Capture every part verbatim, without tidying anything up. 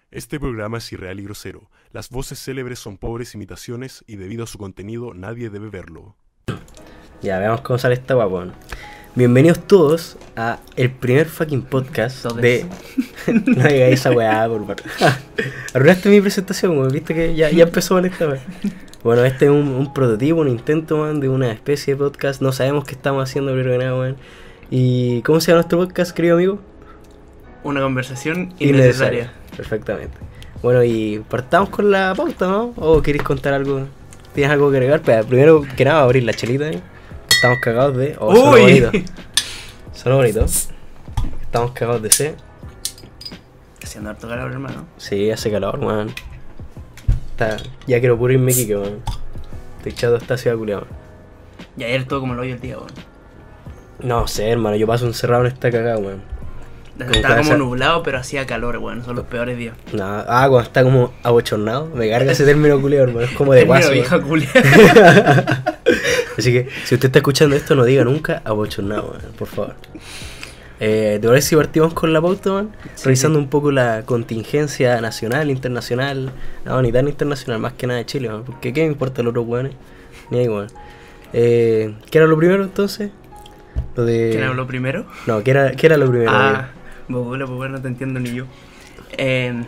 Este programa es irreal y grosero. Las voces célebres son pobres imitaciones y debido a su contenido nadie debe verlo. Ya, veamos cómo sale esta guapa. Bienvenidos todos a el primer fucking podcast Todes. de... No digas esa weá, por favor. Arruinaste mi presentación, weón. Viste que ya, ya empezó con esta weá. Bueno, este es un, un prototipo, un intento, man, de una especie de podcast. No sabemos qué estamos haciendo, pero nada, weón. ¿Y cómo se llama nuestro podcast, querido amigo? Una conversación innecesaria. Perfectamente. Bueno, y partamos con la pauta, ¿no? ¿O queréis contar algo? ¿Tienes algo que agregar? Pero primero que nada, abrir la chelita, ¿eh? Estamos cagados de... Oh, sonó ¡Uy! bonito. Sonó bonito. Estamos cagados de sed. Está haciendo harto calor, hermano. Sí, hace calor, man. Está... Ya quiero puro irme Quique, man. Estoy echado esta ciudad culiada, man. Y ayer todo como lo hoy el día, weón. No sé, hermano, yo paso encerrado en esta cagada, man. Como Estaba casa- como nublado, pero hacía calor, weón. Son los peores días. Nada, ah, cuando está como abochornado. Me carga ese término culiado, hermano. Es como de Término guaso. vieja man. culia. Así que, si usted está escuchando esto, no diga nunca abochornado, man, por favor. Eh, ¿Te parece si partimos con la pauta, man? Sí, Revisando sí. un poco la contingencia nacional, internacional. No, ni tan internacional, más que nada de Chile, man. Porque ¿qué me importa los otros weones? Ni ahí, weón. Eh, ¿Qué era lo primero, entonces? Lo de... ¿Quién habló primero? No, ¿qué era, qué era lo primero? Ah, bobula, pues bueno, no te entiendo ni yo. Eh,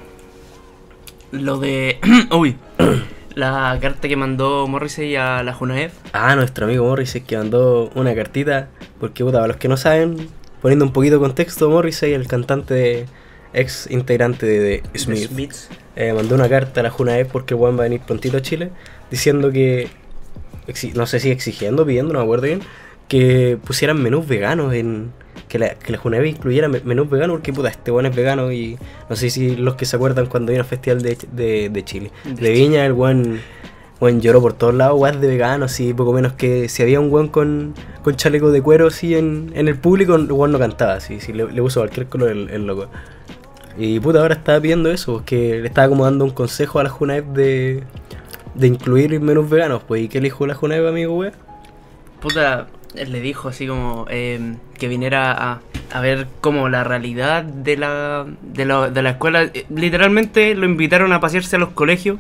lo de... Uy. La carta que mandó Morrissey a la Junaev. Ah, nuestro amigo Morrissey que mandó una cartita. Porque, puta, para los que no saben, poniendo un poquito de contexto, Morrissey, el cantante de, ex integrante de, de Smith, Smiths. eh, mandó una carta a la Junaev porque el weón va a venir prontito a Chile, diciendo que, exi- no sé si exigiendo, pidiendo, no me acuerdo bien, que pusieran menús veganos en... Que la, que la Junaev incluyera me- menús veganos porque, puta, este weón es vegano y no sé si los que se acuerdan cuando vino al Festival de, de, de Chile. De De Viña, el weón... Weón lloró por todos lados, weón de vegano, así, poco menos que si había un weón con, con chaleco de cuero así en, en el público, el weón no cantaba, así, si le, le puso cualquier color el, el loco. Y puta, ahora estaba pidiendo eso, porque le estaba como dando un consejo a la Junaev de, de incluir menús veganos, pues, ¿y qué le dijo la Junaev, amigo, weón? Puta, él le dijo así como eh, que viniera a, a ver como la realidad de la, de la, de la escuela. Eh, Literalmente lo invitaron a pasearse a los colegios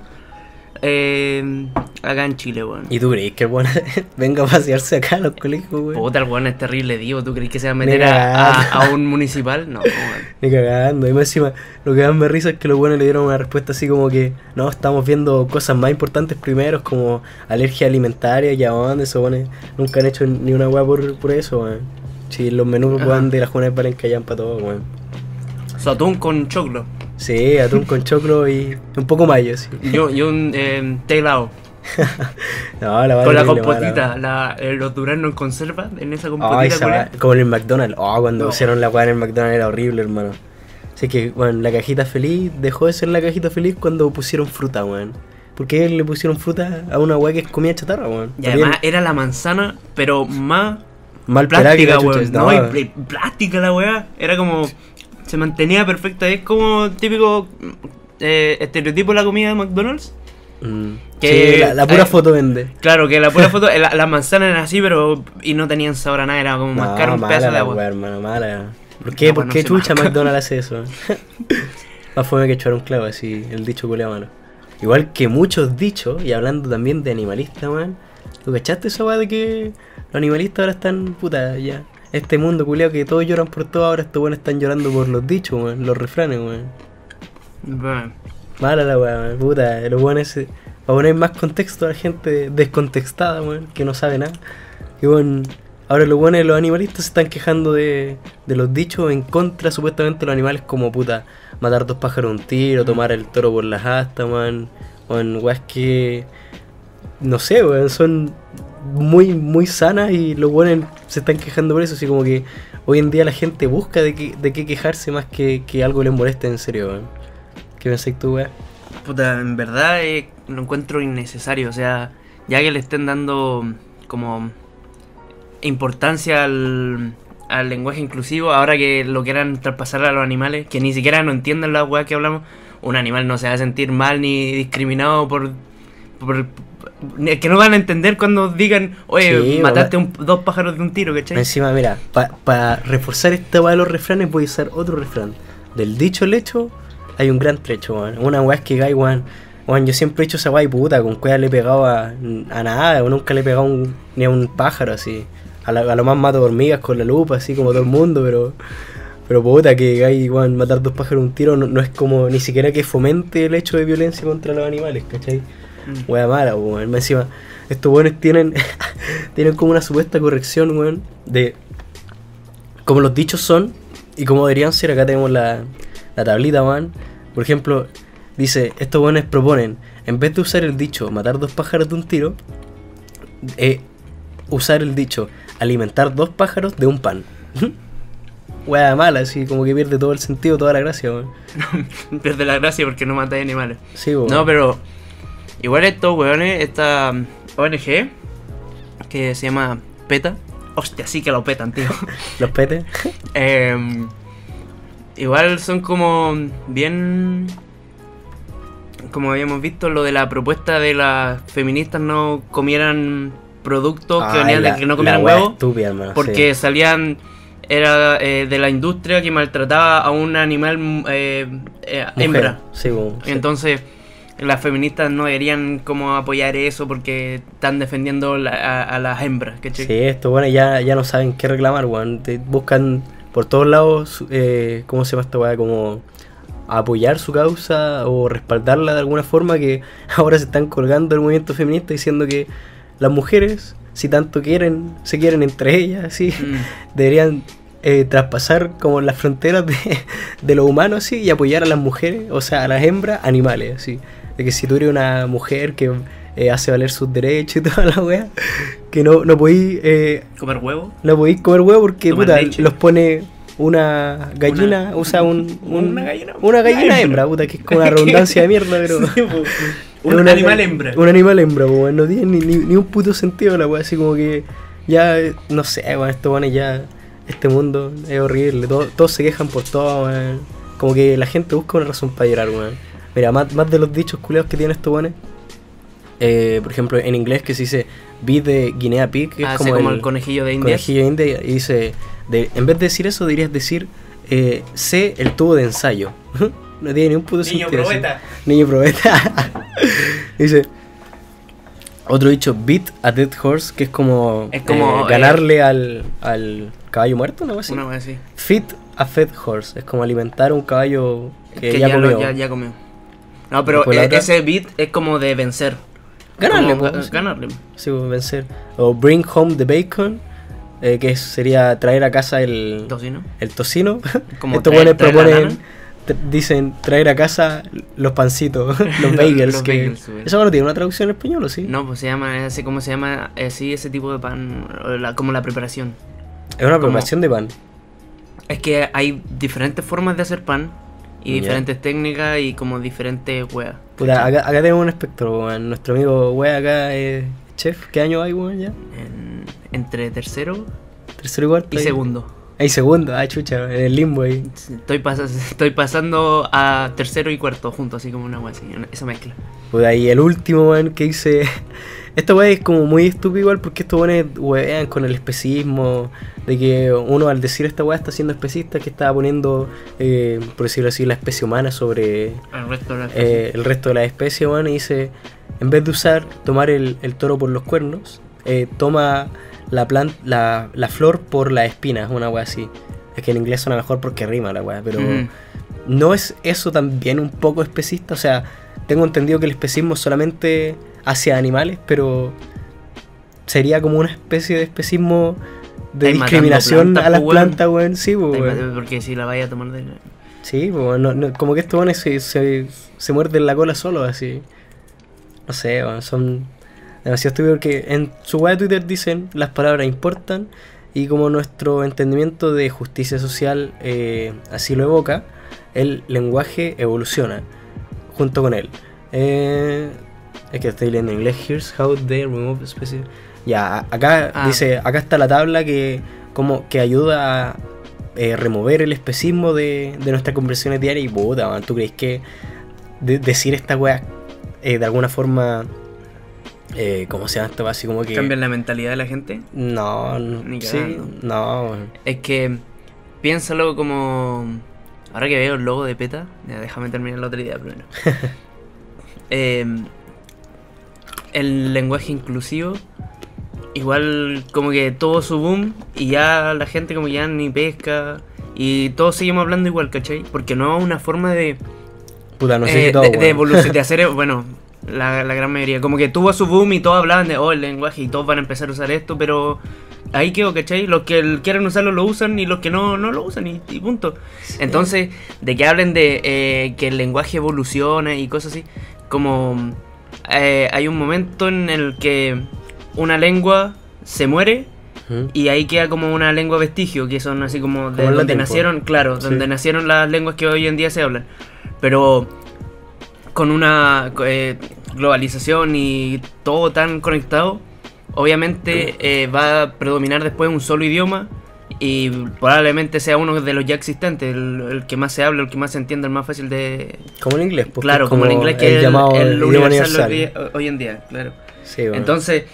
eh, acá en Chile, weón. ¿Y tú crees que el weón venga a pasearse acá a los colegios, weón? Puta, el weón es terrible, digo. ¿Tú crees que se va a meter Ni a, a, cagando. a un municipal? No, weón. Ni cagando, y más encima lo que más me risa es que los buenos le dieron una respuesta así como que no, estamos viendo cosas más importantes primero, como alergia alimentaria y a dónde esos buenos nunca han hecho ni una weá por, por eso, weón. Si los menús Ajá. weón de la Junaev valen callan para todo, weón. Su atún con choclo. Sí, atún con choclo y un poco mayo, sí. Yo, yo un eh, tailao. No, la Con la terrible compotita. mala. La, eh, los duraznos en conserva. En esa Ay, compotita, esa culia. weá, como en el McDonald's. Oh, cuando No. pusieron la weá en el McDonald's era horrible, hermano. Así que, bueno, la cajita feliz dejó de ser la cajita feliz cuando pusieron fruta, weón. ¿Por qué le pusieron fruta a una weá que comía chatarra, weón? Y además era la manzana, pero más mal pelada que plástica, la chucha, weón. no, No, y, y plástica la weá. Era como. Se mantenía perfecta. Es como típico eh, estereotipo de la comida de McDonald's. mm, que- sí, la, la pura eh, foto vende. Claro, que la pura foto, la- las manzanas eran así, pero. Y no tenían sabor a nada. Era como mascar un mala pedazo de la agua. weá, hermano, mala. ¿Por qué? La ¿Por weá no qué se chucha masca. McDonald's hace eso? Más fome que echar un clavo, así, el dicho culiao, mano. Igual que muchos dichos, y hablando también de animalistas, man. ¿Tú cachaste esa weá de que los animalistas ahora están, puta, ya? Este mundo culiao que todos lloran por todo, ahora estos weones están llorando por los dichos, weón, los refranes, weón. Bueno, Mala la weá, weón, puta, los weones, eh, para poner más contexto a la gente descontextada, weón, que no sabe nada. Y bueno, ahora los weones, los animalistas se están quejando de, de los dichos en contra supuestamente de los animales como, puta, matar dos pájaros de un tiro, tomar el toro por las astas, man. Weón, weas que, no sé, weón, son muy, muy sanas y los weones se están quejando por eso, así como que hoy en día la gente busca de, que, de qué quejarse más que, que algo les moleste en serio, weón. ¿Qué pensás tú, weón? puta, en verdad eh, lo encuentro innecesario. O sea, ya que le estén dando como importancia al, al lenguaje inclusivo, ahora que lo quieran traspasar a los animales, que ni siquiera no entienden la weá que hablamos, un animal no se va a sentir mal ni discriminado por... por es que no van a entender cuando digan, oye, Sí, mataste mamá. un- dos pájaros de un tiro, ¿cachai? Encima, mira, para reforzar esta weá de los refranes voy a usar otro refrán. Del dicho al hecho hay un gran trecho, weón. Una weá es que Guy, weón. Weón, yo siempre he hecho esa weá y puta, con cueva le he pegado a, a nada, weón, nunca le he pegado un, ni a un pájaro así. A, la, a lo más mato hormigas con la lupa, así como todo el mundo, pero. Pero puta, que Guy, weón, matar dos pájaros de un tiro no, no es como ni siquiera que fomente el hecho de violencia contra los animales, ¿cachai? Mm. Weá mala, weón. Más encima, estos weones tienen, tienen como una supuesta corrección, weón, de como los dichos son y como deberían ser. Acá tenemos la, la tablita, weón. Por ejemplo, dice, estos weones proponen, en vez de usar el dicho matar dos pájaros de un tiro, eh, usar el dicho alimentar dos pájaros de un pan. Weá mala, así como que pierde todo el sentido, toda la gracia, weón. Pierde la gracia porque no matáis animales. Sí, weón. No, pero igual estos weones, esta O N G que se llama PETA. Hostia, sí que lo petan, tío. ¿Los petes? eh, igual son como bien... Como habíamos visto, lo de la propuesta de las feministas no comieran productos que Ay, venían la, de que no comieran la huevos. Estúpida, hermano, Porque sí. salían... Era eh, de la industria que maltrataba a un animal eh, eh, hembra. Sí, bueno, sí. Entonces... Las feministas no deberían como apoyar eso porque están defendiendo la, a, a las hembras, ¿cachai? Sí, esto bueno, ya, ya no saben qué reclamar, weón. Te buscan por todos lados, eh, ¿cómo se llama esta weá? Como apoyar su causa o respaldarla de alguna forma, que ahora se están colgando del movimiento feminista diciendo que las mujeres, si tanto quieren, se quieren entre ellas, así, mm. deberían eh, traspasar como las fronteras de, de lo humano, así, y apoyar a las mujeres, o sea, a las hembras, animales, así. De que si tú eres una mujer que eh, hace valer sus derechos y toda la wea, que no, no podís... Eh, ¿Comer huevo? No podís comer huevo porque, puta, leche. Los pone una gallina, una, o sea, un, un, una gallina, una gallina hembra, puta, que es como una redundancia de mierda, pero... Sí, un una, animal hembra. Un animal hembra, pues, no tiene ni, ni, ni un puto sentido la wea, así como que ya, no sé, bueno, esto, bueno, ya, este mundo es horrible, todo, todos se quejan por todo, man. Como que la gente busca una razón para llorar, weón. Mira, más, más de los dichos culeados que tiene estos weones. Eh, por ejemplo, en inglés que se dice beat de Guinea Pig, que ah, es como, como el, el conejillo de India. Conejillo de India, y dice, de, en vez de decir eso, deberías decir, eh, sé el tubo de ensayo. No tiene ni un puto Niño sentido. probeta. Así. Niño probeta. Dice, otro dicho, beat a dead horse, que es como, es como eh, ganarle eh, al, al caballo muerto, ¿no? Así. Una vez así. Feed a fed horse, es como alimentar a un caballo que, que ya, ya, comió. Lo, ya, ya comió. No, pero eh, ese beat es como de vencer. Ganarle, como, pues, ganarle. Sí, pues, vencer. O bring home the bacon, eh, que sería traer a casa el tocino. El tocino. Como estos buenos proponen, t- dicen traer a casa los pancitos, los bagels. los que bagels ¿eso no tiene una traducción en español o sí? No, pues se llama, así como se llama, así ese tipo de pan, la, como la preparación. Es una como, preparación de pan. Es que hay diferentes formas de hacer pan. Y yeah. diferentes técnicas y como diferentes weas. Puta, acá, acá tenemos un espectro, weón. Nuestro amigo wea acá es chef. ¿Qué año hay, weón, ya? En, entre tercero, tercero y cuarto. Y ahí. segundo. Hay segundo, ah, chucha, en el limbo ahí. Estoy, pas estoy pasando a tercero y cuarto juntos, así como una wea así, esa mezcla. Puta, y el último, weón, que hice... Esta weá es como muy estúpido igual porque estos weones wean con el especismo, de que uno al decir esta weá está siendo especista, que estaba poniendo, eh, por decirlo así, la especie humana sobre el resto de la eh, el resto de la especie, weón, y dice, en vez de usar, tomar el, el toro por los cuernos, eh, toma la, plant, la, la flor por las espinas, una weá así. Es que en inglés suena mejor porque rima la weá, pero mm. ¿no es eso también un poco especista? O sea, tengo entendido que el especismo solamente... hacia animales, pero sería como una especie de especismo de Estáis discriminación plantas, a las po, plantas, weón. Sí, po, weón. Porque si la vaya a tomar de... Sí, po, no, no, como que estos weones se, se, se muerden la cola solo, así. No sé, weón, son demasiado estúpidos porque en su web de Twitter dicen las palabras importan y como nuestro entendimiento de justicia social eh, así lo evoca, el lenguaje evoluciona junto con él. Eh... Es que estoy leyendo en inglés. Here's how they remove species. Ya, acá ah. dice, acá está la tabla que como que ayuda a eh, remover el especismo de, de nuestras conversaciones diarias. Y puta, man, ¿tú crees que de, decir esta weá eh, de alguna forma, eh, ¿cómo se llama esto? Así como que... ¿Cambian la mentalidad de la gente? No, no. Ni sí, no. Es que piénsalo como... ahora que veo el logo de PETA, ya, déjame terminar la otra idea primero. eh, el lenguaje inclusivo, igual como que tuvo su boom y ya la gente como ya ni pesca y todos seguimos hablando igual, ¿cachai? Porque no es una forma de... Puta, no sé eh, si todo, de, de weón. evolución, de hacer, bueno, la, la gran mayoría, como que tuvo su boom y todos hablaban de, oh, el lenguaje y todos van a empezar a usar esto, pero ahí quedó, ¿cachai? Los que quieren usarlo lo usan y los que no, no lo usan y, y punto. Sí. Entonces, de que hablen de eh, que el lenguaje evoluciona y cosas así, como eh, hay un momento en el que una lengua se muere Ujú. y ahí queda como una lengua vestigio, que son así como de Como el donde latín, nacieron, po. claro, Sí. donde nacieron las lenguas que hoy en día se hablan. Pero con una eh, globalización y todo tan conectado, obviamente eh, va a predominar después un solo idioma y probablemente sea uno de los ya existentes, el, el que más se habla, el que más se entiende, el más fácil de... Como el inglés, pues, Claro, que es como el inglés que el es el, llamado el idioma universal, universal. hoy- hoy en día, claro. Sí, bueno. Entonces,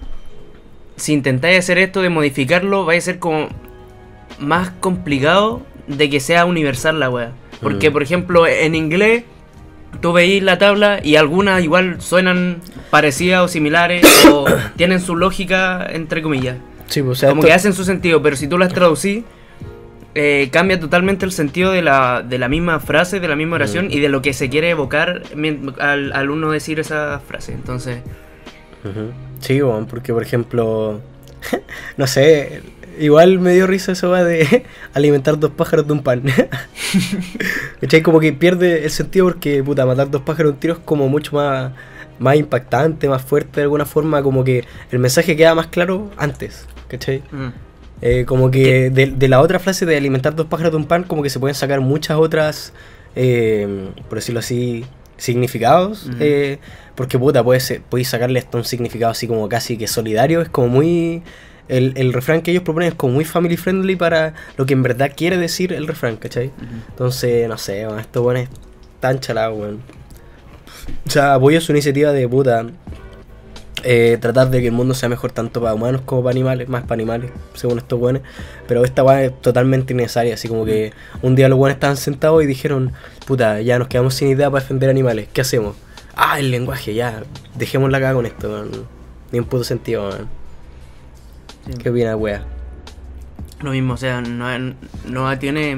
si intentáis hacer esto de modificarlo, va a ser como más complicado de que sea universal la wea. Porque, Mm. por ejemplo, en inglés, tú veis la tabla y algunas igual suenan parecidas o similares o tienen su lógica, entre comillas. Sí, pues, o sea, Como esto- que hacen su sentido, pero si tú las traducís, eh, cambia totalmente el sentido de la, de la misma frase, de la misma oración Mm. y de lo que se quiere evocar mien- al, al uno decir esa frase. Entonces... Ujú. Sí, bueno, porque por ejemplo, no sé, igual me dio risa eso va de alimentar dos pájaros de un pan. ¿Cachai? Como que pierde el sentido porque, puta, matar dos pájaros de un tiro es como mucho más, más impactante, más fuerte de alguna forma, como que el mensaje queda más claro antes, ¿cachai? mm. Eh, como que de, de la otra frase de alimentar dos pájaros de un pan, como que se pueden sacar muchas otras, eh, por decirlo así, significados. Ujú. eh, porque puta, puedes, puedes sacarle hasta un significado así como casi que solidario. Es como muy... El, el refrán que ellos proponen es como muy family friendly para lo que en verdad quiere decir el refrán, ¿cachai? Ujú. Entonces, no sé, bueno, esto bueno es tan chalado, weón. O sea, apoyo su iniciativa de puta. Eh, tratar de que el mundo sea mejor tanto para humanos como para animales, más para animales, según estos buenos. Pero esta weá es totalmente innecesaria, así como que un día los buenos estaban sentados y dijeron, puta, ya nos quedamos sin idea para defender animales, ¿qué hacemos? Ah, el lenguaje, ya, dejemos la caga con esto, weón. Ni un puto sentido, weón. Sí. ¿Qué opinas, weá? Lo mismo, o sea, no, no tiene...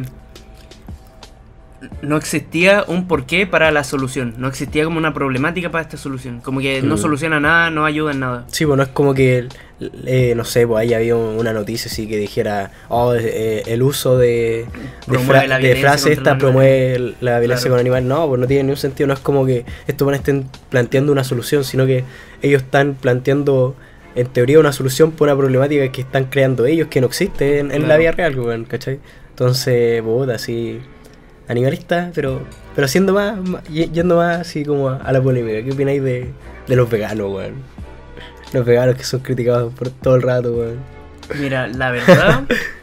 No existía un porqué para la solución. No existía como una problemática para esta solución. Como que no Mm. soluciona nada, no ayuda en nada. Sí, bueno, es como que, el- eh, no sé, pues ahí había una noticia así que dijera, oh, eh, el uso de, de, Promueve fra- la de violencia frase contra esta los promueve el- la violencia Claro. con animales. No, pues no tiene ningún sentido, no es como que estos van estén planteando una solución, sino que ellos están planteando, en teoría, una solución por una problemática que están creando ellos, que no existe en, en la Claro. vida real, weón, ¿cachai? Entonces, puta, así, animalista, pero pero siendo más, más- y- yendo más así como a, a la polémica. ¿Qué opináis de, de los veganos, weón? Los veganos que son criticados por todo el rato, weón. Mira, la verdad...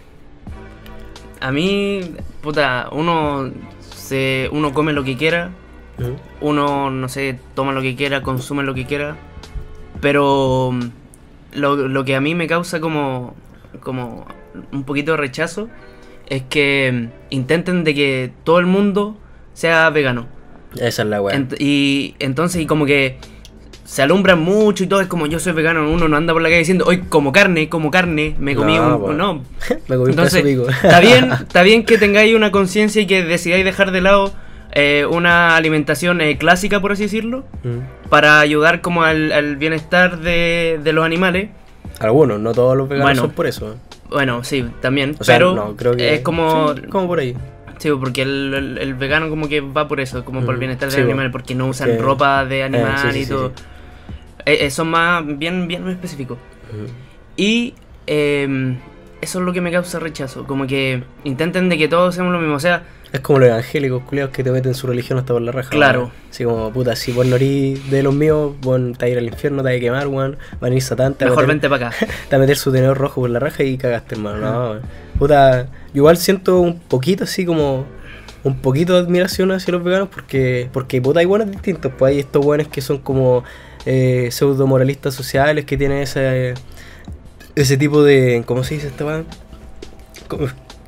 a mí, puta, uno, se, uno come lo que quiera. Ujú. Uno, no sé, toma lo que quiera, consume lo que quiera. Pero mm, lo, lo que a mí me causa como, como un poquito de rechazo es que mm, intenten de que todo el mundo sea vegano. Esa es la weá. Ent- y entonces, y como que se alumbran mucho y todo, es como yo soy vegano, uno no anda por la calle diciendo, hoy como carne, como carne, me comí No, un... po. No, Me comí un entonces, pedazo de pico. está bien, está bien que tengáis una conciencia y que decidáis dejar de lado eh, una alimentación eh, clásica, por así decirlo, Mm. para ayudar como al, al bienestar de, de los animales. Algunos, no todos los veganos Bueno. son por eso. ¿eh? Bueno, sí, también, O sea, pero no, creo que es como... sí, como por ahí. Sí, porque el, el- el vegano como que va por eso, como por el Ujú. bienestar Sí, de los bo. animales, porque no usan Que- ropa de animal sí, sí, y sí, todo. sí. Eh, eh, son más bien, bien específicos. Ujú. Y eh, eso es lo que me causa rechazo, como que intenten de que todos seamos lo mismo, o sea, Es como los evangélicos culiados que te meten su religión hasta por la raja. Claro. weón. Así como, puta, si vos no erís de los míos, vos te vas a ir al infierno, te vas a quemar, weón. Va a venir Satán, te va a mejor meter- vente para acá. te va a meter su tenedor rojo por la raja y cagaste, hermano. No, weón. Puta, yo igual siento un poquito así como. Un poquito de admiración hacia los veganos porque, porque puta, hay buenos distintos. Pues hay estos buenos que son como eh, pseudo moralistas sociales que tienen ese, ese tipo de. ¿Cómo se dice esta weón? Como-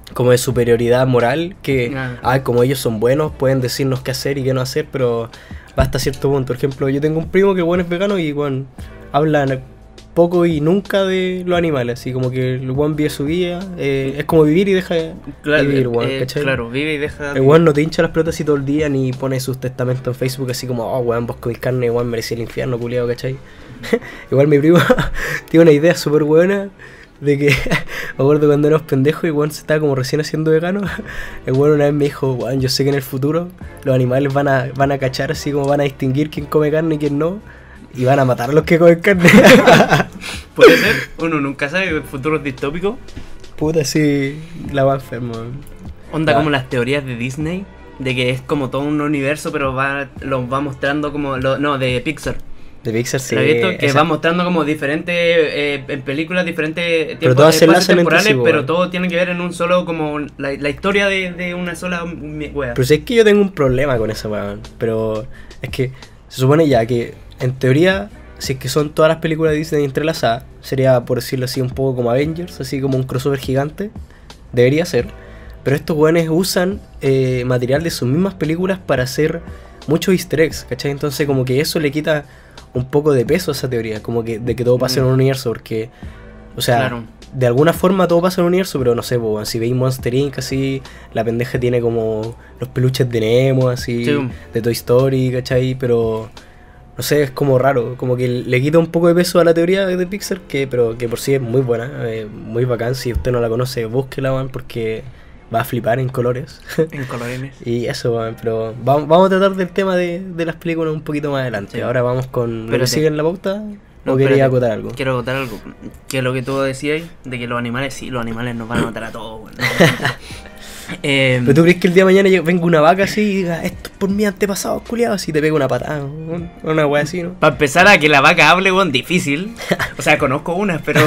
como de superioridad moral, que Ah. ah, como ellos son buenos, pueden decirnos qué hacer y qué no hacer, pero va hasta cierto punto. Por ejemplo, yo tengo un primo que bueno es vegano y bueno, hablan poco y nunca de los animales, así como que el weón vive su vida, eh, es como vivir y deja de Claro, vivir, weón, eh, ¿cachai? claro, vive y deja. El weón no te hincha las pelotas así todo el día ni pone sus testamentos en Facebook así como, oh weón, vos comís carne, weón, merecía el infierno, culiado, ¿cachai? Igual mi primo tiene una idea súper buena de que, me acuerdo cuando éramos pendejos y weón se estaba como recién haciendo vegano, el weón una vez me dijo, weón, yo sé que en el futuro los animales van a, van a cachar así como van a distinguir quién come carne y quién no, y van a matar a los que comen carne. Puede ser, uno nunca sabe, futuros distópicos. Puta, sí, la va enfermo. Onda Ah. como las teorías de Disney, de que es como todo un universo, pero va los va mostrando como. Lo, no, de Pixar. De Pixar sí. ¿Lo has visto? Que esa- va mostrando como diferentes. Eh, en películas, diferentes tiempos, todas se espacios enlazan entre temporales, sí, pero weón. todo tiene que ver en un solo. Como la, la historia de, de una sola mi- wea. Pero si es que yo tengo un problema con eso, weón. Pero es que se supone ya que, en teoría, si es que son todas las películas de Disney entrelazadas, sería, por decirlo así, un poco como Avengers, así como un crossover gigante. Debería ser. Pero estos weones usan eh, material de sus mismas películas para hacer muchos easter eggs, ¿cachai? Entonces como que eso le quita un poco de peso a esa teoría, como que de que todo pasa en un universo, porque, o sea, Claro. de alguna forma todo pasa en un universo, pero no sé, po, si veis Monster incorporated así, la pendeja tiene como los peluches de Nemo, así, Sí. de Toy Story, ¿cachai? Pero, no sé, es como raro, como que le quita un poco de peso a la teoría de Pixar, que pero que por sí es muy buena, eh, muy bacán. Si usted no la conoce, búsquela, man, porque va a flipar en colores. En colorines. Y eso, man, pero vamos, vamos a tratar del tema de, de las películas un poquito más adelante. Sí. Ahora vamos con lo que Espérate. sigue en la pauta. No, ¿O quería espérate. acotar algo? Quiero acotar algo. Que lo que tú decías, de que los animales, sí, los animales nos van a matar a todos, weón. eh, ¿Pero tú crees que el día de mañana venga una vaca así y diga, esto es por mis antepasados, culiados, y te pega una patada? un- Una wea así, ¿no? Para empezar a que la vaca hable, weón, difícil. O sea, conozco unas, pero.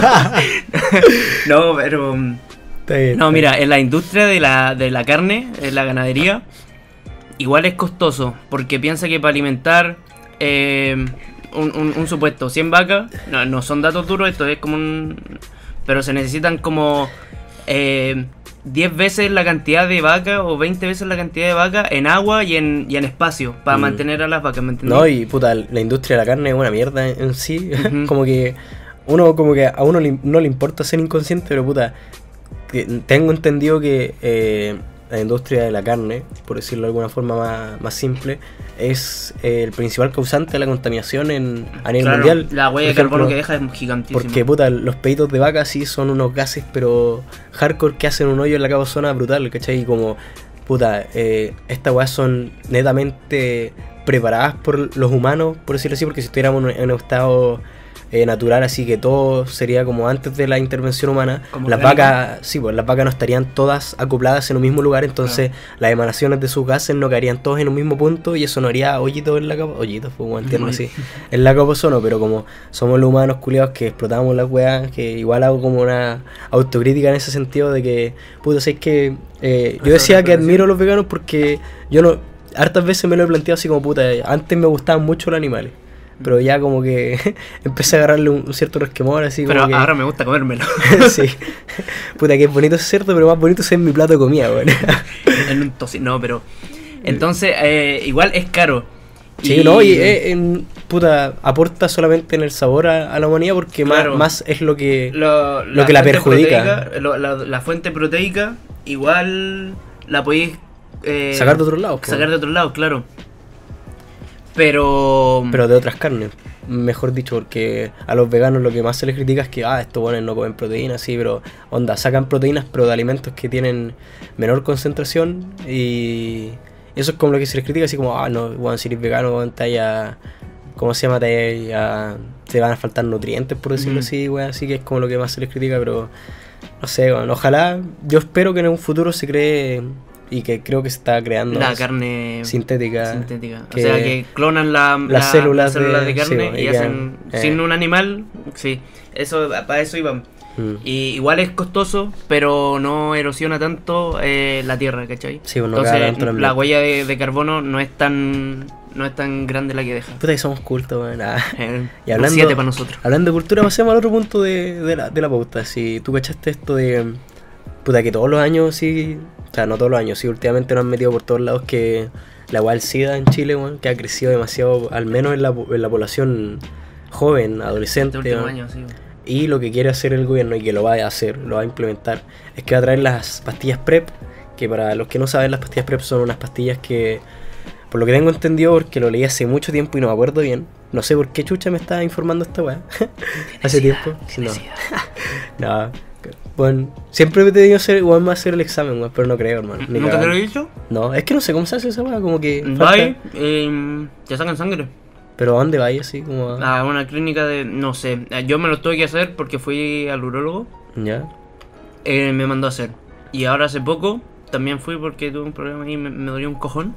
no, pero. Está bien, No, está mira, en la industria de la, de la carne, en la ganadería, igual es costoso. Porque piensa que para alimentar eh, un, un, un supuesto cien vacas, no, no son datos duros, esto es como un. Pero se necesitan como. Eh, diez veces la cantidad de vacas o veinte veces la cantidad de vacas en agua y en, y en espacio para Mm. mantener a las vacas, ¿me entendés? No, y puta, la industria de la carne es una mierda en, en sí. Ujú. Como que uno como que a uno le- no le importa ser inconsciente, pero puta, que tengo entendido que eh, la industria de la carne, por decirlo de alguna forma más, más simple, es eh, el principal causante de la contaminación en, a nivel Claro, mundial. la huella de Por ejemplo, carbono que deja es gigantísima. Porque puta, los peitos de vaca sí son unos gases, pero hardcore, que hacen un hoyo en la cabo zona brutal, ¿cachai? Y como, puta, eh, estas weas son netamente preparadas por los humanos, por decirlo así, porque si estuviéramos en un estado eh, natural, así que todo sería como antes de la intervención humana, Como las orgánico. vacas, sí, pues las vacas no estarían todas acopladas en un mismo lugar, entonces las emanaciones de sus gases no caerían todos en un mismo punto y eso no haría hoyitos en la capa, hoyitos, pues como entiendo así, en la capa ozono, pero como somos los humanos culiados que explotamos las weas, que igual hago como una autocrítica en ese sentido de que, puta, sé que eh, yo decía que admiro a los veganos porque yo no, hartas veces me lo he planteado así como, puta, antes me gustaban mucho los animales. Pero ya como que empecé a agarrarle un, un cierto resquemor, así como Pero que... ahora me gusta comérmelo. sí. Puta, que es bonito ese cerdo, pero más bonito es en mi plato de comida, weón. en un tosi- No, pero. Entonces, eh, igual es caro. Sí, no, y eh, en, puta, aporta solamente en el sabor a, a la humanidad porque Claro. más, más es lo que... Lo, lo que la fuente perjudica. proteica, lo- la, la fuente proteica, igual la podéis. eh, sacar de otros lados, po. sacar de otros lados, claro. Pero. Pero de otras carnes, mejor dicho, porque a los veganos lo que más se les critica es que, ah, estos buenos no comen proteínas, sí, pero onda, sacan proteínas, pero de alimentos que tienen menor concentración y eso es como lo que se les critica, así como, ah, no, bueno, si eres vegano, weón, te haya, ¿cómo se llama? Te, haya- te van a faltar nutrientes, por decirlo Ujú. así, weón, así que es como lo que más se les critica, pero no sé, weón, ojalá, yo espero que en un futuro se cree, y que creo que se está creando La carne sintética. sintética. que- O sea, que clonan la, la- las células las células de, de- carne sí, y y hacen. quedan, eh. Sin un animal, sí. Eso, para eso iban. Mm. Y igual es costoso, pero no erosiona tanto eh, la tierra, ¿cachai? Sí, pues no Entonces, caga tanto el la ambiente. huella de, de carbono no es tan no es tan grande la que deja. Puta que somos cultos, weón. Ah. Eh, Y un hablando- siete para nosotros. Hablando de cultura, pasemos al otro punto de, de, la, de la pauta. Si tú cachaste esto de... puta, que todos los años sí, o sea, no todos los años, sí, últimamente nos han metido por todos lados que la weá del SIDA en Chile, weón, que ha crecido demasiado, al menos en la, en la población joven, adolescente, Este último weón. año, sí. Y lo que quiere hacer el gobierno, y que lo va a hacer, lo va a implementar, es que va a traer las pastillas PrEP, que para los que no saben, las pastillas PrEP son unas pastillas que, por lo que tengo entendido, porque lo leí hace mucho tiempo y no me acuerdo bien, no sé por qué chucha me estaba informando esta weá, hace tiempo. No. No, bueno, siempre he tenido que hacer, weón, más hacer el examen, weón, pero no creo, hermano. ni ¿Nunca te lo cagando. he dicho? No, es que no sé cómo se hace esa weá, como que... Va falta- ahí, eh, te sacan sangre. Pero ¿a dónde va ahí así? Como a... A una clínica de, no sé, yo me lo tuve que hacer porque fui al urólogo, ¿Ya? eh, me mandó a hacer. Y ahora hace poco también fui porque tuve un problema y me, me dolió un cojón.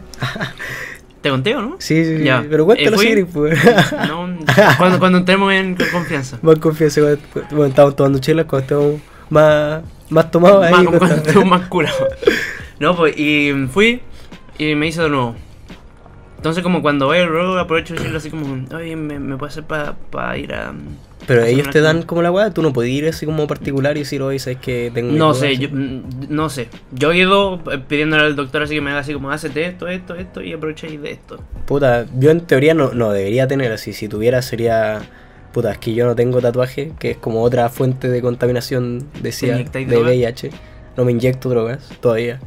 ¿Te conté o no? Sí, sí, sí, Ya. pero cuéntalo Eh, fui- si querés, pues. No, cuando, cuando entremos en confianza. Más confianza, cuando, cuando estamos tomando chelas, cuando estamos más, más tomados ahí. Más, cuando- cuando estuve más curado. No, pues, y fui y me hice de nuevo. Entonces, como cuando voy al urólogo, aprovecho de decirle así como, oye, ¿me, me puede hacer para pa ir a...? Pero hacer ellos una te dan clínica? como la weá, tú no puedes ir así como particular y decir, oye, sabes que tengo... No mis sé, dudas, yo, así. mm, no sé. Yo he ido eh, pidiéndole al doctor así que me haga así como, hacete esto, esto, esto y aprovechéis de esto. Puta, yo en teoría no, no debería tener así. Si tuviera sería... Puta, es que yo no tengo tatuaje, que es como otra fuente de contaminación, decía, de inyectáis droga? V I H. No me inyecto drogas, todavía.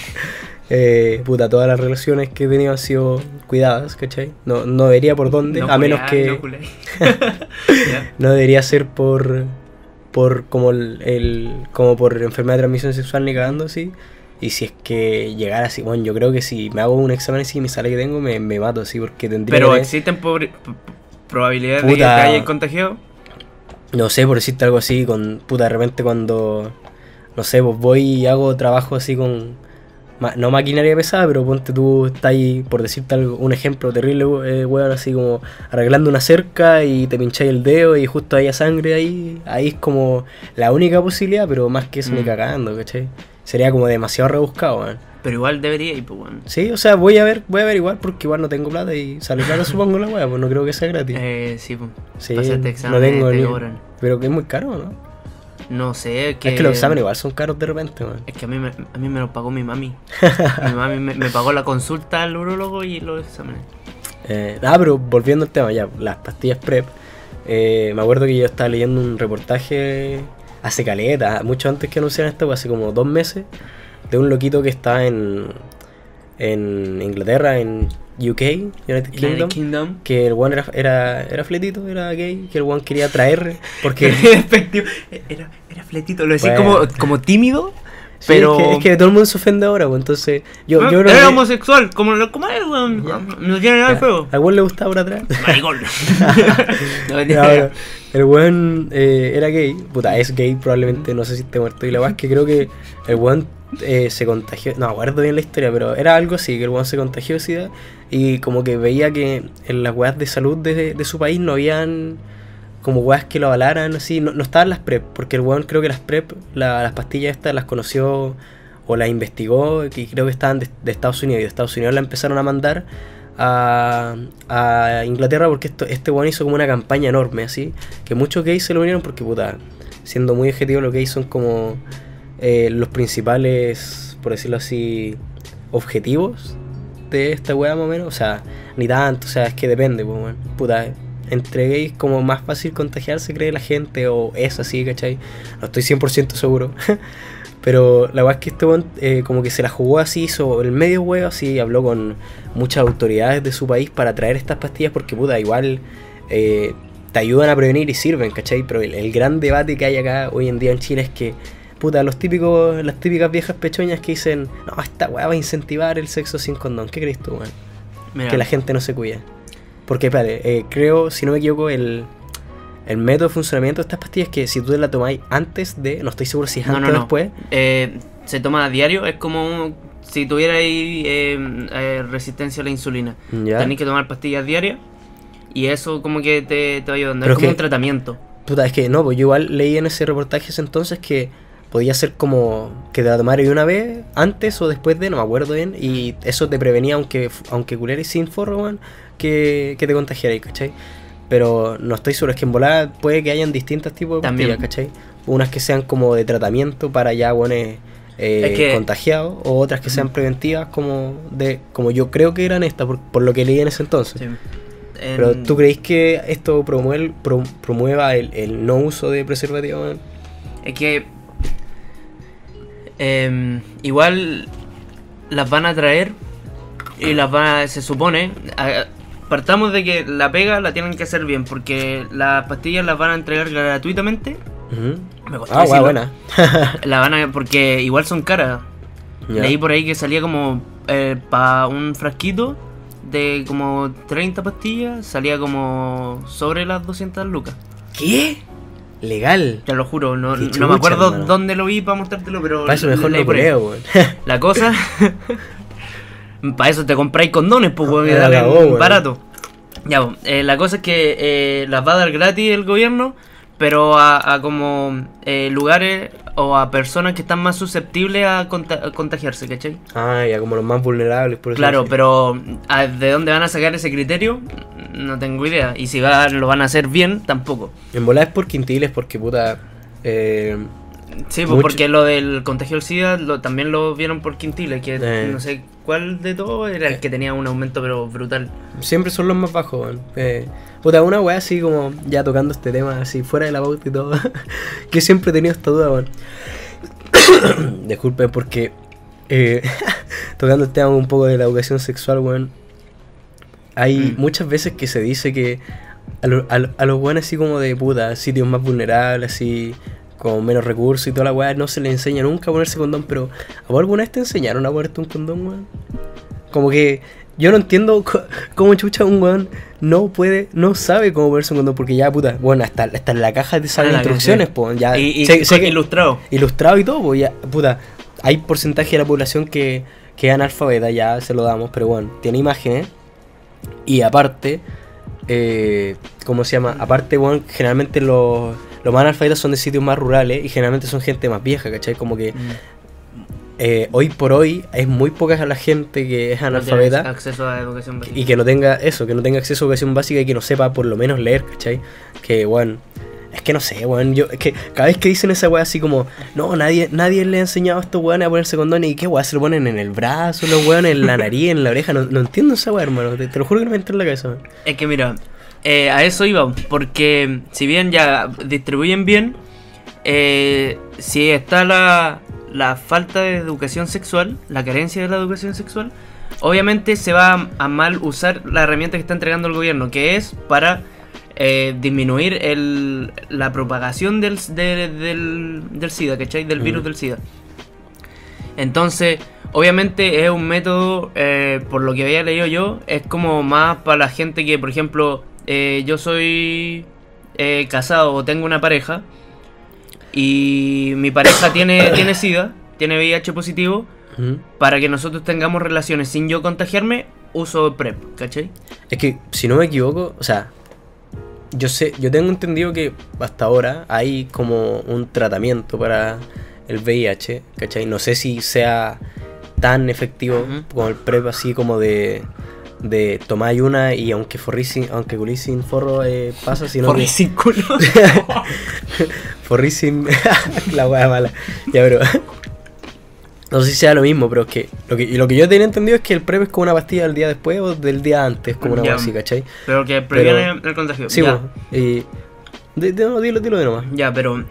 eh, puta, todas las relaciones que he tenido han sido cuidadas, ¿cachai? No, no debería por dónde, No a menos culeáis, que... no culeáis. Ya. No debería ser por por como el, el- como por enfermedad de transmisión sexual ni cagando así. Y si es que llegara así, bueno, yo creo que si me hago un examen así y me sale que tengo, me, me mato así porque tendría Pero que- existen pobri- p- p- probabilidades de que te Puta. hayas contagiado. no sé, por decirte algo así, con puta de repente cuando no sé, pues voy y hago trabajo así con ma- no maquinaria pesada, pero ponte tú estás ahí, por decirte algo, un ejemplo terrible, eh, weón, así como arreglando una cerca y te pincháis el dedo y justo haya sangre ahí, ahí es como la única posibilidad, pero más que eso ni Mm. cagando, ¿cachai? Sería como demasiado rebuscado, weón. Pero igual debería ir, pues bueno. Sí, o sea, voy a ver, voy a ver igual porque igual no tengo plata y sale caro supongo la weá, pues no creo que sea gratis. Eh, sí, pues. Sí, para hacerte exámenes no tengo te ni... cobran. Pero que es muy caro, ¿no? No sé, es que... Es que los exámenes igual son caros de repente, weón. Es que a mí me, a mí me lo pagó mi mami. Mi mami me, me pagó la consulta al urólogo y los exámenes. Eh, ah, pero volviendo al tema ya, las pastillas PrEP. eh, me acuerdo que yo estaba leyendo un reportaje hace caleta, mucho antes que anunciaran esto, hace como dos meses, de un loquito que está en, en Inglaterra, en U K, United Kingdom, Kingdom. que el one era, era, era fletito, era gay, que el one quería traer, porque... Qué despectivo. Era, era fletito, lo decía Bueno. como, como tímido, Sí, pero... es, que, es que todo el mundo se ofende ahora, pues entonces yo, Ah, yo creo era que homosexual, como, lo- como él, weón. Ya. No tiene nada de feo. al one le gustaba por atrás. Maricón. No, Ya, bueno, el weón eh, era gay, puta, es gay probablemente, no sé si esté muerto. Y la verdad es que creo que el weón eh, se contagió, no me acuerdo bien la historia, pero era algo así, que el weón se contagió de SIDA y como que veía que en las weas de salud de, de su país no habían como weas que lo avalaran, así, no, no estaban las PrEP, porque el weón creo que las PrEP, la- las pastillas estas las conoció o las investigó, que creo que estaban de, de Estados Unidos, y de Estados Unidos la empezaron a mandar a, a Inglaterra porque esto, este weón hizo como una campaña enorme, así, que muchos gays se lo unieron porque, puta, siendo muy objetivo, los gays son como eh, los principales, por decirlo así, objetivos de esta weá más o menos, o sea, ni tanto, o sea, es que depende, pues, weón, puta, entre gays como más fácil contagiarse cree la gente, o es así, ¿cachai? No estoy cien por ciento seguro. Pero la verdad es que este weón eh, como que se la jugó así, hizo el medio huevo así, habló con muchas autoridades de su país para traer estas pastillas porque puta, igual eh, te ayudan a prevenir y sirven, ¿cachai? Pero el, el gran debate que hay acá hoy en día en Chile es que, puta, los típicos, las típicas viejas pechoñas que dicen, no, esta weá va a incentivar el sexo sin condón. ¿Qué crees tú, weón? Mira, Que la gente no se cuida. Porque, espérate, eh, creo, si no me equivoco, el... El método de funcionamiento de estas pastillas es que si tú te la tomáis antes de, no estoy seguro si es no, antes no, o no. después, Eh, se toma a diario, es como si tuvierais eh, eh, resistencia a la insulina. ya. Tenéis que tomar pastillas diarias y eso como que te, te va ayudando. Pero es como que- un tratamiento. Puta, es que no, pues yo igual leí en ese reportaje ese entonces que podía ser como que te la tomaras una vez, antes o después de, no me acuerdo bien, y eso te prevenía, aunque aunque culierais sin forro, weón, que, que te contagiarais, ¿cachai? pero no estoy seguro, es que en volada puede que hayan distintos tipos de También. pastillas, ¿cachai? Unas que sean como de tratamiento para ya buenos eh, Es que- contagiados, o otras que sean preventivas como de como yo creo que eran estas, por, por lo que leí en ese entonces. Sí. Pero En- ¿tú creéis que esto promueve, pro- promueva el, el no uso de preservativo, weón? Es que em, igual las van a traer y las van a, se supone, a- partamos de que la pega la tienen que hacer bien, porque las pastillas las van a entregar gratuitamente. Ujú. Me costó Ah, guau, decirlo. buena. La van a, porque igual son caras. Ya. Leí por ahí que salía como para un frasquito de como treinta pastillas, salía como sobre las doscientas lucas. ¿Qué? Legal. Te lo juro, no, Qué no chucha, me acuerdo hermano. dónde lo vi para mostrártelo, pero Para eso mejor leí no por ahí. creo, weón. La cosa. Para eso te compráis condones, pues, weón, que Ah, la salen cagó, weón. barato. Ya, pues, eh, la cosa es que eh, las va a dar gratis el gobierno, pero a, a como eh, lugares o a personas que están más susceptibles a, conta- a contagiarse, ¿cachai? Ah, ya como los más vulnerables, por eso. Claro, decía. pero ¿a- ¿de dónde van a sacar ese criterio? No tengo idea. Y si va, lo van a hacer bien, tampoco. En volada es por quintiles, porque puta. Eh, Sí, pues Mucho- porque lo del contagio del SIDA lo, también lo vieron por quintiles, que Eh. no sé cuál de todos era el que tenía un aumento pero brutal. siempre son los más bajos, weón. Eh, puta, una weá así como ya tocando este tema, así fuera de la pauta y todo. Que siempre he tenido esta duda, weón. Disculpen porque. eh, tocando el tema un poco de la educación sexual, weón. Hay Mm. muchas veces que se dice que a, lo- a lo- a los weones así como de puta, sitios más vulnerables, así con menos recursos y toda la weá, no se les enseña nunca a ponerse condón, pero ¿a vos alguna vez te enseñaron a ponerte un condón, weón? Como que yo no entiendo co- cómo chucha un weón no puede, no sabe cómo ponerse un condón, porque ya puta, bueno, hasta, hasta en la caja te salen Ah, la instrucciones, caché. pues, ya y y sé- sé con que- ilustrado. ilustrado y todo, pues ya, puta, hay porcentaje de la población que, que es analfabeta, ya se lo damos, pero bueno, tiene imágenes. Y aparte, eh, ¿cómo se llama? Aparte, bueno, generalmente los, los más analfabetas son de sitios más rurales y generalmente son gente más vieja, ¿cachai? Como que eh, hoy por hoy es muy poca la gente que es No tienes analfabeta acceso a educación básica. y que no tenga eso, que no tenga acceso a educación básica y que no sepa por lo menos leer, ¿cachai? Que, bueno, es que no sé, weón, yo, es que cada vez que dicen esa weá así como, no, nadie, nadie le ha enseñado a estos weones a ponerse condón y qué weá, se lo ponen en el brazo, los weones, en la nariz, en la oreja, no, no entiendo esa weá, hermano, te, te lo juro que no me entra en la cabeza, weón. Es que mira, eh, a eso iba, porque si bien ya distribuyen bien, eh, si está la, la falta de educación sexual, la carencia de la educación sexual, obviamente se va a, a mal usar la herramienta que está entregando el gobierno, que es para eh, disminuir el, la propagación del, de- del, del SIDA, ¿cachai? Del Mm. virus del SIDA. Entonces, obviamente es un método, eh, por lo que había leído yo, es como más para la gente que, por ejemplo, eh, yo soy eh, casado o tengo una pareja y mi pareja tiene, tiene SIDA, tiene V I H positivo, Ujú. para que nosotros tengamos relaciones sin yo contagiarme, uso PrEP, ¿cachai? Es que, si no me equivoco, o sea, yo sé, yo tengo entendido que hasta ahora hay como un tratamiento para el V I H, ¿cachai? No sé si sea tan efectivo Ujú. como el PrEP, así como de, de tomar una y aunque forrí sin, aunque culís sin forro eh, pasa, sino Por que el círculo. forrí sin la hueá mala. Ya, pero no sé si sea lo mismo, pero es que lo que, y lo que yo tenía entendido es que el PrEP es como una pastilla del día después o del día antes, como una Ya. hueá así, ¿cachai? Pero que previene el contagio. Sí, ya. pues, y de, de- no, dilo, dilo de nomás. Ya, pero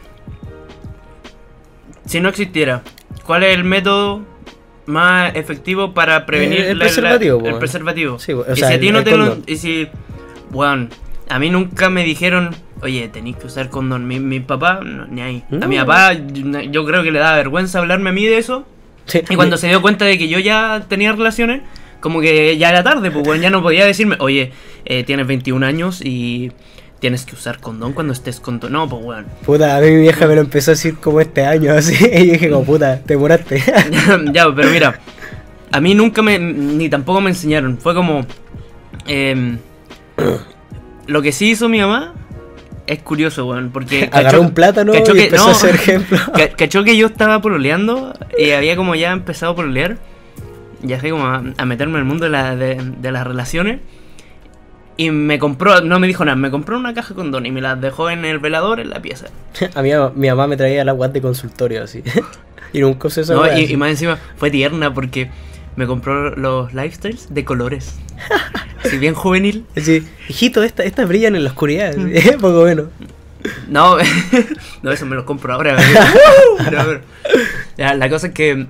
si no existiera, ¿cuál es el método más efectivo para prevenir El- el la- la- preservativo, po, el bueno. preservativo? Sí, o y sea, si a ti el- no el te lo, condón. y si, bueno, a mí nunca me dijeron, oye, tenéis que usar condón. Mi, mi papá, no, ni ahí. A mi No. papá, yo, yo creo que le da vergüenza hablarme a mí de eso. Sí, Y cuando se dio cuenta de que yo ya tenía relaciones, como que ya era tarde, pues bueno, ya no podía decirme, oye, eh, tienes veintiún años y tienes que usar condón cuando estés con tu... No, pues bueno. Puta, a mí mi vieja me lo empezó a decir como este año, así, y yo dije como, puta, te moraste. Ya, pero mira, a mí nunca me, ni tampoco me enseñaron. Fue como, em, lo que sí hizo mi mamá es curioso, weón, porque Agarró un plátano cachó y que- empezó no. a hacer ejemplo. ca- cachó que yo estaba pololeando y había como ya empezado a pololear, ya sé como a, a meterme en el mundo de, la- de, de las relaciones. y me compró, no me dijo nada, me compró una caja de condones y me las dejó en el velador en la pieza. A mí, mi mamá me traía la guas de consultorio así. Y nunca usé esa No, wea, y, así. y más encima fue tierna porque me compró los lifestyles de colores. Si bien juvenil. Así, hijito, esta- estas brillan en la oscuridad. Así, poco menos. No, no, eso me lo compro ahora. No, pero- ya, la cosa es que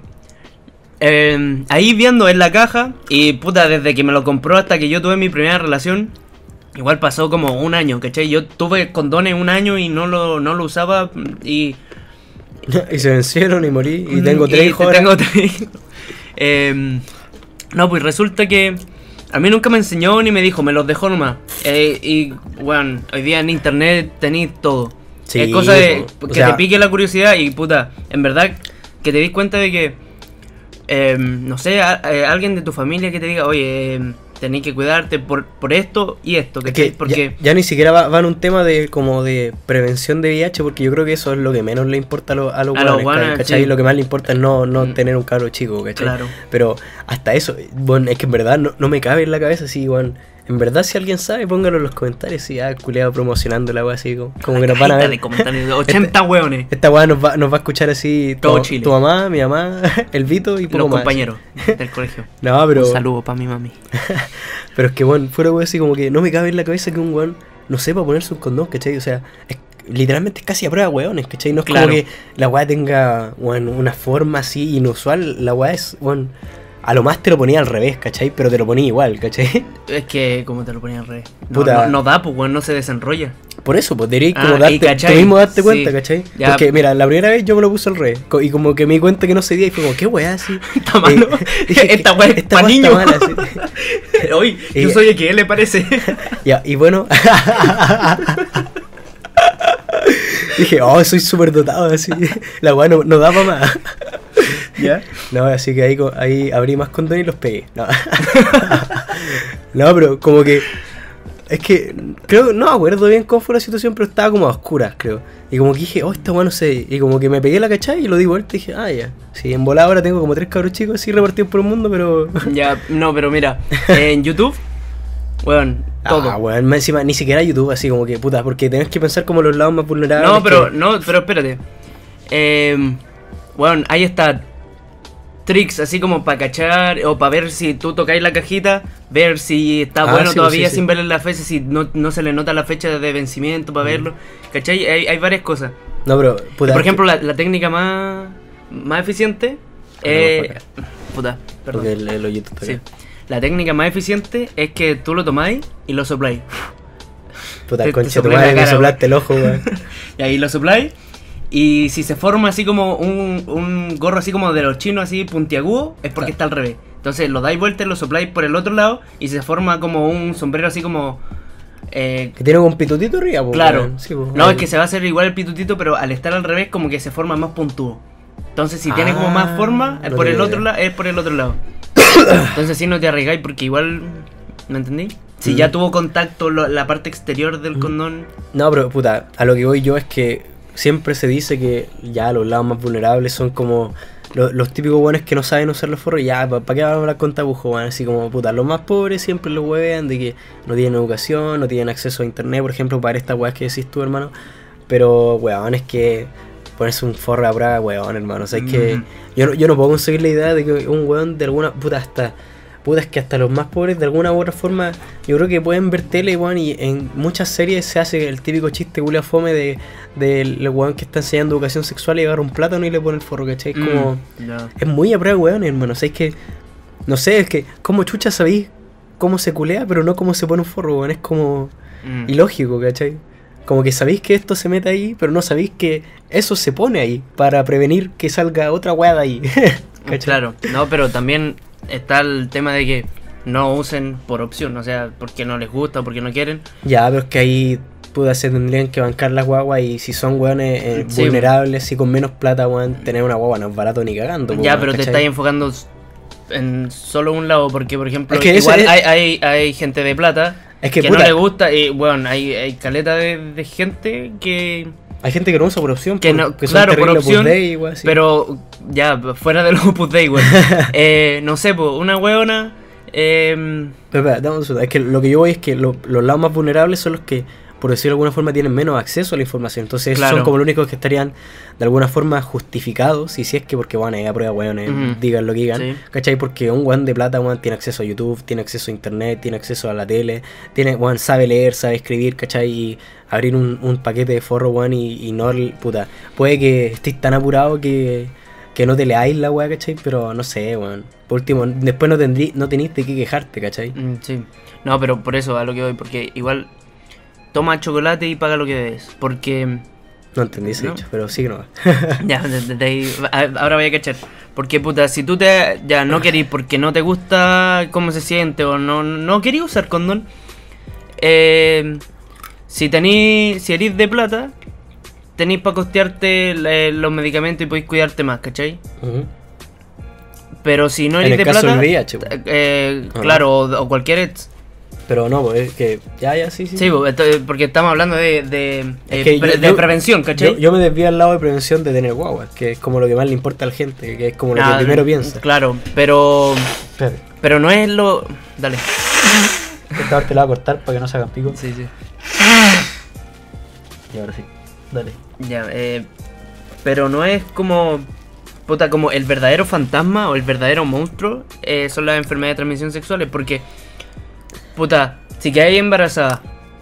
eh, ahí viendo en la caja y puta, desde que me lo compró hasta que yo tuve mi primera relación, igual pasó como un año, ¿cachai? Yo tuve condones un año y no lo, no lo usaba y... Y se vencieron y morí. Y tengo tres y hijos ahora. Tengo tres hijos. Eh, no, pues resulta que a mí nunca me enseñó ni me dijo, me los dejó nomás. Eh, y bueno, hoy día en internet tenéis todo. Sí, es cosa de po. O que sea- te pique la curiosidad y puta, en verdad que te des cuenta de que, eh, no sé, a- eh, alguien de tu familia que te diga, oye, eh, tenés que cuidarte por, por esto y esto, Es ¿cachai? que Porque... ya, ya ni siquiera va, va en un tema de como de prevención de V I H, porque yo creo que eso es lo que menos le importa a, lo- a los A los guanes, guanes, ¿cachai? sí. Lo que más le importa es no, no Mm. tener un cabro chico, ¿cachai? Claro. Pero hasta eso, bueno, es que en verdad no, no me cabe en la cabeza así, bueno, en verdad si alguien sabe, póngalo en los comentarios, si ah, culeado promocionando la wea así, como, como que nos van a Cajita ver. de comentarios de ochenta hueones. Esta weá nos va, nos va a escuchar así Todo tu, Chile. tu mamá, mi mamá, el Vito y poco Los más. compañeros del colegio. No, pero, Un saludo para mi mami. pero es que, bueno, fuera weá así como que no me cabe en la cabeza que un weón no sepa ponerse un condón, ¿cachai? O sea, es, literalmente es casi a prueba de weones, ¿cachai? No es Claro. como que la weá tenga, bueno, una forma así inusual, la weá es, bueno, a lo más te lo ponía al revés, ¿cachai? Pero te lo ponía igual, ¿cachai? Es que, como te lo ponía al revés. No, Puta. no, no da, pues, weón, no se desenrolla. Por eso, pues deberías como Ah, y darte, tú cachai, mismo darte sí. cuenta, ¿cachai? Ya. Porque, mira, la primera vez yo me lo puse al revés, co- y como que me di cuenta que no se dio y fue como, ¿qué weá así? Está malo. dije, Esta weá es esta pa' weá está niños. mala, así. Hoy, Y- yo soy el que él le parece. Ya, y bueno. Dije, oh, soy súper dotado, así. La weá no, no da para más. ¿Ya? No, así que ahí, co- ahí abrí más condones y los pegué. No. No, pero como que. Es que. Creo, no me acuerdo bien cómo fue la situación, pero estaba como a oscuras, creo. Y como que dije, oh, esta weá no sé. Y como que me pegué la cachai y lo di vuelta y dije, ah, ya. Sí, en volada ahora tengo como tres cabros chicos así repartidos por el mundo, pero. Ya, no, pero mira, en YouTube, weón, todo. Ah, weón, más encima ni siquiera YouTube, así como que puta, porque tenés que pensar como los lados más vulnerables. no, pero, que- no, pero espérate. Eh, weón, ahí está tricks así como para cachar o para ver si tú tocáis la cajita, ver si está Ah, bueno sí, todavía sí, sí. sin verle la fecha, si no, no se le nota la fecha de vencimiento para verlo. ¿Cachai? Hay, hay varias cosas. No, pero puta. Por es que- ejemplo, la, la técnica más, más eficiente. Eh, puta, perdón. Porque el, el hoyito está Sí. acá. La técnica más eficiente es que tú lo tomáis y lo sopláis. Puta, Te- te concha tu soplé la madre, me cara, soplaste el ojo, weón. Y ahí lo sopláis. Y si se forma así como un, un gorro así como de los chinos, así puntiagudo, es porque está al revés. Entonces lo dais vuelta y lo sopláis por el otro lado. Y se forma como un sombrero así como. Eh, Que tiene un pitutito arriba, po, claro. weón. Sí, po, No, ahí. es que se va a hacer igual el pitutito, pero al estar al revés, como que se forma más puntudo. Entonces, si tiene como más Ah, forma, es no por el tenía otro idea. lado, es por el otro lado. Entonces, así no te arriesgáis porque igual. ¿Me entendí? Si Mm. ya tuvo contacto lo- la parte exterior del Mm. condón. No, pero puta, a lo que voy yo es que siempre se dice que ya los lados más vulnerables son como lo- los típicos buenos que no saben usar los forros. Ya, ¿para qué vamos a hablar con tabujos, weón? Así como, puta, los más pobres siempre los huevean de que no tienen educación, no tienen acceso a internet, por ejemplo, para estas weas que decís tú, hermano. Pero, weón, es que ponerse un forro a prueba, weón, hermano. O sea, es que Mm. yo, no- yo no puedo conseguir la idea de que un weón de alguna. Puta, hasta. Puta, es que hasta los más pobres, de alguna u otra forma, yo creo que pueden ver tele, weón, y en muchas series se hace el típico chiste culia fome de del weón que está enseñando educación sexual y agarra un plátano y le pone el forro, ¿cachai? Es como. Mm, ya. Es muy a prueba, weón, hermano. O sea, es que. No sé, es que. Como chucha sabéis cómo se culea, pero no cómo se pone un forro, weón. Es como. Mm. Ilógico, ¿cachai? Como que sabéis que esto se mete ahí, pero no sabéis que eso se pone ahí para prevenir que salga otra weá de ahí. ¿Cachai? Claro, no, pero también está el tema de que no usen por opción, o sea, porque no les gusta o porque no quieren. Ya, pero es que ahí puta, se tendrían que bancar las guaguas y si son weones eh, Sí. vulnerables y con menos plata, weón, tener una guagua no es barato ni cagando. po, Ya, weón, pero te ¿cachai? estáis enfocando s- en solo un lado, porque por ejemplo, Es que ese igual es- hay, hay, hay gente de plata Es que, que, puta, no le gusta, y bueno, hay, hay caleta de, de gente que... hay gente que no usa por opción, Que por- no- que son claro, por terribles opción, Opus Dei, weón, así. Pero ya, fuera de los Opus Dei, weón. eh, no sé, pues, una weona Eh, Pero espera, dame un segundo. Es que lo que yo voy es que lo- los lados más vulnerables son los que, por decirlo de alguna forma, tienen menos acceso a la información. Entonces, esos Claro. son como los únicos que estarían de alguna forma justificados. Y si es que, porque van a prueba, weones, Ujú. digan lo que digan. Sí. ¿Cachai? Porque un weón de plata, weón, tiene acceso a YouTube, tiene acceso a internet, tiene acceso a la tele, tiene, weón, sabe leer, sabe escribir, ¿cachai? Y abrir un, un paquete de forro, weón, y, y no, puta. Puede que estés tan apurado que, que no te leáis la weá, ¿cachai? Pero no sé, weón. Por último, después no tendrí, no tenéis de qué quejarte, ¿cachai? mm, sí. No, pero por eso a lo que voy, porque igual toma chocolate y paga lo que debes. Porque. No entendí ese No. dicho, pero sí que no va. Ya, de- de ahí- a- ahora voy a cachar. Porque, puta, si tú te. Ya no querís porque no te gusta cómo se siente o no, no querís usar condón. Eh, si tenís. Si eres de plata, tenéis para costearte la- los medicamentos y podéis cuidarte más, ¿cachai? Ujú. Pero si no En eres el de caso plata. del V I H, po. eh, ¿O no? claro, o, o cualquier. ex- Pero no, pues es que. Ya, ya, sí, sí. Sí, po, esto- porque estamos hablando de, de, Es eh, que pre- yo- de yo- prevención, ¿cachai? Yo, yo me desvío al lado de prevención de tener guagua, que es como lo que más le importa a la gente, que es como lo Ah, que primero piensa. Claro, pero. Espérate, Pero no es lo. Dale. esta parte la voy a cortar para que no se hagan pico. Sí, sí. Y ahora sí, dale. Ya, eh, pero no es como. Puta, como el verdadero fantasma o el verdadero monstruo eh, son las enfermedades de transmisión sexuales. Porque, puta, si quedáis embarazada,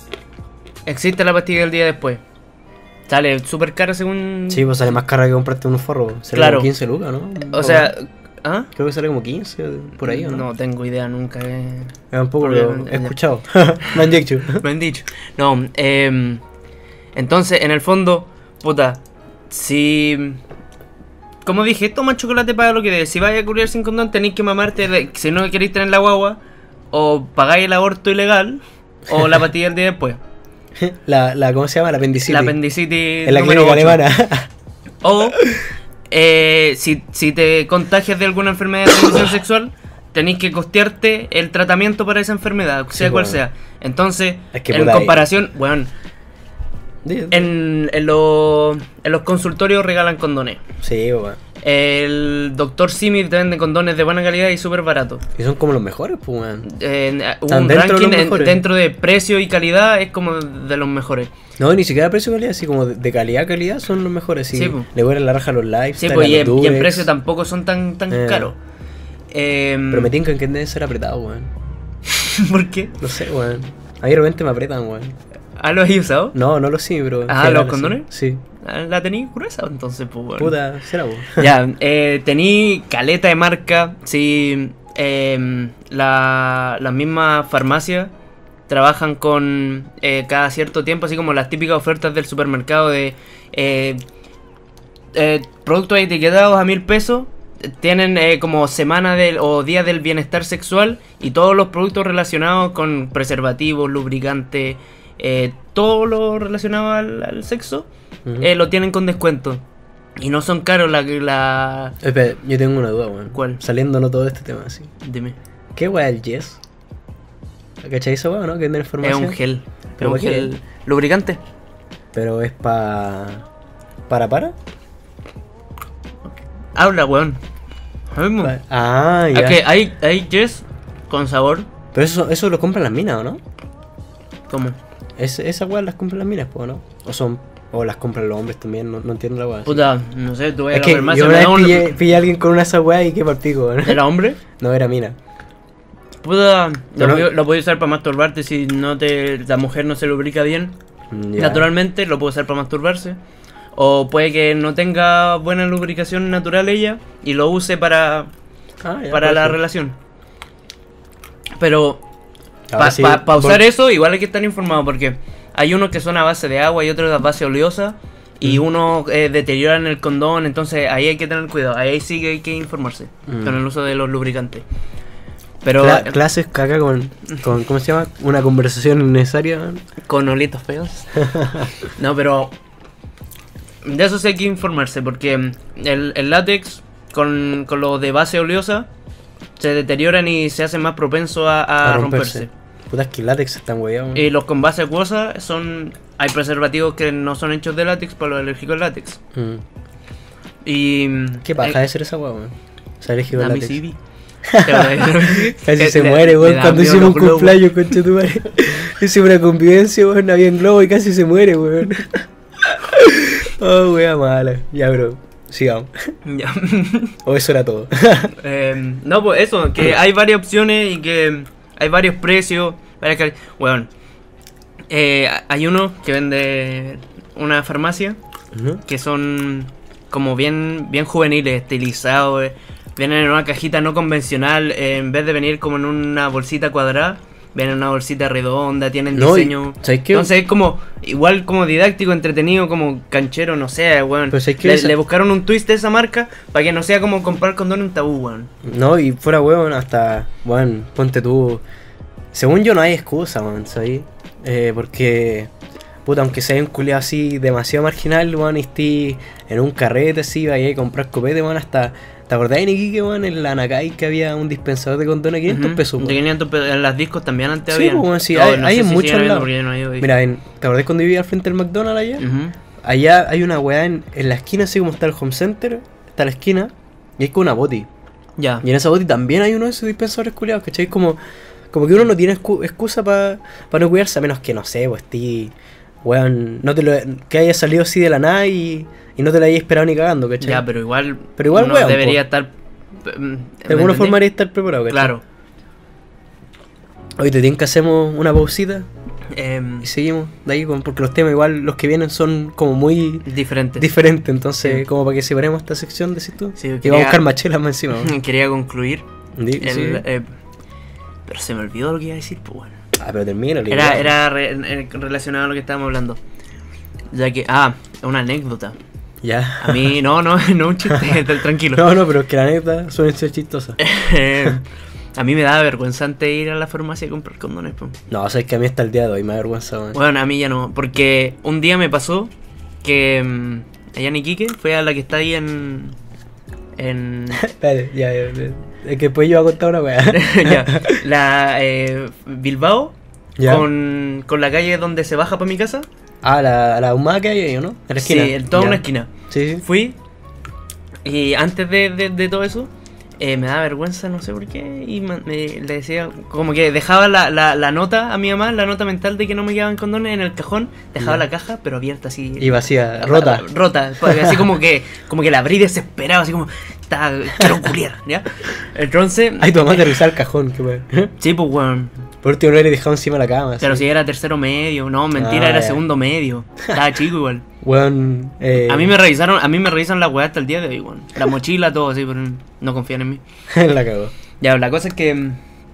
existe la pastilla del día después. Sale súper cara según. Sí, pues sale más cara que comprarte unos forros. Sale Claro. como quince lucas, ¿no? O sea. ¿Ah? Creo que sale como quince por ahí, ¿o no? No tengo idea nunca. Eh. Es un poco, Porque- pero he escuchado. Me han dicho. Me han dicho. No, eh, entonces, en el fondo, puta, si. Como dije, toma chocolate para lo que debes. Si vais a culiar sin condón, tenéis que mamarte. de- si no queréis tener la guagua, o pagáis el aborto ilegal, o la pastilla el día después. La, la, ¿cómo se llama? La apendicitis. La apendicitis. En la número clínica ocho. alemana. O, eh, si, si te contagias de alguna enfermedad de transmisión sexual, tenéis que costearte el tratamiento para esa enfermedad, sea Sí, cual bueno. sea. Entonces, Es que en puta, comparación, weón. Sí, En, en, los- en los consultorios regalan condones. sí, weón. El doctor Simi te vende condones de buena calidad y súper barato. Y son como los mejores, pues, weón. En- hubo Están un dentro de ranking los en- mejores. dentro de precio y calidad, es como de los mejores. No, ni siquiera precio calidad, así como de, de calidad a calidad son los mejores. Sí, Sí, po. le vuelan la raja a los lives. Sí, pues, y, en, y en precio tampoco son tan, tan Eh. caros. Em, Pero me tincan que deben ser apretados, weón. ¿Por qué? No sé, weón. A mí de repente me apretan, weón. ¿Ah, lo has usado? No, no lo sé, pero. en Ah, general, ¿los sí. condones? Sí. Ah, ¿La tení gruesa entonces? Pues bueno. Puta, será, weón. Ya, eh, tení caleta de marca. Si em, la, las mismas farmacias trabajan con eh, cada cierto tiempo, así como las típicas ofertas del supermercado de eh, eh, productos etiquetados a mil pesos. Tienen eh, como semana del, o día del bienestar sexual y todos los productos relacionados con preservativos, lubricantes, eh, todo lo relacionado al, al sexo, Ujú. eh, lo tienen con descuento. Y no son caros la... la... Espera, yo tengo una duda, weón. ¿Cuál? Saliéndonos todo este tema así. Dime. ¿Qué weá es el Yes? ¿Cachai esa weá, no? Que venden en Es farmacia. un gel. Es ¿Pero un para qué? gel lubricante. Pero es pa. ¿Para para? Habla, weón. Habemos. Pa- Ah, ya. Ok, hay, hay Yes con sabor. Pero eso, eso lo compran las minas, ¿o no? ¿Cómo? Es, esa weá las compran las minas, pues, ¿no? O son. O las compran los hombres también, no, no entiendo la weá. Puta, no sé, tú vas a Es la que farmacia, yo me una da vez un- pillé, pillé a alguien con una esa weá y qué partido, weón. ¿Era hombre? No, era mina. Puta, lo, Pero- puedo- lo puedes usar para masturbarte si no te la mujer no se lubrica bien. Mm, ya. Naturalmente lo puede usar para masturbarse. O puede que no tenga buena lubricación natural ella y lo use para, Ah, ya, para puede la ser. relación. Pero Ahora para sí, usar por- eso igual hay que estar informado porque hay unos que son a base de agua y otros a base oleosa. Y Mm. uno eh, deterioran el condón, entonces ahí hay que tener cuidado, ahí sí que hay que informarse Mm. con el uso de los lubricantes. Pero Cla- clases caca con, con. ¿Cómo se llama? Una conversación innecesaria, weón. con olitos feos. No, pero de eso sí hay que informarse porque el, el látex con, con los de base oleosa se deterioran y se hacen más propensos a, a A romperse. Puta, es que el látex está weón. Y los con base acuosa son... Hay preservativos que no son hechos de látex para los alérgicos al látex. Mm. Y... ¿Qué paja de ser esa weá, weón? O sea, alérgico A al mí látex. sí vi. ¿Te acordás? Casi Que se le- muere, le weón, da cuando miedo hicimos un los globos. cumpleaños, concha tu madre. Hicimos una convivencia, weón, había en globo y casi se muere, weón. Oh, wea mala. Ya, bro, sigamos. Ya. O eso era todo. Eh, no, pues eso, que hay varias opciones y que hay varios precios, varias cali- Weón, eh, hay uno que vende una farmacia ¿No? que son como bien, bien juveniles, estilizados, eh, vienen en una cajita no convencional, eh, en vez de venir como en una bolsita cuadrada, vienen en una bolsita redonda, tienen No, y- diseño. ¿sabes qué? Entonces es como, igual como didáctico, entretenido, como canchero, no sé, weón. Pero ¿sabes qué? Le, Esa- le buscaron un twist a esa marca para que no sea como comprar condón un tabú, weón. No, y fuera weón, hasta, weón, ponte tú. Según yo no hay excusa, weón, ¿sabes? Eh, porque, puta, aunque sea un culiado así demasiado marginal, weón, y estés en un carrete así, vaya a comprar copete, weón, hasta. ¿Te acordás en Iquique, weón, en la Nakai que había un dispensador de condones a quinientos Ujú, pesos, de weón? quinientos pesos. En las discos también antes Sí, había. pues, bueno, sí, hay- hay en muchos lados. Mira, en, ¿te acordás cuando vivía al frente del McDonald's allá? Allá hay una weá en, en la esquina, así como está el home center, está la esquina, y hay como una boti. Ya. Y en esa boti también hay uno de esos dispensadores culiados, ¿cachai? Como, como que uno no tiene excu- excusa para no cuidarse, a menos que, no sé, pues ti, weón, no te lo, que haya salido así de la nada y, y no te lo hayas esperado ni cagando, ¿cachai? Ya, pero igual. Pero igual, uno weón, debería po. estar. ¿Me De alguna entendí? forma haría estar preparado, ¿cachai? Claro. Oye, te tienen que hacemos una pausita em, y seguimos de ahí, con- porque los temas igual, los que vienen son como muy diferente. diferentes, entonces, Sí. como para que separemos esta sección, decís tú. Sí, Y vamos quería- a buscar machelas más encima, weón. Quería concluir. Di- el, sí. eh, pero se me olvidó lo que iba a decir, pues bueno. Ah, pero termina, Era, era re- eh, relacionado a lo que estábamos hablando. Ya que. Ah, una anécdota. Ya. A mí, no, no, no un chiste, tranquilo. No, no, pero es que la neta suelen ser chistosas. Eh, a mí me daba vergüenza antes de ir a la farmacia a comprar condones, pues. No, o sea, es que a mí hasta el día de hoy me da vergüenza, weón. Bueno, a mí ya no, porque un día me pasó que mm, allá en Iquique fue a la que está ahí en. En. Dale, ya, ya, ya. Es que después yo voy a contar una weá. ya, la eh, Bilbao, Ya. con, con la calle donde se baja para mi casa. Ah, la, la humada que hay ahí, ¿no? En la esquina. Sí, en toda Ya. una esquina. Sí, sí. Fui y antes de, de, de todo eso eh, me da vergüenza, no sé por qué, y ma- me- le decía, como que dejaba la, la, la nota a mi mamá, la nota mental de que no me quedaban condones en el cajón, dejaba Ya. la caja pero abierta así. Y vacía, rota. Rota, porque así como que como que la abrí desesperado, así como, está, quiero culiar, ¿ya? Entonces, Ay, tu mamá te revisaba el cajón, qué weón. sí, pues weón, Por último, no le dejado encima de la cama. pero así. si era tercero medio, no, mentira, Ah, era ya. segundo medio, estaba chico igual. Weón, eh. A mí me revisaron, a mí me revisan la weá hasta el día de hoy, weón. La mochila, todo así, pero no confían en mí. la cagó. Ya, la cosa es que mm,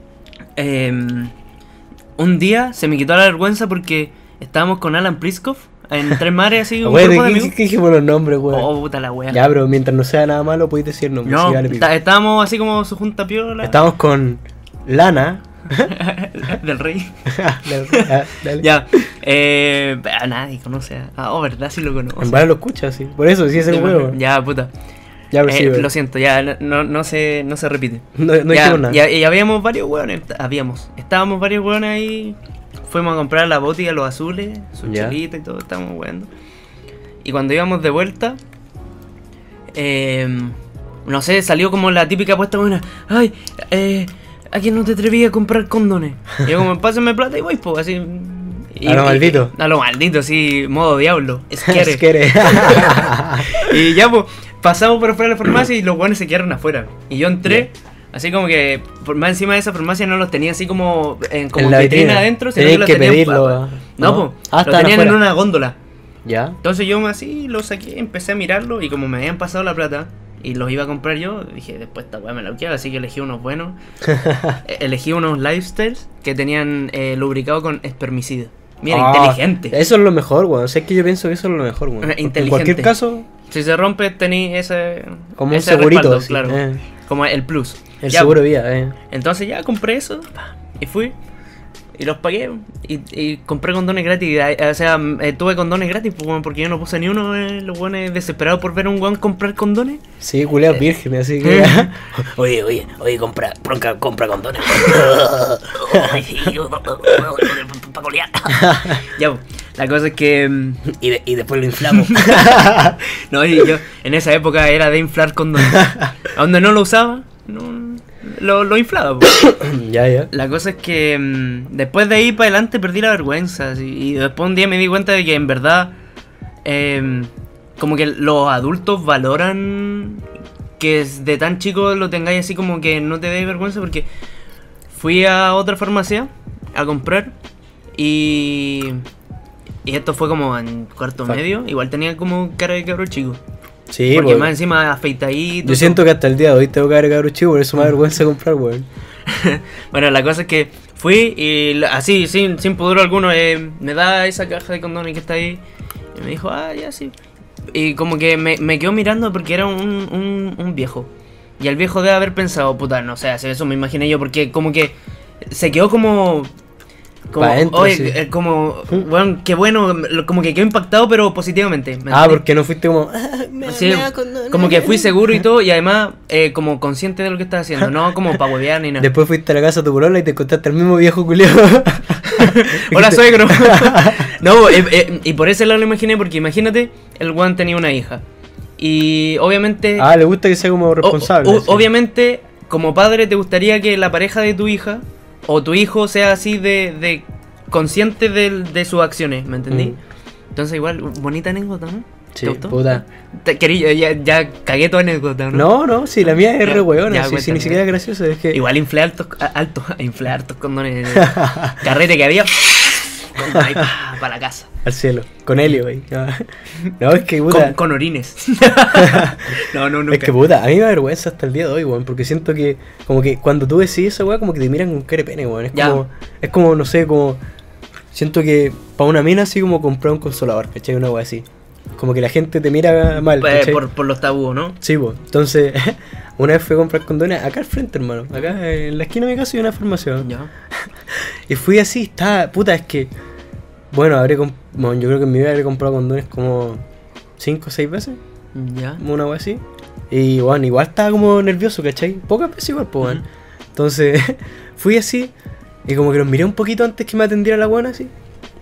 em, un día se me quitó la vergüenza porque estábamos con Alan Priskov en Tres Mares, así, un Weón, grupo de ¿qué, amigos. qué, qué dijimos los nombres, weón? Oh, puta la wea. Ya, pero mientras no sea nada malo, podéis decir nombres. No, sí, vale, pico. está- estábamos así como su junta piola Estamos con Lana. del rey. Dale, ah, dale. Ya, eh, a nadie conoce. a- Ah, oh, verdad, sí lo conozco. En verdad lo escucha, sí. Por eso, sí es el huevo. Ya, puta. Ya, pero Eh, sí, weón. lo siento, ya no, no, no se, no se repite. No, no ya, dijimos nada. ya- y habíamos varios hueones, habíamos, estábamos varios hueones ahí, fuimos a comprar la boti a los azules, su Ya. chelita y todo, estábamos hueando. Y cuando íbamos de vuelta, eh, no sé, salió como la típica apuesta buena, ay, eh, ¿a quién no te atrevías a comprar condones? Y yo como, pásenme plata y voy, pues, así. Y- A lo y- maldito. A lo maldito, sí, modo diablo, es que Es que eres. y ya, pues, pasamos por afuera de la farmacia y los guanes se quedaron afuera. Y yo entré, así como que, por más encima de esa farmacia no los tenía así como en, como En la vitrina vitrina. adentro, sino Tenías que los que tenían pedirlo, pa- ¿no? No, pues, Ah, lo estaban tenían en afuera. una góndola. Ya. Entonces yo así lo saqué, empecé a mirarlo y como me habían pasado la plata y los iba a comprar yo, dije, después esta weá me la quiero, así que elegí unos buenos. Eh, elegí unos lifestyles que tenían eh, lubricado con espermicida. Mira, Ah, inteligente. Eso es lo mejor, weón. O sea, es que yo pienso que eso es lo mejor, weón. Eh, Porque En inteligente. cualquier caso, Si se rompe, tení ese. como un ese segurito. respaldo, así, claro. eh. Como el plus. El Ya, seguro de vida, eh. entonces ya compré eso pa, y fui y los pagué y, y compré condones gratis. y, O sea, eh, tuve condones gratis pues, weón, porque yo no puse ni uno. Eh, los buenos desesperados por ver a un weón comprar condones. Sí, culeas vírgenes, así que. Oye, oye, oye, compra, compra, compra condones. Para colear. Ya, pues, la cosa es que. mm, Y, de- y después lo inflamos. No, y yo en esa época era de inflar condones. A donde no lo usaba, no, lo, lo inflaba. Po. Ya, ya. La cosa es que mm, después de ahí para adelante perdí la vergüenza. así, Y después un día me di cuenta de que en verdad, eh, como que los adultos valoran que de tan chico lo tengáis así como que no te dé vergüenza. Porque fui a otra farmacia a comprar y... Y esto fue como en cuarto Fuck. medio. Igual tenía como cara de cabro chico. Sí, Porque pues, más encima afeitadito. yo siento que hasta el día de hoy tengo que haber cabrón chico, por eso me da vergüenza comprar, weón. Bueno, la cosa es que fui y la- así, sin, sin pudor alguno, eh, me da esa caja de condones que está ahí. Y me dijo, ah, ya sí. Y como que me, me quedó mirando porque era un, un, un viejo. Y el viejo debe haber pensado, puta, no sé, eso me imaginé yo, porque como que se quedó como... Como, Pa' dentro, oye, sí. eh, como, bueno, qué bueno, lo- como que quedó impactado, pero positivamente. ¿me Ah, entendí? porque no fuiste como. "Ah, me- Sí, me da condones". como que fui seguro y todo, y además eh, como consciente de lo que estaba haciendo, no como para huevear ni nada. Después fuiste a la casa de tu polola y te encontraste al mismo viejo culiado. Hola, suegro. No, eh, eh, y por eso lo imaginé, porque imagínate, el Juan tenía una hija. Y obviamente, Ah, le gusta que sea como responsable. o- o- sí. obviamente, como padre te gustaría que la pareja de tu hija o tu hijo sea así de, de consciente del- de sus acciones, ¿me entendí? Mm. Entonces igual, bonita anécdota, ¿no? Sí, ¿Te gustó? puta. Te- querí- ya, ya cagué tu anécdota, ¿no? No, no, sí, la mía es Ya, re weona, ya, sí, sí, cuéntame. ni siquiera es graciosa, es que. Igual inflé altos, a- altos, inflé hartos condones. Carrete que había. Para la casa. Al cielo, con helio, güey. No, no, es que puta. Con, con orines. No, no, nunca. Es que puta, a mí me da vergüenza hasta el día de hoy, weón, porque siento que, como que cuando tú decís esa weá, como que te miran con cara de pene, weón. Es Ya. como, es como, no sé, como. Siento que para una mina así como comprar un consolador, ¿cachai? Una weá así. Como que la gente te mira mal, Eh, ¿cachai? por, por los tabús, ¿no? Sí, pues. Entonces, una vez fui a comprar condones acá al frente, hermano. Acá en la esquina de mi casa hay una farmacia. Ya. Y fui así, estaba. Puta, es que. Bueno, habré comp- bueno, yo creo que en mi vida habré comprado condones como cinco o seis veces. Ya. Una wea así. Y bueno, igual estaba como nervioso, ¿cachai? Pocas veces igual, pues, weón. Ujú. Entonces, fui así. Y como que los miré un poquito antes que me atendiera la buena, así.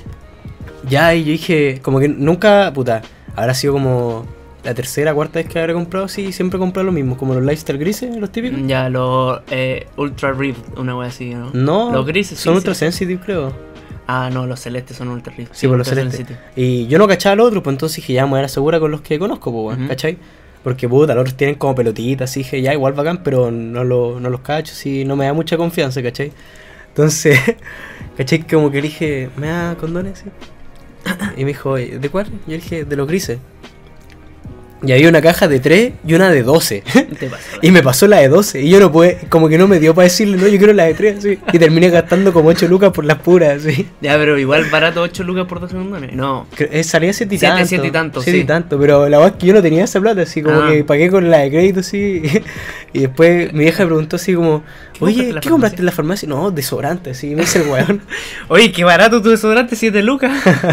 Ya, y yo dije, como que nunca, puta, habrá sido como la tercera, cuarta vez que habré comprado, sí, siempre he comprado lo mismo, como los lifestyle grises, los típicos. Ya, los eh, Ultra Rift, una wea así, ¿no? No, Los grises, son sí, ultra sí. sensitive, creo. Ah, no, los celestes son Ultra Rift. Sí, por los Ultra celestes. Sensitive. Y yo no cachaba lo otro, pues entonces dije, ya me voy a la segura con los que conozco, pues, weón, Ujú. ¿cachai? Porque puta, los otros tienen como pelotitas, así dije, ya igual bacán, pero no, lo, no los cacho, sí, no me da mucha confianza, ¿cachai? Entonces, ¿cachai? Como que le dije, ¿me da condones? Sí. Y me dijo, "Oye, ¿de cuál? Yo le dije, de los grises. Y había una caja de tres y una de doce. Te pasa. Y me pasó la de doce. Y yo no pude, como que no me dio para decirle, no, yo quiero la de tres, así. Y terminé gastando como ocho lucas por las puras, así. Ya, pero igual barato ocho lucas por dos condones. No. Cre- eh, Salía siete y Siete, tanto. siete y tanto, siete sí. y tanto, pero la verdad es que yo no tenía esa plata, así como Ah. que pagué con la de crédito, así. Y después mi vieja me preguntó así como, ¿Qué compraste oye, en la ¿qué compraste en la farmacia? No, desodorante, así, me dice el weón. Oye, qué barato tu desodorante, siete lucas.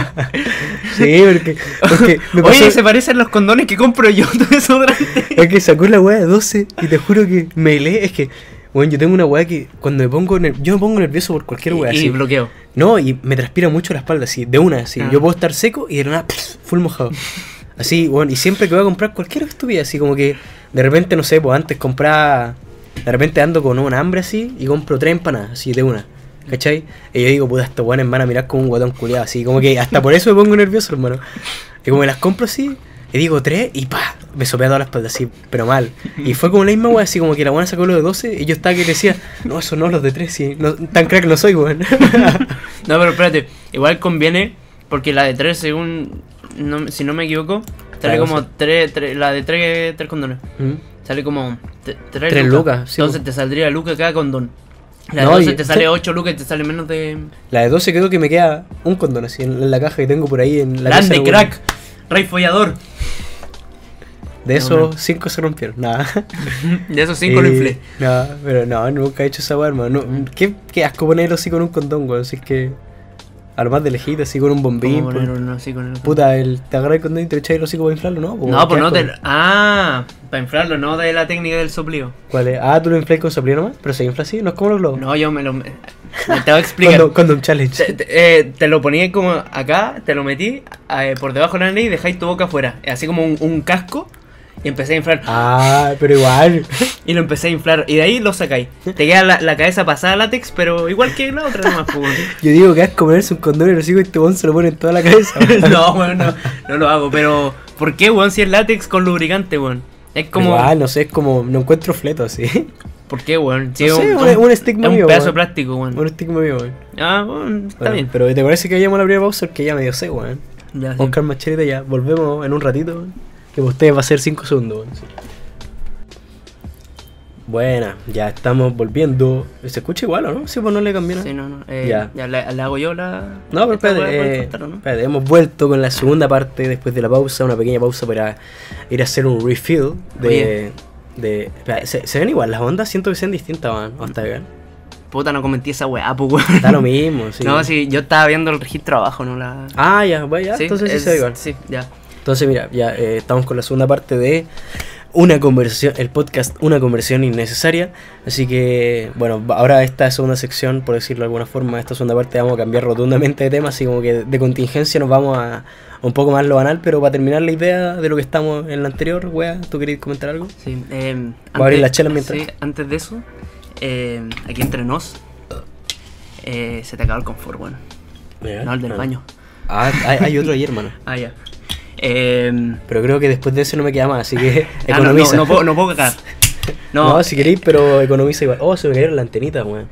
Sí, porque, porque me pasó, Oye, se parecen los condones que compro yo, tu desodorante. es que sacó la weá de doce y te juro que me lee, es que, bueno, yo tengo una weá que cuando me pongo, ner- yo me pongo nervioso por cualquier weá, Y así. bloqueo. No, y me transpira mucho la espalda, así, de una, así. Ah. Yo puedo estar seco y de la nada, pss, full mojado. Así, bueno, y siempre que voy a comprar cualquier estupidez, así como que de repente, no sé, pues antes compraba. De repente ando con un hambre así y compro tres empanadas, así, de una. ¿Cachai? Y yo digo, puta, estos weones van a mirar como un guatón culiado, así, como que hasta por eso me pongo nervioso, hermano. Y como me las compro así, y digo tres y pa, me sopea toda la espalda así, pero mal. Y fue como la misma wea, así como que la buena sacó los de doce y yo estaba que decía, no, eso no, los de tres, sí, no, tan crack no soy, weón. No, pero espérate, igual conviene, porque la de tres, según, no, si no me equivoco, sale La de como doce. tres, tres, la de tres, tres condones. ¿Mm? Sale como t- tres, Tres lucas, sí, Entonces po. te saldría lucas cada condón. La de No, doce y- te sale sí. ocho lucas y te sale menos de... La de doce creo que me queda un condón así en, en la caja que tengo por ahí en la casa Grande, de weón. crack, rey follador. De No, esos no. cinco se rompieron, nada. De esos cinco Eh, lo inflé. No, pero no, nunca he hecho esa weá, hermano. No, ¿qué, qué asco ponerlo así con un condón, weón. Así es que. A lo más de lejito, así con un bombín. ¿Cómo poner por- uno así con el otro? Puta, el, te agarras el condón y te lo echas el hocico para inflarlo, ¿no? No, pues no te... te. Ah, para inflarlo, no de la técnica del soplío. ¿Cuál es? Ah, tú lo inflas con soplío nomás, pero se infla así, no es como los globos. No, yo me lo... me- Te voy a explicar. Condom, condom challenge. Te, te- eh, te lo ponía como acá, te lo metí eh, por debajo de la nariz y dejáis tu boca afuera. Así como un, un casco. Y empecé a inflar. Ah, pero igual. Y lo empecé a inflar. Y de ahí lo sacáis. Te queda la, la cabeza pasada a látex, pero igual que la otra nomás, pues. Yo digo que es comerse un condón y lo sigo y este weón se lo pone en toda la cabeza. No, weón, no, no lo hago. Pero, ¿por qué, weón? Si es látex con lubricante, weón. Es como. Igual, no sé, es como. No encuentro fleto así. ¿Por qué, weón? Si No es sé, un, un- un es estigma un mío, pedazo de weón. plástico, weón. Un estigma mío, weón. Ah, weón, está Bueno, bien. pero ¿te parece que vayamos a la primera pausa? Porque ya me dio sé, weón. Ya, sí. Oscar Machelita, ya. Volvemos en un ratito, weón. Que para ustedes va a ser cinco segundos, weón. Sí. Buena, ya estamos volviendo. ¿Se escucha igual o no? Sí, pues no le cambié nada. Sí, no, no. Eh, Ya. ya le, le hago yo la. No, pero esta espérate, weá, ¿puedes eh, contar o no? espérate, hemos vuelto con la segunda parte después de la pausa, una pequeña pausa para ir a hacer un refill de... Oye. de espera, ¿se, se ven igual las ondas? Siento que sean distintas, man. ¿O está bien? Puta, no comenté esa weá, pues, weón. Está lo mismo, sí. No, sí, yo estaba viendo el registro abajo, no la. Ah, ya, bueno, ya, Sí, entonces sí es- se ve igual. Sí, ya. Entonces, mira, ya eh, estamos con la segunda parte de una conversión, el podcast Una Conversión Innecesaria. Así que, bueno, va- ahora esta segunda sección, por decirlo de alguna forma, esta segunda parte vamos a cambiar rotundamente de tema, así como que de contingencia nos vamos a un poco más lo banal, pero para terminar la idea de lo que estamos en la anterior, wea, ¿tú querías comentar algo? Sí, eh, a abrir la chela mientras. Sí, antes de eso, eh, aquí entre nos, eh, se te acabó el confort, bueno. No, el del Ah. baño. Ah, hay, hay otro ahí, hermano. Ah, ya. Eh, Pero creo que después de ese no me queda más, así que ah, no, no, economiza. no puedo, no puedo cagar. No, No, si queréis, pero economiza igual. Oh, se me cayeron la antenita, weón.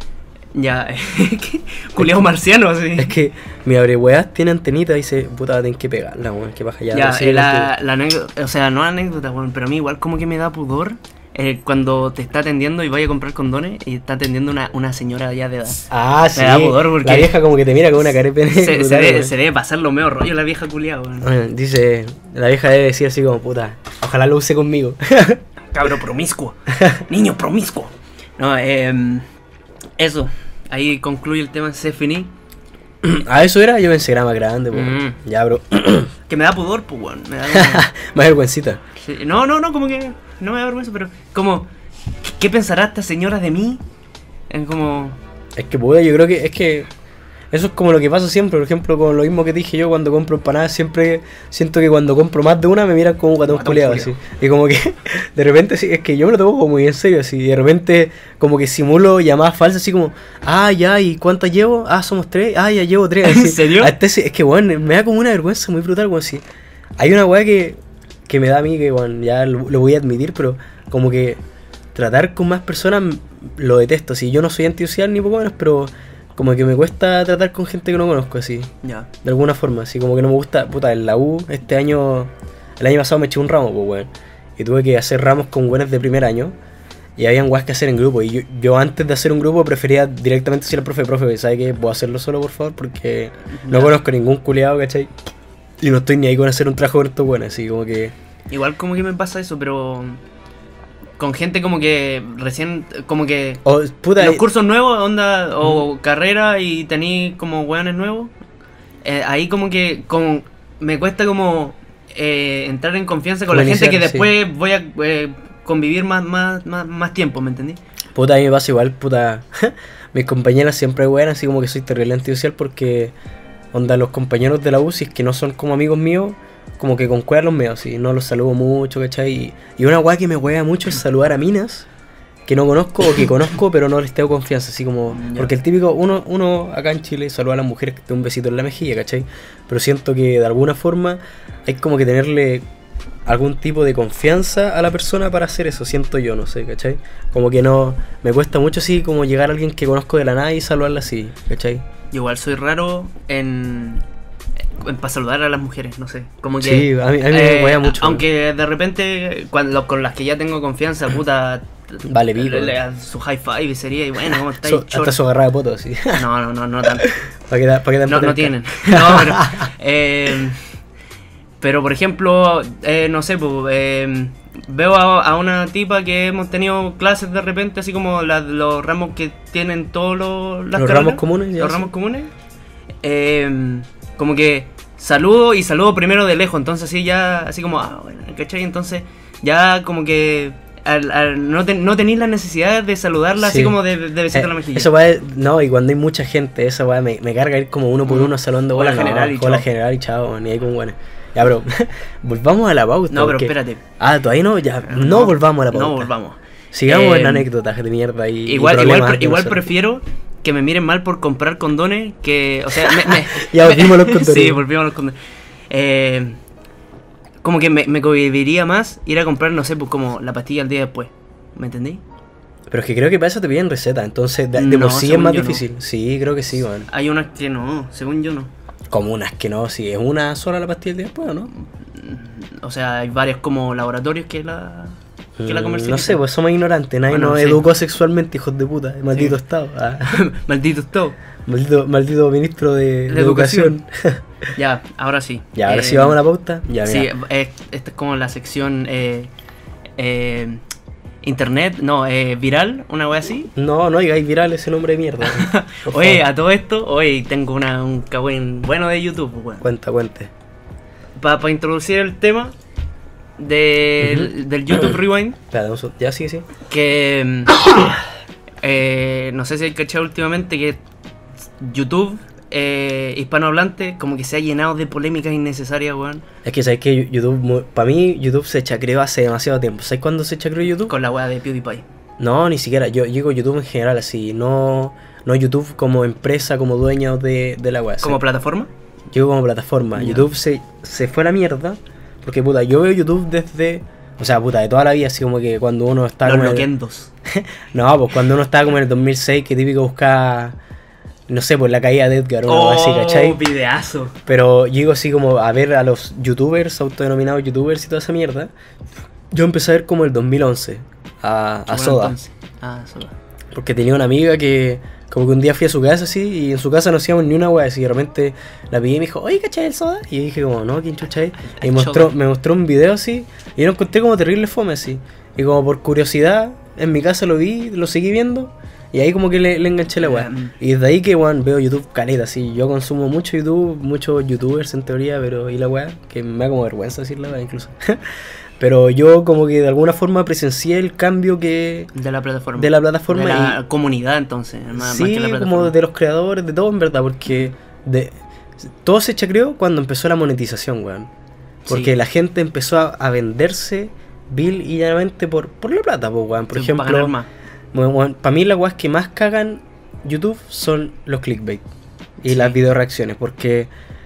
ya. ¿Qué? Culeado marciano, así. Es que mi abreweas tiene antenita y dice, puta, va a tener que pegarla, weón. Que baja ya. Ya, sí, eh, la, la anécdota, o sea, no anécdota, bueno, pero a mí igual como que me da pudor eh, cuando te está atendiendo y vaya a comprar condones y está atendiendo una, una señora ya de edad. Ah, sí. Me da pudor porque- La vieja como que te mira con una cara de pene. Se, se, brutal, debe, weón. se debe pasar lo medio rollo la vieja culiada, weón. Bueno, dice, la vieja debe decir así como, puta, ojalá lo use conmigo. Cabro promiscuo. Niño promiscuo. No, eh, eso. Ahí concluye el tema, se finí. Ah, eso era, yo pensé que era más grande, weón. Mm. Ya, bro. Que me da pudor, pues, weón. Me da como- Más vergüencita. sí, no, no, no, como que no me da vergüenza, pero como, ¿qué, qué pensará esta señora de mí? Es como, Es que, puta, yo creo que es que eso es como lo que pasa siempre. Por ejemplo, con lo mismo que dije yo cuando compro empanadas, siempre siento que cuando compro más de una me miran como un guatón Guatón culeado, culiao. así. Y como que de repente, sí, es que yo me lo tomo como muy en serio, así. Y de repente, como que simulo llamadas falsas, así como, ah, ya, ¿y cuántas llevo? Ah, somos tres. Ah, ya llevo tres. ¿En así. serio? Hasta ese- es que, bueno, me da como una vergüenza muy brutal, weón, así. Hay una weá que, que me da a mí, que, bueno, ya lo, lo voy a admitir, pero como que tratar con más personas m- lo detesto, así. Yo no soy antisocial ni poco menos, pero como que me cuesta tratar con gente que no conozco, así, ya. de alguna forma, así como que no me gusta, puta, en la U, este año, el año pasado me eché un ramo, pues, weón, y tuve que hacer ramos con weones de primer año, y habían weas que hacer en grupo, y yo, yo antes de hacer un grupo prefería directamente decirle al profe, profe, ¿sabe qué? Puedo hacerlo solo, por favor, porque no Ya. conozco ningún culiado, ¿cachai? Y no estoy ni ahí con hacer un trabajo con estos weones, así como que... Igual como que me pasa eso, pero con gente como que recién, como que Oh, puta, los eh, cursos nuevos, onda, o carrera y tení como hueones nuevos, eh, ahí como que con, me cuesta como eh, entrar en confianza con la gente que Humanizar, después voy a eh, convivir más, más, más, más tiempo, ¿me entendí? Puta, a mí me pasa igual, puta. Mis compañeras siempre buenas, así como que soy terrible antisocial porque, onda, los compañeros de la U, si es que no son como amigos míos, como que con cueva los meos, así, no los saludo mucho, ¿cachai? Y, y una weá que me hueva mucho es saludar a minas que no conozco o que conozco, pero no les tengo confianza, así como. Ya. Porque el típico, uno, uno acá en Chile saluda a las mujeres que te da un besito en la mejilla, ¿cachai? Pero siento que de alguna forma hay como que tenerle algún tipo de confianza a la persona para hacer eso, siento yo, no sé, ¿cachai? Como que no, me cuesta mucho así como llegar a alguien que conozco de la nada y saludarla así, ¿cachai? Igual soy raro en, en para saludar a las mujeres, no sé, como que Sí, a mí, a mí me eh, hueva mucho. aunque de repente cuando, con las que ya tengo confianza, puta, Vale, pico. le- le- su high five y sería y bueno, ¿cómo estáis? So- hasta su agarrada de poto, así. No, no, no, no tanto. ¿Para qué, da- pa' qué tan No, no patriarcal? tienen. No, pero, eh, pero por ejemplo, eh, no sé, pues, eh, veo a, a una tipa que hemos tenido clases de repente, así como la- los ramos que tienen todos los, las Los carreras, ramos comunes, ya Los sí. ramos comunes. eh, como que saludo y saludo primero de lejos, entonces así ya, así como, ah, bueno, ¿cachai? Entonces ya como que al, al, no, ten, no tenéis la necesidad de saludarla Sí. así como de, de besito Eh, en la mejilla. Esa weá, no, y cuando hay mucha gente, esa weá me, me carga ir como uno por Mm. uno saludando, Hola, weón, general, y hola chao. general y chao, ni ahí con weones. Ya, bro, volvamos a la pauta. no, pero porque- espérate. Ah, todavía no, ya, no, volvamos a la pauta. No volvamos. Sigamos Eh, en anécdotas de mierda y y Igual, igual, problemas pre- de igual nosotros. prefiero que me miren mal por comprar condones que. O sea, me, me- Ya me- volvimos a los condones. Sí, volvimos a los condones. Eh, como que me, me cohibiría más ir a comprar, no sé, pues como la pastilla al día después. ¿Me entendí? Pero es que creo que para eso te piden receta, entonces de, de No, por sí es según más yo no. difícil. Sí, creo que sí, weón. Hay unas que no, según yo no. Como unas que no, si es una sola la pastilla del día después, ¿o no? O sea, hay varios como laboratorios que la, que la Mm, comercializan. no sé, pues somos ignorantes, nadie Bueno, nos sí. educó sexualmente, hijos de puta, maldito Sí. Estado. Ah. Maldito todo. Maldito, maldito ministro de, De de educación. Ya, ahora sí. Ya, ahora Eh, sí vamos a la pauta. Ya, Sí, mira. es- esta es como la sección eh, eh, internet, no, eh, viral, una wea así. No, no digáis viral ese nombre de mierda. por Oye, favor. a todo esto, hoy tengo una, un cagüín bueno de YouTube, weón. Cuenta, cuente. Para introducir el tema del, del YouTube Rewind, Espera, dame un segundo. Ya, sí, sí. que mm, eh, no sé si hay cachado últimamente que YouTube eh, hispanohablante como que se ha llenado de polémicas innecesarias, weón, Es que sabes que YouTube, para mí, YouTube se chacreó hace demasiado tiempo. ¿Sabes cuándo se chacreó YouTube? con la wea de PewDiePie. No, ni siquiera. Yo yo digo YouTube en general, así. No, no YouTube como empresa, como dueño de, de la web. Como plataforma. Yo como plataforma. Ya. YouTube se, se fue a la mierda. Porque, puta, yo veo YouTube desde. O sea, puta, de toda la vida, así como que cuando uno está. Los como en el- loquendos. No, pues cuando uno estaba como en el dos mil seis, que típico buscaba. No sé, pues la caída de Edgar o algo así, ¿cachai? Oh, videazo. Pero yo digo así como a ver a los youtubers, autodenominados youtubers y toda esa mierda. Yo empecé a ver como el dos mil once a, a Bueno, Soda. entonces. Ah, Soda. Porque tenía una amiga que como que un día fui a su casa así y en su casa no hacíamos ni una wea así. Y de repente la pillé y me dijo, oye, ¿cachai el Soda? Y yo dije como, no, ¿quién chucha es? Y El mostró, Soda. me mostró un video así y yo lo encontré como terrible fome así. Y como por curiosidad, en mi casa lo vi, lo seguí viendo. Y ahí como que le, le enganché la weá. Mm. Y desde ahí que, weón, veo YouTube caleta, así. Yo consumo mucho YouTube, muchos youtubers en teoría, pero y la weá, que me da como vergüenza decir la weá incluso. Pero yo como que de alguna forma presencié el cambio que... De la plataforma. De la plataforma De la y- comunidad, entonces. Más, más sí, que la plataforma. como de los creadores, de todo en verdad, porque de, todo se chacreó cuando empezó la monetización, weón. Porque Sí. la gente empezó a, a venderse vil y llanamente por, por la plata, pues, weón. Por Sí, para ganar ejemplo, más. para mí las weas que más cagan YouTube son los clickbait y Sí. las video reacciones, porque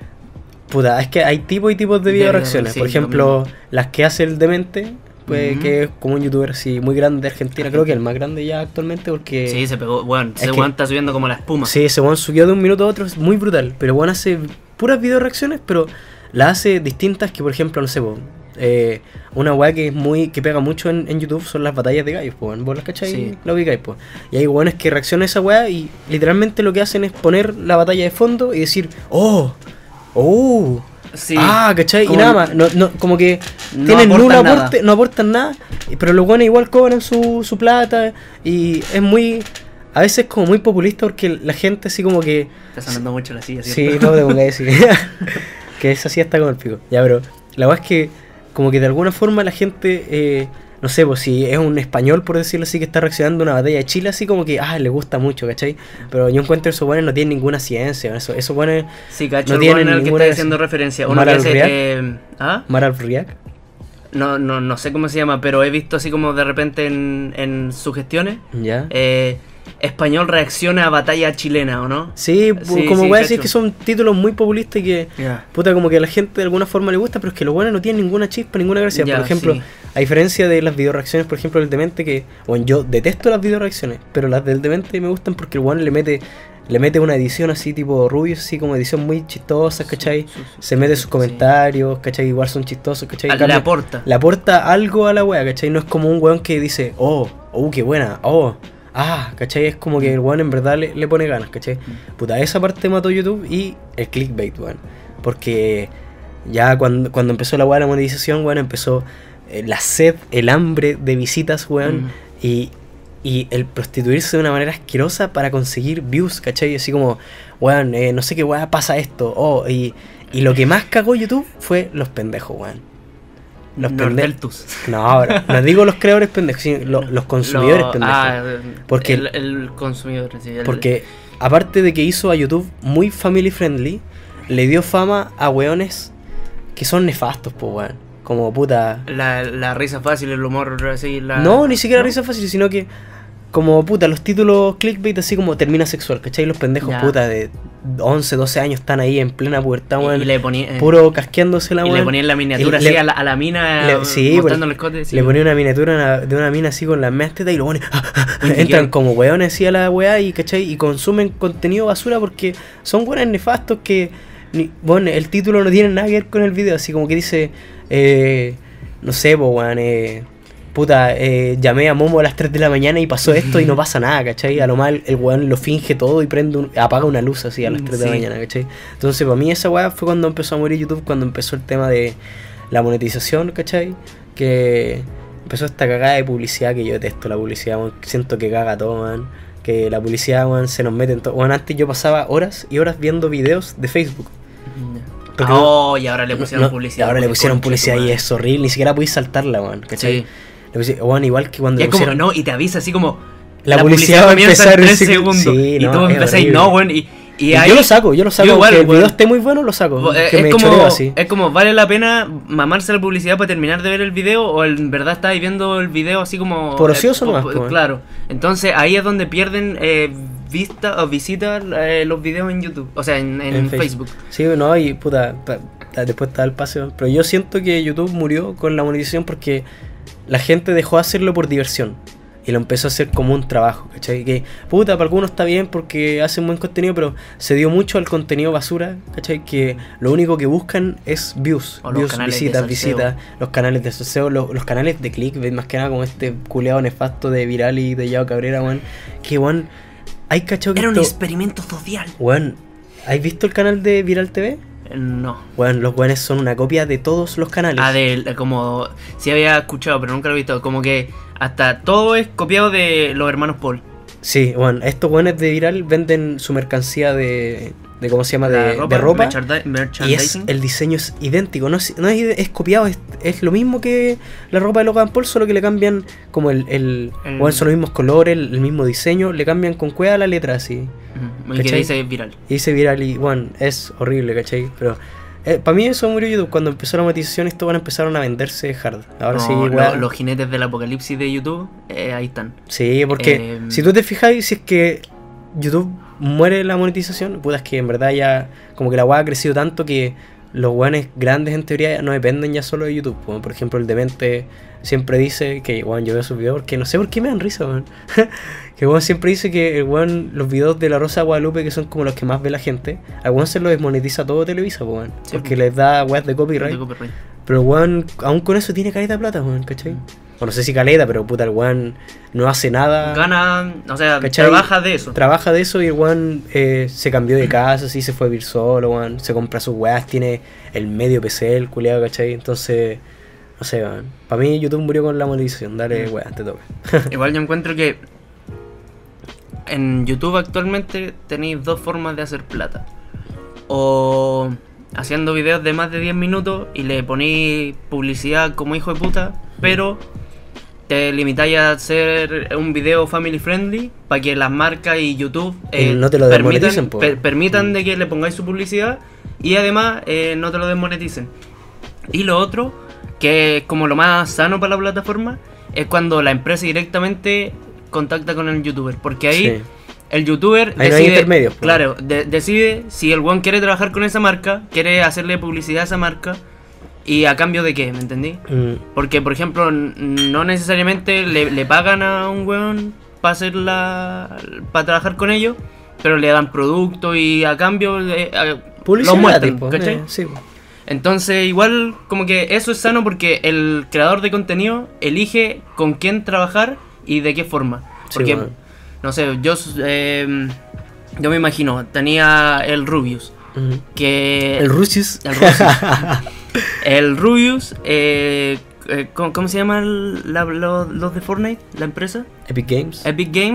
puta, es que hay tipos y tipos de De video video, reacciones. sí, Por lo ejemplo, mismo. las que hace el Demente, pues Ujú. que es como un youtuber así muy grande de Argentina, creo que el más grande ya actualmente porque Sí, se pegó. Bueno, es ese que- weón está subiendo como la espuma. sí, ese weón subió de un minuto a otro, es muy brutal, pero weón hace puras video reacciones, pero las hace distintas que por ejemplo, no sé, po, eh, una weá que es muy, que pega mucho en, en YouTube son las batallas de gallos, po, weón. ¿Vos las cachai? Sí. La ubicáis, po. Y hay weones que reaccionan a esa weá y literalmente lo que hacen es poner la batalla de fondo y decir, oh, oh, Sí. ah, ¿cachai? Como- Y nada más, no, no, como que No tienen aportan nulo nada. aporte, no aportan nada, y- pero los buenos igual cobran su, su plata y es muy, a veces como muy populista porque la gente así como que, Está sonando mucho la silla, sí, ¿cierto? no, te pongas así, que esa sí está como el pico, ya, pero la verdad es que como que de alguna forma la gente, eh, no sé, pues si es un español, por decirlo así, que está reaccionando a una batalla de Chile, así como que, ah, le gusta mucho, ¿cachai? Pero yo encuentro que esos buenos no tienen ninguna ciencia, eso, esos buenos, Sí, cacho, no el tienen weón al que ninguna está haciendo referencia. Uno que Maral hace. React. Eh, ¿Ah? Maral React, No, no, no sé cómo se llama, pero he visto así como de repente en, en sugestiones. ya. Eh, español reacciona a batalla chilena, ¿o no? Sí, Sí, como sí, voy a decir cacho. que son títulos muy populistas y que, Ya. puta, como que a la gente de alguna forma le gusta, pero es que los buenos no tienen ninguna chispa, ninguna gracia. Ya, por ejemplo, sí. a diferencia de las videoreacciones, por ejemplo, del Demente, que, bueno, yo detesto las videoreacciones, pero las del Demente me gustan porque el bueno le mete, le mete una edición así, tipo Rubius, así como edición muy chistosa, ¿cachai? Sí, sí, sí. Se mete sus Sí. comentarios, ¿cachai? Igual son chistosos, ¿cachai? Ah, En cambio, le aporta. le aporta algo a la wea, ¿cachai? No es como un weón que dice, oh, oh, qué buena, oh, ah, ¿cachai? Es como que el weón en verdad le, le pone ganas, ¿cachai? Puta, esa parte mató YouTube y el clickbait, weón. Porque ya cuando, cuando empezó la wea de la monetización, weón, empezó eh, la sed, el hambre de visitas, weón, Mm. y, y el prostituirse de una manera asquerosa para conseguir views, ¿cachai? Así como, weón, eh, no sé qué weá pasa esto, oh, y, y lo que más cagó YouTube fue los pendejos, weón. los pendejos. Nordeltus. No, ahora, no digo los creadores pendejos, sino lo- los consumidores Lo- pendejos. Ah, Porque- el, el consumidor. Sí, el- Porque aparte de que hizo a YouTube muy family friendly, le dio fama a weones que son nefastos, pues weón. Como puta. La, la risa fácil, el humor así. La... No, ni siquiera ¿no? risa fácil, sino que como puta, los títulos clickbait así como termina sexual, ¿cachai? Los pendejos Ya. puta de once, doce años están ahí en plena pubertad, Y, weón. y le ponía, eh, Puro casqueándose la y weón. le ponían la miniatura Y así le- a, la, a la mina, le- sí, mostrando pues, el escote. Sí, Le ponía una miniatura una- de una mina así con las medias tetas y lo ponen. Muy Entran guión. como weones así a la weá y, ¿cachai? Y consumen contenido basura porque son weones nefastos que. Ni, bueno, el título no tiene nada que ver con el video, así como que dice. Eh, no sé, pues weón. Eh, puta, eh, llamé a Momo a las tres de la mañana y pasó esto y no pasa nada, ¿cachai? A lo mal el weón lo finge todo y prende un- apaga una luz así a las tres de la Sí. mañana, ¿cachai? Entonces, para mí esa weá fue cuando empezó a morir YouTube, cuando empezó el tema de la monetización, ¿cachai? Que empezó esta cagada de publicidad que yo detesto la publicidad, weón. Siento que caga todo, man. Que la publicidad, weón, se nos mete en todo. Bueno, antes yo pasaba horas y horas viendo videos de Facebook. Porque Ah, no- oh, y ahora le pusieron no, publicidad. ahora le porque pusieron concha publicidad tu y madre. es horrible, ni siquiera podéis saltarla, weón, ¿cachai? Sí. Le pusi- Weón, igual que cuando Y le es como, pusieron... no, y te avisa así como. La publicidad va a comienza empezar en en tres cinco- segundos. sí, y no, tú es empezás y horrible. no, weón. Y, y Y ahí, yo lo saco, yo lo saco, yo igual, aunque el video weón. esté muy bueno, lo saco. Eh, que me es, como, choreo así. es como, ¿vale la pena mamarse la publicidad para terminar de ver el video? ¿O en verdad estáis viendo el video así como... Por ocioso eh, nomás, po- pues. Claro. Entonces ahí es donde pierden eh, vista o visitas eh, los videos en YouTube. O sea, en, en En Facebook. Sí, no, y puta, pa- ta- después está el paseo. Pero yo siento que YouTube murió con la monetización porque la gente dejó de hacerlo por diversión. Y lo empezó a hacer como un trabajo, ¿cachai? Que, puta, para algunos está bien porque hacen buen contenido, pero se dio mucho al contenido basura, ¿cachai? Que lo único que buscan es views, O los views, canales de visitas, salseo. visitas, los canales de salseo, los, los canales de clickbait, más que nada como este culeado nefasto de Viral y de Yao Cabrera, weón. Que, weón, hay cachado que Era un esto- experimento social. Weón, ¿has visto el canal de Viral T V? Eh, No. Weón, los weones son una copia de todos los canales. Ah, de, de como... Sí había escuchado, pero nunca lo he visto. Como que hasta todo es copiado de los hermanos Paul. Sí, bueno, estos weones de Viral venden su mercancía de, de ¿cómo se llama? La De de ropa. merchandise- Y es, merchandising. el diseño es idéntico, no es, no es, ide- es copiado, es, es lo mismo que la ropa de Logan Paul, solo que le cambian como el... el, El- weón, son los mismos colores, el, el mismo diseño, le cambian con cueva la letra así. Ujú, y que ¿cachai? dice viral. Y dice Viral y, bueno, es horrible, ¿cachai? Pero eh, para mí eso murió YouTube. Cuando empezó la monetización, estos van empezaron a venderse hard. Ahora No, sí, lo- weón. los jinetes del apocalipsis de YouTube, eh, ahí están. Sí, porque Eh, si tú te fijáis, si es que YouTube muere la monetización, puta, es que en verdad ya como que la weá ha crecido tanto que los weones grandes en teoría ya no dependen ya solo de YouTube. Como por ejemplo el Demente siempre dice que, weón, yo veo sus videos porque no sé por qué me dan risa, weón. Que weón siempre dice que el weón, los videos de la Rosa de Guadalupe, que son como los que más ve la gente, al weón se lo desmonetiza todo Televisa, weón. Sí, Porque po. les da weas de copyright. De copyright. Pero el weón, aún con eso tiene caleta de plata, weón, ¿cachai? O no sé si caleta, pero puta, el weón no hace nada. Gana, o sea, ¿cachai? trabaja de eso. Trabaja de eso y el weón eh, se cambió de casa, así se fue a vivir solo, weón. Se compra sus weas, tiene el medio P C, el culiado, ¿cachai? Entonces, no sé, weón. Para mí YouTube murió con la monetización, dale, Mm. weón, te toca. Igual yo encuentro que en YouTube actualmente tenéis dos formas de hacer plata. O haciendo videos de más de diez minutos y le ponéis publicidad como hijo de puta, pero te limitáis a hacer un video family friendly para que las marcas y YouTube Y no te lo permitan, desmoneticen, po. per- permitan Mm. de que le pongáis su publicidad y además eh, no te lo desmoneticen. Y lo otro, que es como lo más sano para la plataforma, es cuando la empresa directamente contacta con el youtuber, porque ahí Sí. el youtuber Ahí no hay decide, intermedios, pues. claro, de- decide si el weón quiere trabajar con esa marca, quiere hacerle publicidad a esa marca y a cambio de qué, ¿me entendí? Mm, Porque, por ejemplo, n- no necesariamente le, le pagan a un weón para hacer la, para trabajar con ellos, pero le dan producto y a cambio eh, a- publicidad los muestran, gratis, po, ¿cachai? eh, sí, po. Entonces, igual, como que eso es sano porque el creador de contenido elige con quién trabajar y de qué forma. Sí, Porque, bueno. no sé, yo, eh, yo me imagino, tenía el Rubius, Ujú. que... El Rusius. El Rubius. El Rubius, eh, eh, ¿cómo, cómo se llaman la- lo- los de Fortnite? ¿La empresa? Epic Games. Epic Games.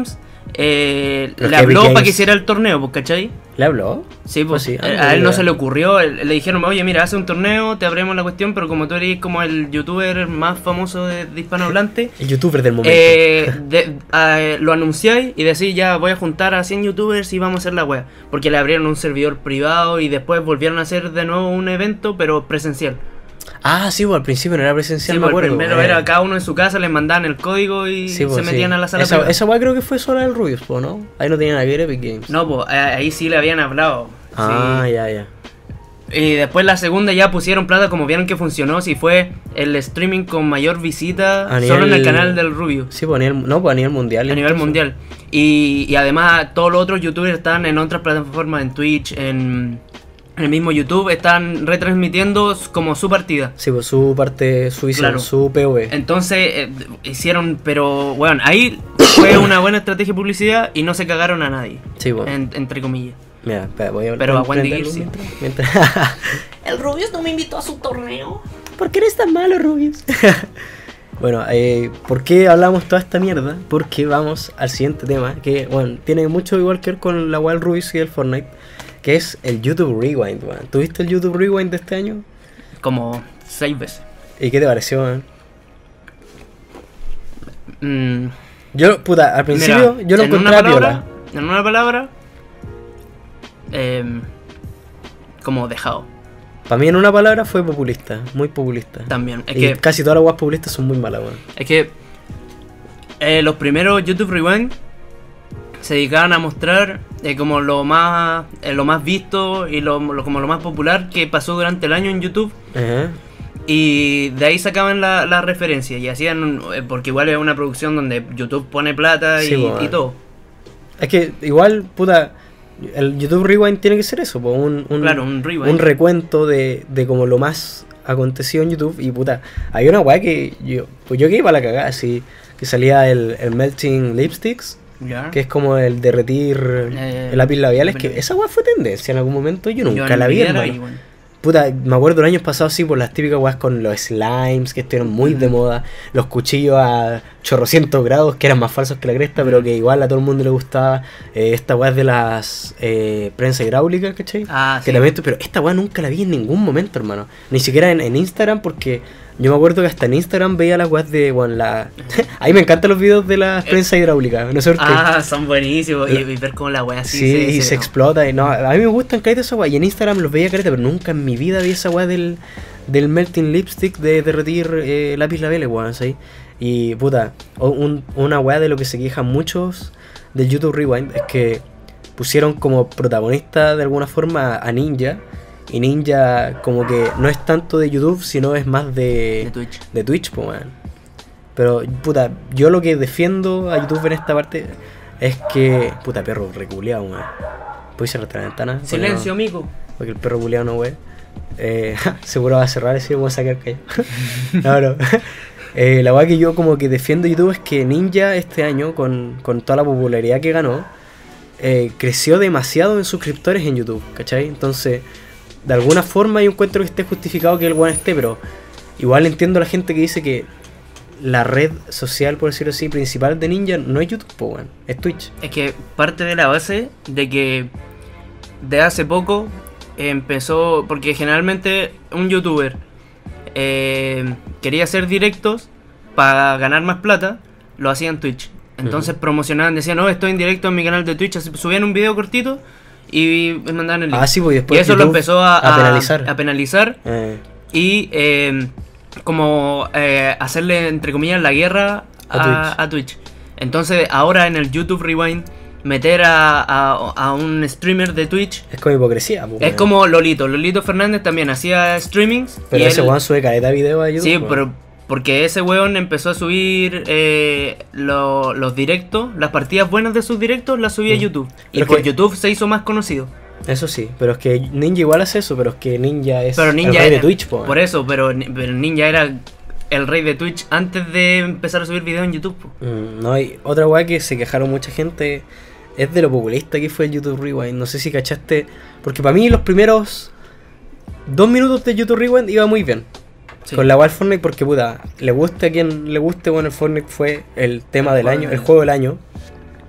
eh, Los le Epic habló para Games. que hiciera el torneo, pues, ¿cachai? ¿Le habló? Sí, pues sí, a, ah, a él no ya. se le ocurrió, él- le dijeron, oye, mira, hace un torneo, te abrimos la cuestión, pero como tú eres como el youtuber más famoso de, de hispanohablante, El youtuber del momento. eh, de- a- lo anunciáis y decís, ya voy a juntar a cien youtubers y vamos a hacer la wea. Porque le abrieron un servidor privado y después volvieron a hacer de nuevo un evento, pero presencial. Ah, sí, pues al principio no era presencial, Sí, me pues, el acuerdo. primero eh. era cada uno en su casa, les mandaban el código y Sí, pues, se metían sí. a la sala Esa, privada. esa weá creo que fue sola del Rubius, po, ¿no? Ahí no tenía nada que ver Epic Games. No, pues a- ahí sí le habían hablado. Ah, sí. ya, ya. Y después la segunda ya pusieron plata, como vieron que funcionó, si fue el streaming con mayor visita A solo en el nivel- canal del Rubio. Sí, pues a nivel, no, pues a nivel mundial. A nivel incluso. mundial. Y, y además todos los otros youtubers están en otras plataformas, en Twitch, en, en el mismo YouTube, están retransmitiendo como su partida. Sí, pues su parte, su visión, Claro. su P O V. Entonces eh, hicieron, pero bueno, ahí fue una buena estrategia de publicidad y no se cagaron a nadie, Sí, pues. en- entre comillas. Mira, espera, voy a Pero voy a Wendy prenderlo Gill, sí. mientras- mientras- El Rubius no me invitó a su torneo. ¿Por qué eres tan malo, Rubius? Bueno, eh, ¿por qué hablamos toda esta mierda? Porque vamos al siguiente tema, que, bueno, tiene mucho igual que ver con la Wild Rubius y el Fortnite, que es el YouTube Rewind, weón. ¿Tuviste el YouTube Rewind de este año? Como seis veces. ¿Y qué te pareció, weón? Mm, Yo, puta, al principio mira, yo lo en una encontraba palabra, piola. en una palabra, em, como dejado Para mí, en una palabra, fue populista, muy populista. también. Es y que, casi todas las guas populistas son muy malas, weón. es que eh, los primeros YouTube Rewind se dedicaban a mostrar eh, como lo más eh, lo más visto y lo, lo- como lo más popular que pasó durante el año en YouTube. Ajá. Y de ahí sacaban la, la referencia y hacían, eh, porque igual es una producción donde YouTube pone plata y, Sí, bueno. y todo. Es que igual, puta, el YouTube Rewind tiene que ser eso, po, un, un, Claro, un rewind. un recuento de, de como lo más acontecido en YouTube. Y puta, hay una weá que yo, pues yo que iba a la cagada, así, que salía el, el Melting Lipsticks, Ya. que es como el derretir Eh, el lápiz labial. Es lápiz que esa weá fue tendencia en algún momento, yo nunca Yo la ni vi, idea, hermano. y bueno. Puta, me acuerdo los años pasados, sí, por las típicas weas con los slimes que estuvieron muy de moda, los cuchillos a chorrocientos grados que eran más falsos que la cresta, pero que igual a todo el mundo le gustaba. Eh, esta wea de las eh, prensa hidráulica, ¿cachai? Ah, Que sí. también, pero esta wea nunca la vi en ningún momento, hermano. Ni siquiera en, en Instagram, porque yo me acuerdo que hasta en Instagram veía las weas de, bueno, la... Ahí me encantan los videos de las prensa hidráulica, no sé por qué. Ah, son buenísimos. Y, y ver cómo la wea así Sí, se, y se explota. Y no, a mí me gustan careta esa weá. Y en Instagram los veía careta, pero nunca en mi vida vi esa weá del, del melting lipstick de derretir eh, lápiz labial, weón, ¿sí? Y puta, o- un- una weá de lo que se quejan muchos del YouTube Rewind es que pusieron como protagonista de alguna forma a Ninja. Y Ninja como que no es tanto de YouTube, sino es más de, de Twitch. de Twitch, pues, weón. Pero, puta, yo lo que defiendo a YouTube en esta parte es que... Puta, perro reculeado, weón. ¿Puedes cerrar la ventana? Porque Silencio, no- mico. Porque el perro culeado no, weón. Eh, seguro va a cerrar ese y voy a sacar callado. No, no. Eh, la weá que yo como que defiendo YouTube es que Ninja este año, con, con toda la popularidad que ganó, eh, creció demasiado en suscriptores en YouTube, ¿cachai? Entonces, de alguna forma yo encuentro que esté justificado que el weón esté, pero igual entiendo a la gente que dice que la red social, por decirlo así, principal de Ninja no es YouTube, po, weón, es Twitch. Es que parte de la base de que de hace poco empezó, porque generalmente un youtuber eh, quería hacer directos para ganar más plata, lo hacía en Twitch. Entonces Ujú. promocionaban, decían, no, estoy en directo en mi canal de Twitch, así, subían un video cortito y me mandaban el link. Ah, sí, pues y y después eso lo YouTube empezó a, a a- penalizar. a penalizar Eh, y eh, como eh, hacerle, entre comillas, la guerra A a, Twitch. a Twitch. Entonces ahora en el YouTube Rewind meter a, a, a un streamer de Twitch es como hipocresía, po, es weón. como Lolito. Lolito Fernández también hacía streamings. Pero y ese él- weón sube caleta de video a YouTube. Sí, weón. pero porque ese weón empezó a subir eh, lo- los directos, las partidas buenas de sus directos las subía a Mm. YouTube. Y Pero es por que- YouTube se hizo más conocido. Eso sí, pero es que Ninja igual hace eso, pero es que Ninja es Pero Ninja el rey de era- Twitch, po, Por eso, pero, ni- pero Ninja era el rey de Twitch antes de empezar a subir videos en YouTube. po. Mm, no, y otra weá que se quejaron mucha gente es de lo populista que fue el YouTube Rewind. No sé si cachaste, porque para mí los primeros dos minutos de YouTube Rewind iba muy bien. Sí. Con la Wild Fortnite, porque puta, le guste a quien le guste, bueno, el Fortnite fue el tema El del juego año, del el año. juego del año.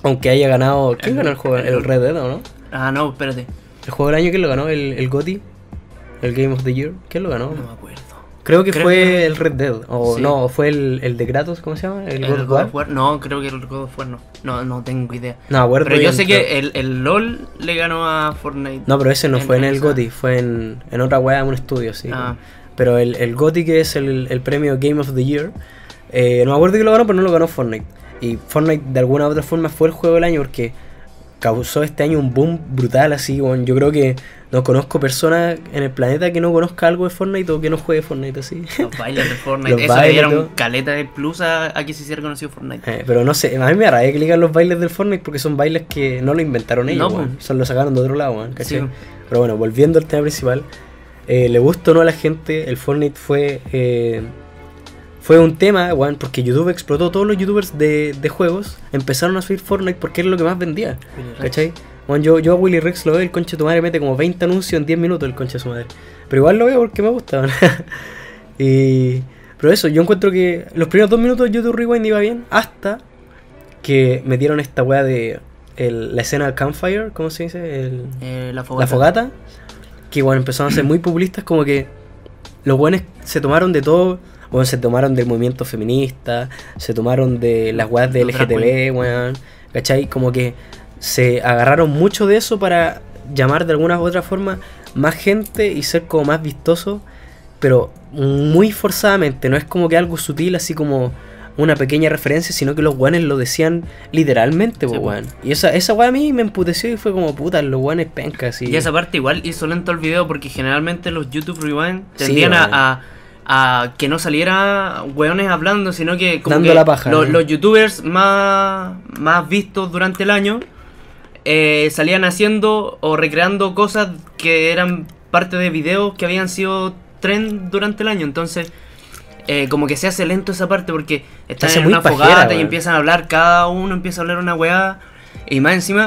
Aunque haya ganado... ¿Quién El- ganó el juego? el- El Red Dead, ¿o no? Ah, no, espérate. El juego del año, ¿quién lo ganó? ¿El, el GOTY? ¿El Game of the Year? ¿Quién lo ganó? No me acuerdo. Creo que Creo fue que- el Red Dead. O Sí. no, fue el, el de Kratos, ¿cómo se llama? El, ¿El God of God War. of War? No, creo que el God of War no. No, no tengo idea. No, me acuerdo Pero yo bien, sé pero- que el, el LOL le ganó a Fortnite. No, pero ese no fue en el esa- GOTY, fue en, en otra weá, en un estudio, sí. Ah. Pero el, el GOTY, que es el, el premio Game of the Year, eh, no me acuerdo que lo ganó, pero no lo ganó Fortnite. Y Fortnite de alguna u otra forma fue el juego del año porque causó este año un boom brutal así, bueno, yo creo que no conozco personas en el planeta que no conozca algo de Fortnite o que no juegue Fortnite así. Los bailes de Fortnite. Los Eso le bailes, dieron todo. caleta de plus a, a que se hiciera conocido Fortnite. Eh, pero no sé, a mí me arrae que le digan los bailes del Fortnite porque son bailes que no lo inventaron ellos, No, weón. pues. Son lo sacaron de otro lado, weón, ¿cachai? Sí. Pero bueno, volviendo al tema principal, eh, le gustó o no a la gente, el Fortnite fue eh, fue un tema, weón, porque YouTube explotó, todos los youtubers de, de juegos empezaron a subir Fortnite porque era lo que más vendía, ¿cachai? Bueno, yo, yo a Willy Rex lo veo, el conche de tu madre mete como veinte anuncios en diez minutos el conche de su madre. Pero igual lo veo porque me gusta, weón. Y... Pero eso, yo encuentro que los primeros dos minutos de YouTube Rewind iba bien, hasta que metieron esta weá de el- la escena del campfire, ¿cómo se dice? El, Eh, la fogata. la fogata, que bueno, empezaron a ser muy populistas, como que los buenos se tomaron de todo, bueno, se tomaron del movimiento feminista, se tomaron de las weas de Los L G T B, weón, ¿cachai? Como que se agarraron mucho de eso para llamar de alguna u otra forma más gente y ser como más vistoso, pero muy forzadamente, no es como que algo sutil, así como una pequeña referencia, sino que los guanes lo decían literalmente, Sí, po, po. weón. Y esa, esa weá a mí me emputeció y fue como, puta, los guanes pencas. Y... Y esa parte igual hizo lento el video porque generalmente los YouTube Rewind Sí, tendían a, bueno. a, a que no saliera weones hablando, sino que como Dando que la paja, lo- ¿no? los youtubers más, más vistos durante el año eh, salían haciendo o recreando cosas que eran parte de videos que habían sido trend durante el año. Entonces eh, como que se hace lento esa parte porque están hace en muy una pajera, fogata y weón. empiezan a hablar, cada uno empieza a hablar una weá y más encima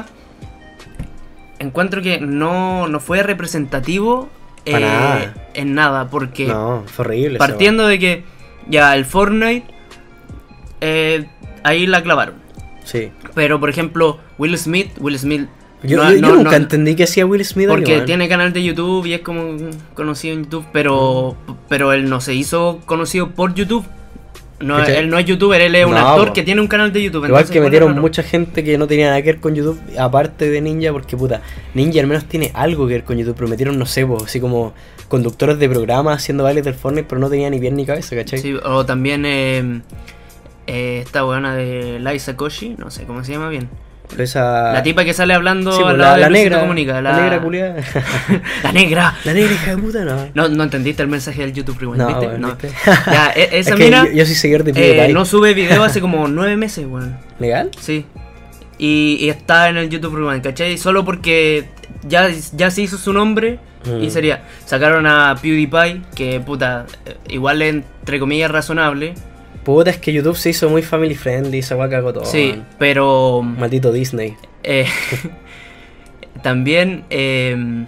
encuentro que no, no fue representativo eh, Pa' nada. en nada, porque No, fue horrible. esa partiendo de que ya el Fortnite eh, ahí la clavaron. weá. Sí. Pero por ejemplo, Will Smith, Will Smith Yo, no- yo- yo no- nunca no- entendí que hacía Will Smith ahí, porque weón. tiene canal de YouTube y es como conocido en YouTube, pero pero él no se hizo conocido por YouTube. No, ¿Cachai? él no es youtuber, él es un No, actor po. que tiene un canal de YouTube. Igual entonces que igual es metieron raro. mucha gente que no tenía nada que ver con YouTube, aparte de Ninja, porque puta, Ninja al menos tiene algo que ver con YouTube, pero metieron, no sé, po, así como conductores de programas haciendo bailes del Fortnite, pero no tenía ni pies ni cabeza, ¿cachai? Sí, o también eh, eh, esta buena de Liza Koshy, no sé cómo se llama bien. Pero esa... La tipa que sale hablando Sí, pues, al la, lado de la Luisito negra, Comunica, la... la, negra culiada. La negra. La negra hija de puta, no. No, no entendiste el mensaje del YouTube Rewind, No, ¿viste? weón, No. ¿viste? Ya, e- esa Es que mina yo, yo soy seguidor de eh, PewDiePie. no sube video hace como nueve meses, weón. ¿Legal? Sí. Y, y está en el YouTube Rewind, ¿cachai? Solo porque ya, ya se hizo su nombre Mm. y sería. Sacaron a PewDiePie, que puta, eh, igual es, entre comillas razonable. Puta, es que YouTube se hizo muy family friendly, esa weá cagó todo. Sí, man. pero. Maldito Disney. eh, también. Eh,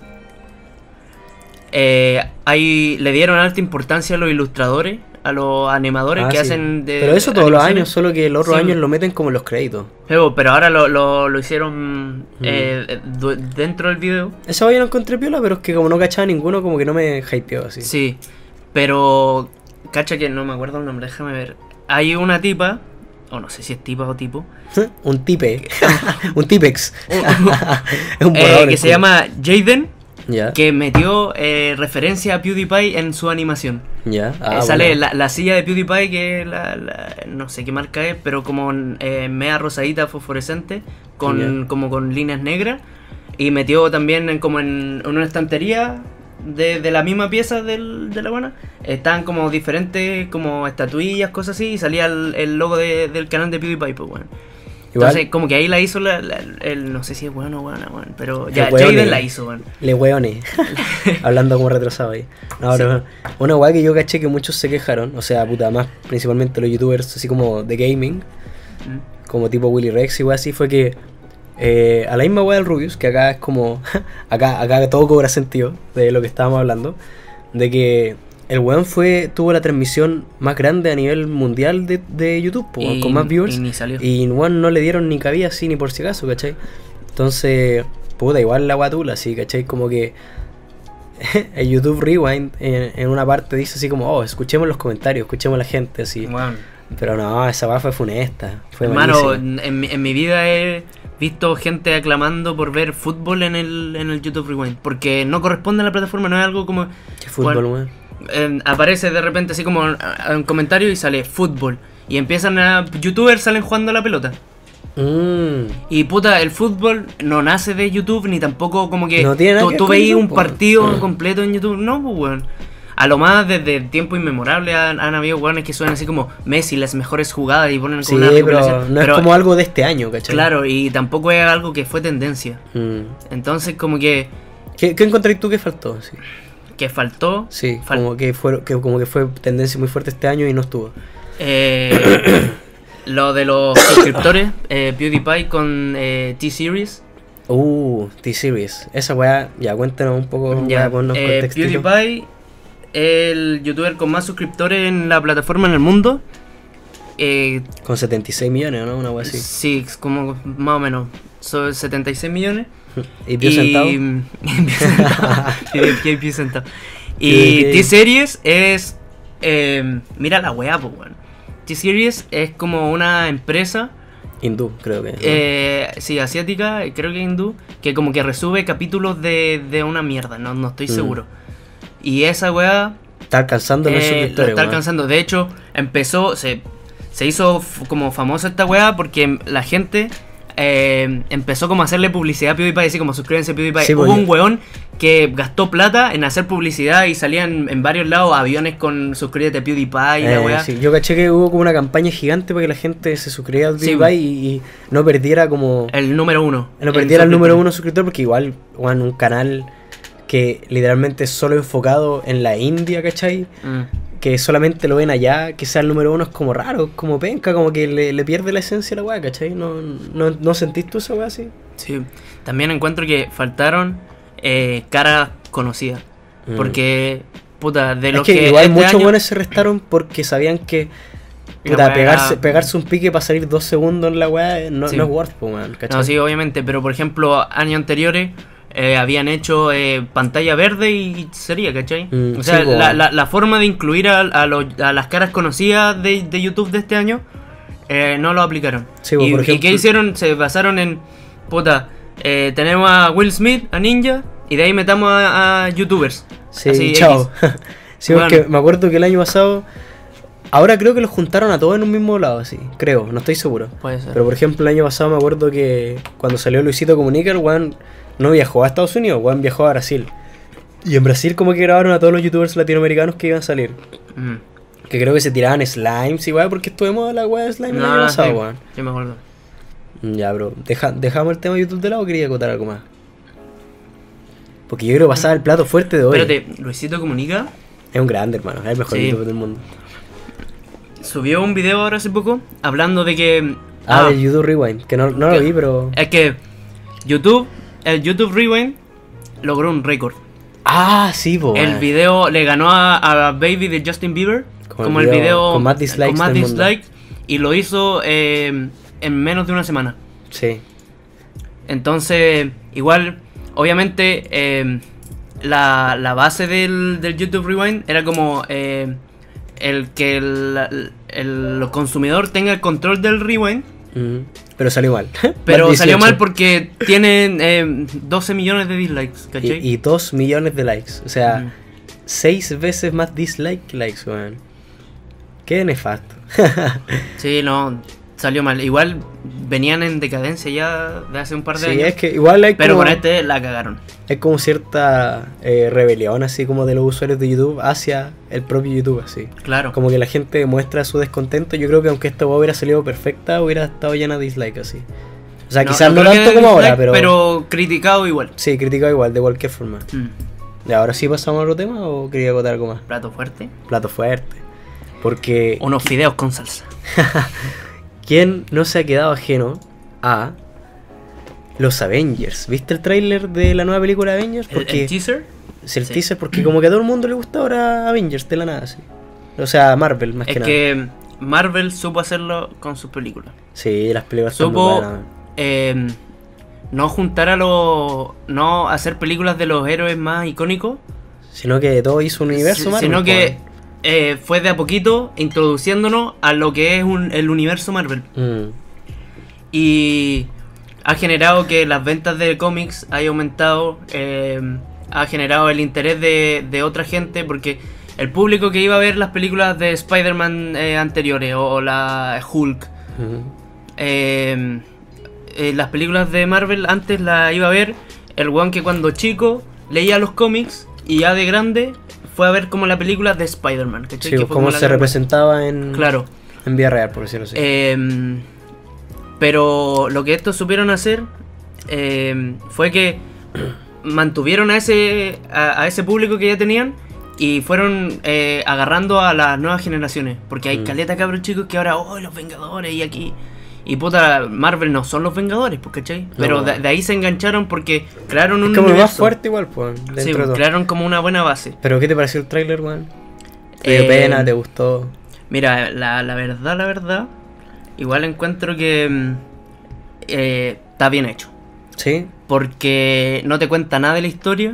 eh, hay, le dieron alta importancia a los ilustradores, a los animadores Ah, que sí. hacen de. Pero eso todos los animaciones. años, solo que los otros Sí. años lo meten como en los créditos. Pero, pero ahora lo, lo, lo hicieron Mm. eh, du- dentro del video. Esa weá yo no encontré piola, pero es que como no cachaba ninguno, como que no me hypeó así. Sí, pero. Cacha que no me acuerdo el nombre, déjame ver. Hay una tipa, o no sé si es tipa o tipo, Un tipe. Un tipex. Es un eh, borrador. que el se culo. llama Jaden, Ya. que metió eh, referencia a PewDiePie en su animación. Ya. Ah, Eh, sale bueno. la, la silla de PewDiePie, que es la, la- no sé qué marca es, pero como eh, media rosadita fosforescente, con, Ya. como con líneas negras. Y metió también en, como en, en una estantería de, de la misma pieza del, de la buena. Estaban como diferentes como estatuillas, cosas así, y salía el, el logo de- del canal de PewDiePie, pues bueno. Igual, Entonces como que ahí la hizo la, la- el, no sé si es bueno o buena, bueno, pero ya El weón Jaden es- la hizo, bueno. le weones. Hablando como retrasado ahí. No, pero una weá que yo caché que muchos se quejaron, o sea, puta, más principalmente los youtubers así como de gaming, Mm. como tipo Willy Rex y weá así, fue que eh, a la misma weá del Rubius, que acá es como. acá, acá todo cobra sentido de lo que estábamos hablando, de que el weón fue, tuvo la transmisión más grande a nivel mundial de, de YouTube, po, Y- con más viewers. y ni salió. Y weón no le dieron ni cabida así ni por si acaso, ¿cachai? Entonces, puta, igual la guatula, así, ¿cachai? Como que el YouTube Rewind en, en una parte dice así como, oh, escuchemos los comentarios, escuchemos a la gente, así. Bueno, Pero no, esa weá fue funesta. Fue hermano, malísima. en, mi- en mi vida he visto gente aclamando por ver fútbol en el, en el YouTube Rewind. Porque no corresponde a la plataforma, no es algo como... ¿Qué fútbol, Bueno, weón? eh, aparece de repente así como a- a un comentario y sale fútbol. Y empiezan a... Youtubers salen jugando a la pelota. Mm. Y puta, el fútbol no nace de YouTube, ni tampoco como que No tiene nada tú, que ver tú con veías YouTube, un po. partido completo en YouTube. No, pues weón. A lo más desde tiempo inmemorable han, han habido weones que suenan así como Messi, las mejores jugadas y ponen Sí, como una pero recopilación. no es como algo de este año, ¿cachai? Claro, y tampoco es algo que fue tendencia. Mm. Entonces como que, ¿Qué, qué encontraste tú que faltó? Sí, que faltó. sí Fal- como, que fue, que, como que fue tendencia muy fuerte este año y no estuvo. eh, lo de los suscriptores, eh, PewDiePie con eh, T-Series. Uh, T-Series. Esa weá, ya cuéntanos un poco, Ya, weá, ponnos eh, contextito. PewDiePie, el youtuber con más suscriptores en la plataforma en el mundo. Eh, Con setenta y seis millones, ¿no? Una weá así. sí, como más o menos. Son setenta y seis millones. ¿Y Pío Centavo? Y Pío Centavo. Y Pío Centavo. ¿Qué- Y qué? T-Series es... eh, mira la weá, pues, weón. T-Series es como una empresa... Hindú, creo que. ¿no? Eh, sí, asiática, creo que hindú, que como que resube capítulos de, de una mierda, no, no estoy Mm. seguro. Y esa weá Está alcanzando los eh, lo suscriptores, está weón. alcanzando. De hecho, empezó, se, se hizo f- como famosa esta weá porque la gente eh, empezó como a hacerle publicidad a PewDiePie, así como suscríbanse a PewDiePie. Sí, Hubo pues, un weón que gastó plata en hacer publicidad y salían en varios lados aviones con suscríbete a PewDiePie y la Eh, weá. sí, yo caché que hubo como una campaña gigante para que la gente se suscribiera al Sí, PewDiePie y, y no perdiera como... El número uno. No en perdiera el número suscriptores. uno suscriptor porque igual, weón, un canal que literalmente es solo enfocado en la India, ¿cachai? Mm. Que solamente lo ven allá, que sea el número uno es como raro, es como penca, como que le, le pierde la esencia a la weá, ¿cachai? ¿No, no, no sentís tú esa weá así? Sí, también encuentro que faltaron eh, caras conocidas. Mm. Porque, puta, de Es los que, que, igual este muchos año- buenos se restaron porque sabían que La puta, weá pegarse, era- pegarse un pique para salir dos segundos en la weá eh, no, Sí. no es worth, po, man, ¿cachai? No, sí, obviamente, pero por ejemplo, años anteriores eh, habían hecho eh, pantalla verde y sería, ¿cachai? Mm, o sea, sí, po. la, la, la forma de incluir a, a, los- a las caras conocidas de, de YouTube de este año eh, no lo aplicaron. Sí, po, y, por ¿y ejemplo- qué hicieron? Se basaron en, puta, eh, tenemos a Will Smith, a Ninja, y de ahí metamos a, a YouTubers. Sí, Así, chao. Sí, Bueno. porque me acuerdo que el año pasado. Ahora creo que los juntaron a todos en un mismo lado, sí. Creo, no estoy seguro. Puede ser. Pero por ejemplo, el año pasado me acuerdo que cuando salió Luisito Comunica, el weón no viajó a Estados Unidos, el weón viajó a Brasil. Y en Brasil, como que grabaron a todos los youtubers latinoamericanos que iban a salir. Mm. Que creo que se tiraban slimes y weón, porque estuvimos la weá de slime el año No, pasado, sí, weón. yo me acuerdo. Ya, bro. Deja, ¿Dejamos el tema de YouTube de lado o quería acotar algo más? Porque yo creo que pasaba el plato fuerte de hoy. Espérate, Luisito Comunica Es un grande, hermano. Es el mejor Sí. youtuber del mundo. subió un video ahora hace poco hablando de que... Ah, de YouTube Rewind. Que no, no lo que- vi, pero. Es que YouTube, el YouTube Rewind logró un récord. Ah, sí, po. El weón. video le ganó a, a Baby de Justin Bieber Como como, el el video video con más dislikes con más del mundo. dislikes, y lo hizo eh, en menos de una semana. Sí. Entonces, igual, obviamente, eh, la, la base del, del YouTube Rewind era como eh, el que el, el consumidor tenga el control del Rewind. Mm, Pero salió mal. Pero Más salió dieciocho. mal porque tienen eh, doce millones de dislikes, ¿cachai? Y, y dos millones de likes. O sea, Mm. seis veces más dislike que likes, weón. Qué nefasto. Sí, no, salió mal. Igual venían en decadencia ya de hace un par de Sí, años. es que igual hay Pero como, con este la cagaron. es como cierta eh, rebelión así como de los usuarios de YouTube hacia el propio YouTube, así. Claro. Como que la gente muestra su descontento. Yo creo que aunque esta hubiera salido perfecta, hubiera estado llena de dislike así. O sea, quizás no creo que tanto como ahora, dislike, pero... Pero criticado igual. Sí, criticado igual, de cualquier forma. Mm. ¿Y ahora sí pasamos a otro tema o quería contar algo más? Plato fuerte. Plato fuerte. Porque... Unos fideos con salsa. ¿Quién no se ha quedado ajeno a los Avengers? ¿Viste el tráiler de la nueva película Avengers? ¿El, Porque el teaser? Si el Sí. teaser, porque como que a todo el mundo le gusta ahora Avengers de la nada, sí. O sea, Marvel más Es que, que, nada. Marvel supo hacerlo con sus películas. Sí, las películas están muy Supo buenas. eh, no juntar a los... No hacer películas de los héroes más icónicos, Sino que todo hizo un universo si- Marvel. sino po, que weón. eh, fue de a poquito introduciéndonos a lo que es un- el universo Marvel. Mm. Y ha generado que las ventas de cómics haya aumentado, eh, ha generado el interés de, de otra gente, porque el público que iba a ver las películas de Spider-Man eh, anteriores o, o la Hulk, Mm. eh, eh, las películas de Marvel antes las iba a ver el weón que cuando chico leía los cómics y ya de grande fue a ver como la película de Spider-Man, ¿cachai? Sí, Que fue cómo como la se gran- representaba en, Claro. en vida real, por decirlo así. Eh, pero lo que estos supieron hacer eh, fue que mantuvieron a ese a, a ese público que ya tenían y fueron eh, agarrando a las nuevas generaciones, porque hay Mm. caleta cabros chicos que ahora, oh, los Vengadores y aquí y puta, Marvel no son los Vengadores, pues, ¿cachai? Pero No. de, de ahí se engancharon porque crearon un es como lo más universo. fuerte igual, pues, dentro Sí, de todo. crearon como una buena base. Pero ¿qué te pareció el tráiler, weón? ¿Te dio Eh, pena? ¿Te gustó? Mira, la, la verdad, la verdad, igual encuentro que mm, eh, está bien hecho. ¿Sí? Porque no te cuenta nada de la historia.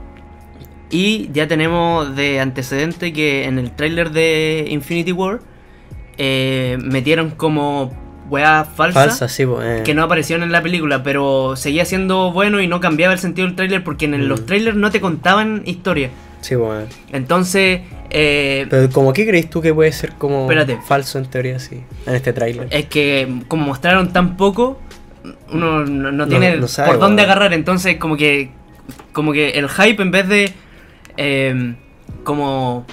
Y ya tenemos de antecedente que en el tráiler de Infinity War eh, metieron como weas falsas Falsa, sí, pues. Eh. que no aparecieron en la película, pero seguía siendo bueno y no cambiaba el sentido del tráiler porque en el- Mm. los trailers no te contaban historia. Sí, pues. eh. Entonces, eh, Pero como ¿qué crees tú que puede ser como Espérate. falso en teoría, sí? En este tráiler. es que como mostraron tan poco, uno no, no tiene no sabe, por dónde weón. agarrar. Entonces, como que como que el hype, en vez de eh, como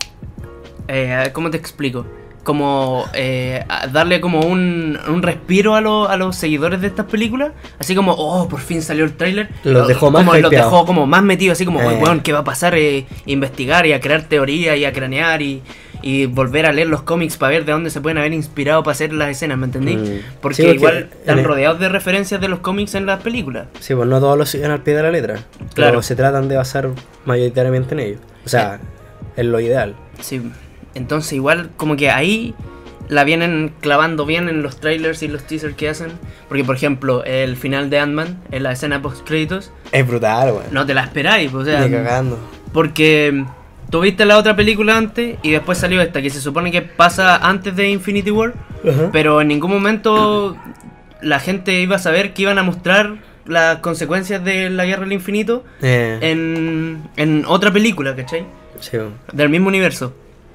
eh, ¿cómo te explico? Como eh, a- darle como un, un respiro a, lo- a los seguidores de estas películas, así como, oh, por fin salió el tráiler. Los dejó más como, los hypeados. dejó como más metidos, así como, Eh. "Oye, weón, ¿qué va a pasar? Eh, investigar y a crear teorías y a cranear y, y volver a leer los cómics para ver de dónde se pueden haber inspirado para hacer las escenas, ¿me entendí? Mm. Porque, Sí, porque igual en están el- rodeados de referencias de los cómics en las películas. Sí, pues no todos lo siguen al pie de la letra. Pero Claro. se tratan de basar mayoritariamente en ellos. O sea, es lo ideal. Sí, entonces igual como que ahí la vienen clavando bien en los trailers y los teasers que hacen. Porque, por ejemplo, el final de Ant-Man, en la escena post créditos, Es brutal, weón. no te la esperáis, pues, o sea, Ni cagando. porque tuviste la otra película antes y después salió esta, que se supone que pasa antes de Infinity War, Ajá. pero en ningún momento la gente iba a saber que iban a mostrar las consecuencias de la Guerra del Infinito Eh, en, en otra película, ¿cachai? sí, weón. Del mismo universo.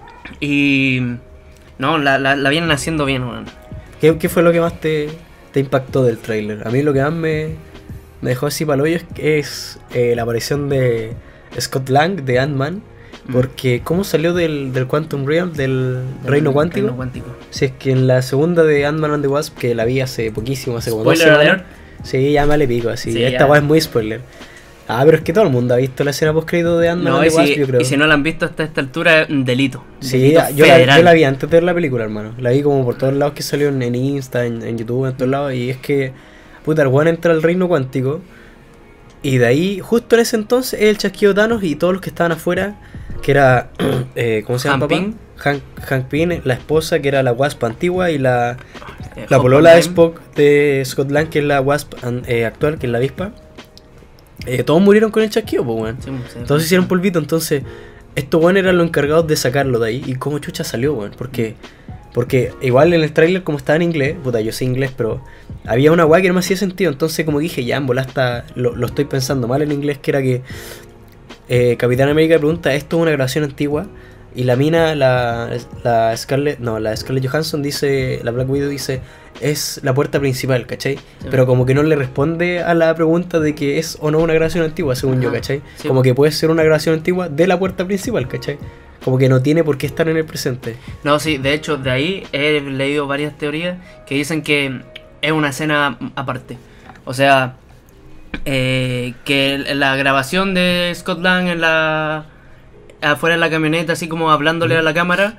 Y no, la, la, la vienen haciendo bien, weón. ¿Qué, qué fue lo que más te, te impactó del tráiler? A mí lo que más me, me dejó así para es, es eh, la aparición de Scott Lang, de Ant-Man. Mm. Porque cómo salió del, del Quantum Realm, del reino cuántico. Reino cuántico. Si es que en la segunda de Ant-Man and the Wasp, que la vi hace poquísimo, hace como dos Spoiler semanas. alert. Sí, ya me le pico, así. Sí, Esta ya. weá es muy spoiler. Ah, pero es que todo el mundo ha visto la escena post crédito de Ant-Man No, and y the Wasp, si, yo creo. y si no la han visto hasta esta altura, es un delito. Sí, Delito yo la, federal. yo la vi antes de ver la película, hermano. La vi como por todos lados que salió en, en Insta, en, en YouTube, en todos lados. Y es que, puta, el weón entra al reino cuántico. Y de ahí, justo en ese entonces, el chasquido Thanos y todos los que estaban afuera, que era, eh, ¿cómo se llama, Hank papá? Pym. Hank, Hank Pym, la esposa, que era la Wasp antigua, y la, Eh, la Hope polola de Time. Spock de Scott Lang, que es la Wasp an- eh, actual, que es la avispa. Eh, todos murieron con el chasquido, pues, weón. Sí, sí. Todos hicieron polvito, entonces estos weones eran los encargados de sacarlo de ahí. ¿Y cómo chucha salió, weón? Porque, porque igual en el tráiler, como estaba en inglés, puta, yo sé inglés, pero había una weá que no me hacía sentido. Entonces, como dije, ya en volada está, lo, lo estoy pensando mal en inglés, que era que eh, Capitán América pregunta, ¿esto es una grabación antigua? Y la mina, la, la Scarlett, no, la Scarlett Johansson dice, la Black Widow dice, es la puerta principal, ¿cachai? Pero como que no le responde a la pregunta de que es o no una grabación antigua, según yo, Ajá, ¿cachai? sí. Como que puede ser una grabación antigua de la puerta principal, ¿cachai? Como que no tiene por qué estar en el presente. No, sí, de hecho, de ahí he leído varias teorías que dicen que es una escena aparte. O sea, eh, que la grabación de Scott Lang en la afuera de la camioneta, así como hablándole a la cámara,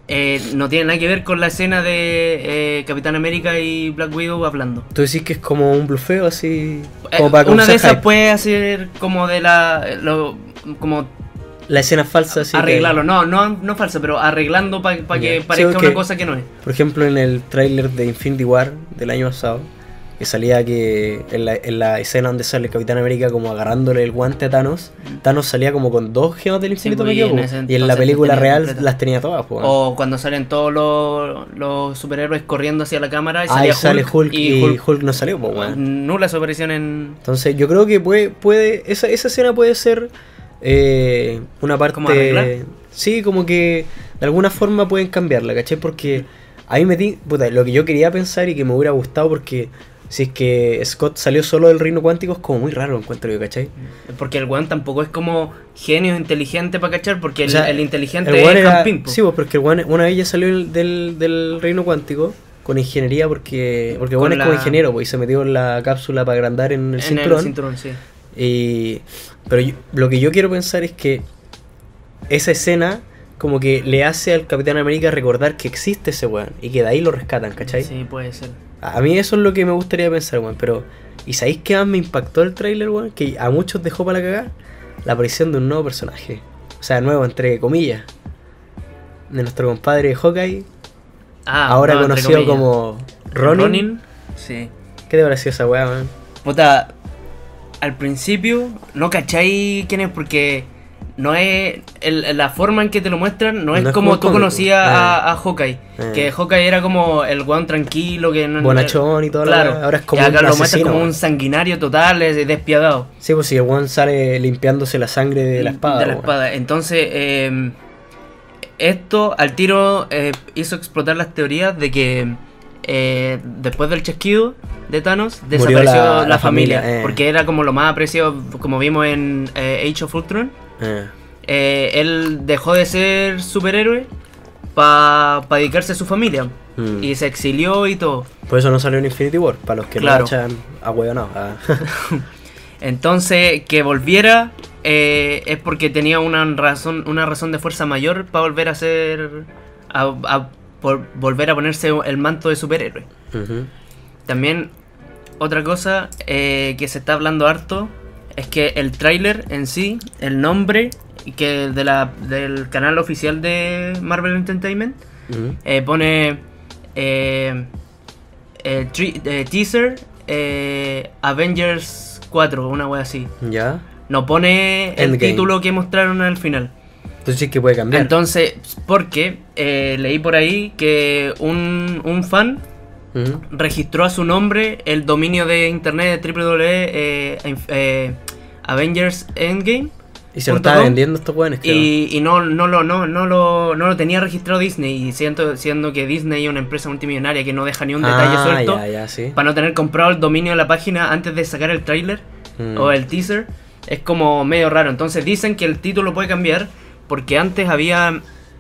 eh, no tiene nada que ver con la escena de eh, Capitán América y Black Widow hablando. Tú decís que es como un blufeo así. Eh, Como para una de causar esas hype. puede hacer como de la... Lo, como La escena falsa, así. arreglarlo, no, no, no falso, pero arreglando para que Ya. Sí, parezca porque- una cosa que no es. Por ejemplo, en el tráiler de Infinity War del año pasado, que salía que en la, en la escena donde sale el Capitán América como agarrándole el guante a Thanos, Thanos salía como con dos gemas del infinito, pues, me y en equivoco, ese y en entonces la las película tenía real completas. las tenía todas, pues. O cuando salen todos los, los superhéroes corriendo hacia la cámara y Ahí salía sale Hulk, Hulk, y, Hulk, Hulk, no salió, pues, weón. nula su aparición en... Entonces yo creo que puede, puede esa, esa escena puede ser eh, una parte... ¿Cómo arreglar? Sí, como que de alguna forma pueden cambiarla, ¿cachai? Porque ahí me di, puta, lo que yo quería pensar y que me hubiera gustado, porque si es que Scott salió solo del reino cuántico es como muy raro, encuentro yo, ¿cachai? Porque el weón tampoco es como genio inteligente para cachar, porque el, O sea, el inteligente El weón es era, Han Ping, po. sí, pues porque el weón una vez ya salió del, del, del reino cuántico con ingeniería porque porque el Con weón es como la- ingeniero, pues, y se metió en la cápsula para agrandar en el en cinturón. el cinturón, sí. Y, pero yo- lo que yo quiero pensar es que esa escena como que le hace al Capitán América recordar que existe ese weón y que de ahí lo rescatan, ¿cachai? Sí, puede ser. A a mí eso es lo que me gustaría pensar, weón. Pero, ¿y sabéis qué más me impactó el tráiler, weón? Que a muchos dejó para la cagada. La aparición de un nuevo personaje. O sea, nuevo, entre comillas. De nuestro compadre Hawkeye. Ah, ahora no, entre conocido comillas. como Ronin. Sí. ¿Qué te pareció esa weá, weón? Puta, al principio no cachai quién es porque no es el- la forma en que te lo muestran no es No es como como tú cómico. conocías Eh. a, a Hawkeye, Eh. que Hawkeye era como el weón tranquilo que no Bonachón y todo. claro, Ahora es como y un acá lo muestran asesino, como weón. un sanguinario total, es despiadado Sí, pues si el weón sale limpiándose la sangre de la espada. de la weón. espada. Entonces eh, esto al tiro eh, hizo explotar las teorías de que eh, después del chasquido de Thanos Murió desapareció la- la, la familia, familia, eh. porque era como lo más apreciado, como vimos en eh, Age of Ultron. Eh. Eh, él dejó de ser superhéroe para dedicarse a su familia Mm. y se exilió y todo. Por eso no salió en Infinity War. Para los que Claro. no echan a huevo, no. Ah. Entonces que volviera eh, es porque tenía una razón, una razón de fuerza mayor para volver a ser, a, a por volver a ponerse el manto de superhéroe. Ujú. También otra cosa eh, que se está hablando harto es que el tráiler en sí, el nombre que de la, del canal oficial de Marvel Entertainment Ujú. eh, pone eh, eh, tri- eh, teaser eh, Avengers cuatro, una wea así. Ya. No pone el Endgame. título que mostraron al final. Entonces sí que puede cambiar. Entonces, porque eh, leí por ahí que un, un fan Ujú. registró a su nombre el dominio de internet de doble u doble u doble u eh, inf- eh, Avengers Endgame Y se lo punto estaba com, vendiendo estos weones, creo. y, y no, no, lo, no, no, lo, no lo tenía registrado Disney, y siendo, siendo que Disney es una empresa multimillonaria que no deja ni un detalle ah, suelto ya, ya, sí. para no tener comprado el dominio de la página antes de sacar el tráiler Mm. o el teaser, es como medio raro. Entonces dicen que el título puede cambiar porque antes había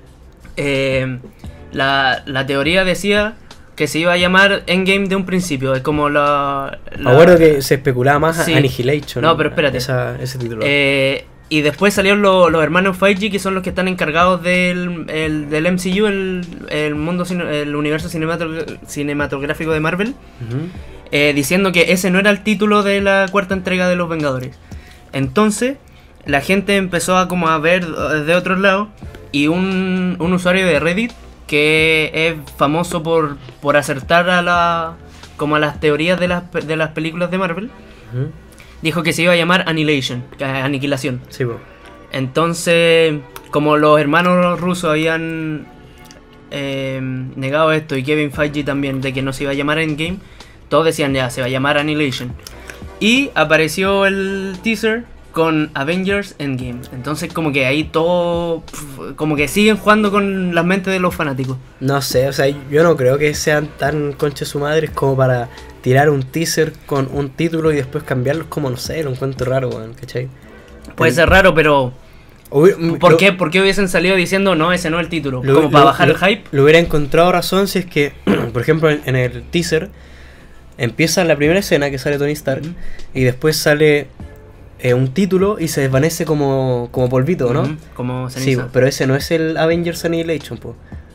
eh, la, la teoría decía que se iba a llamar Endgame de un principio, es como la... Me la- acuerdo que se especulaba más Sí. Annihilation. No, pero espérate. esa- ese título. Eh, y después salieron lo- los hermanos Feige, que son los que están encargados del, el- del M C U, el, el mundo cine- el universo cinematog- cinematográfico de Marvel, Ujú. eh, diciendo que ese no era el título de la cuarta entrega de Los Vengadores. Entonces, la gente empezó a como a ver eh, de otros lados, y un, un usuario de Reddit que es famoso por, por acertar a la como a las teorías de las, pe- de las películas de Marvel, Ujú. dijo que se iba a llamar Annihilation, que es aniquilación. Sí, po. Entonces, como los hermanos rusos habían eh, negado esto, y Kevin Feige también, de que no se iba a llamar Endgame, todos decían ya, se va a llamar Annihilation. Y apareció el teaser con Avengers Endgame. Entonces como que ahí todo, pf, como que siguen jugando con las mentes de los fanáticos. No sé, o sea, yo no creo que sean tan concha su madres como para tirar un teaser con un título y después cambiarlos, como no sé, lo encuentro raro, weón, ¿cachai? Puede ser raro, pero Hubi- ¿por lo- qué? ¿Por qué hubiesen salido diciendo no, ese no es el título? lo- Como para lo- bajar lo- el hype. Lo hubiera encontrado razón si es que, por ejemplo, en, en el teaser empieza la primera escena que sale Tony Stark Ujú. y después sale eh, un título y se desvanece como, como polvito, ¿no? Ujú, como Sí, ceniza. pero ese no es el Avengers Annihilation, po.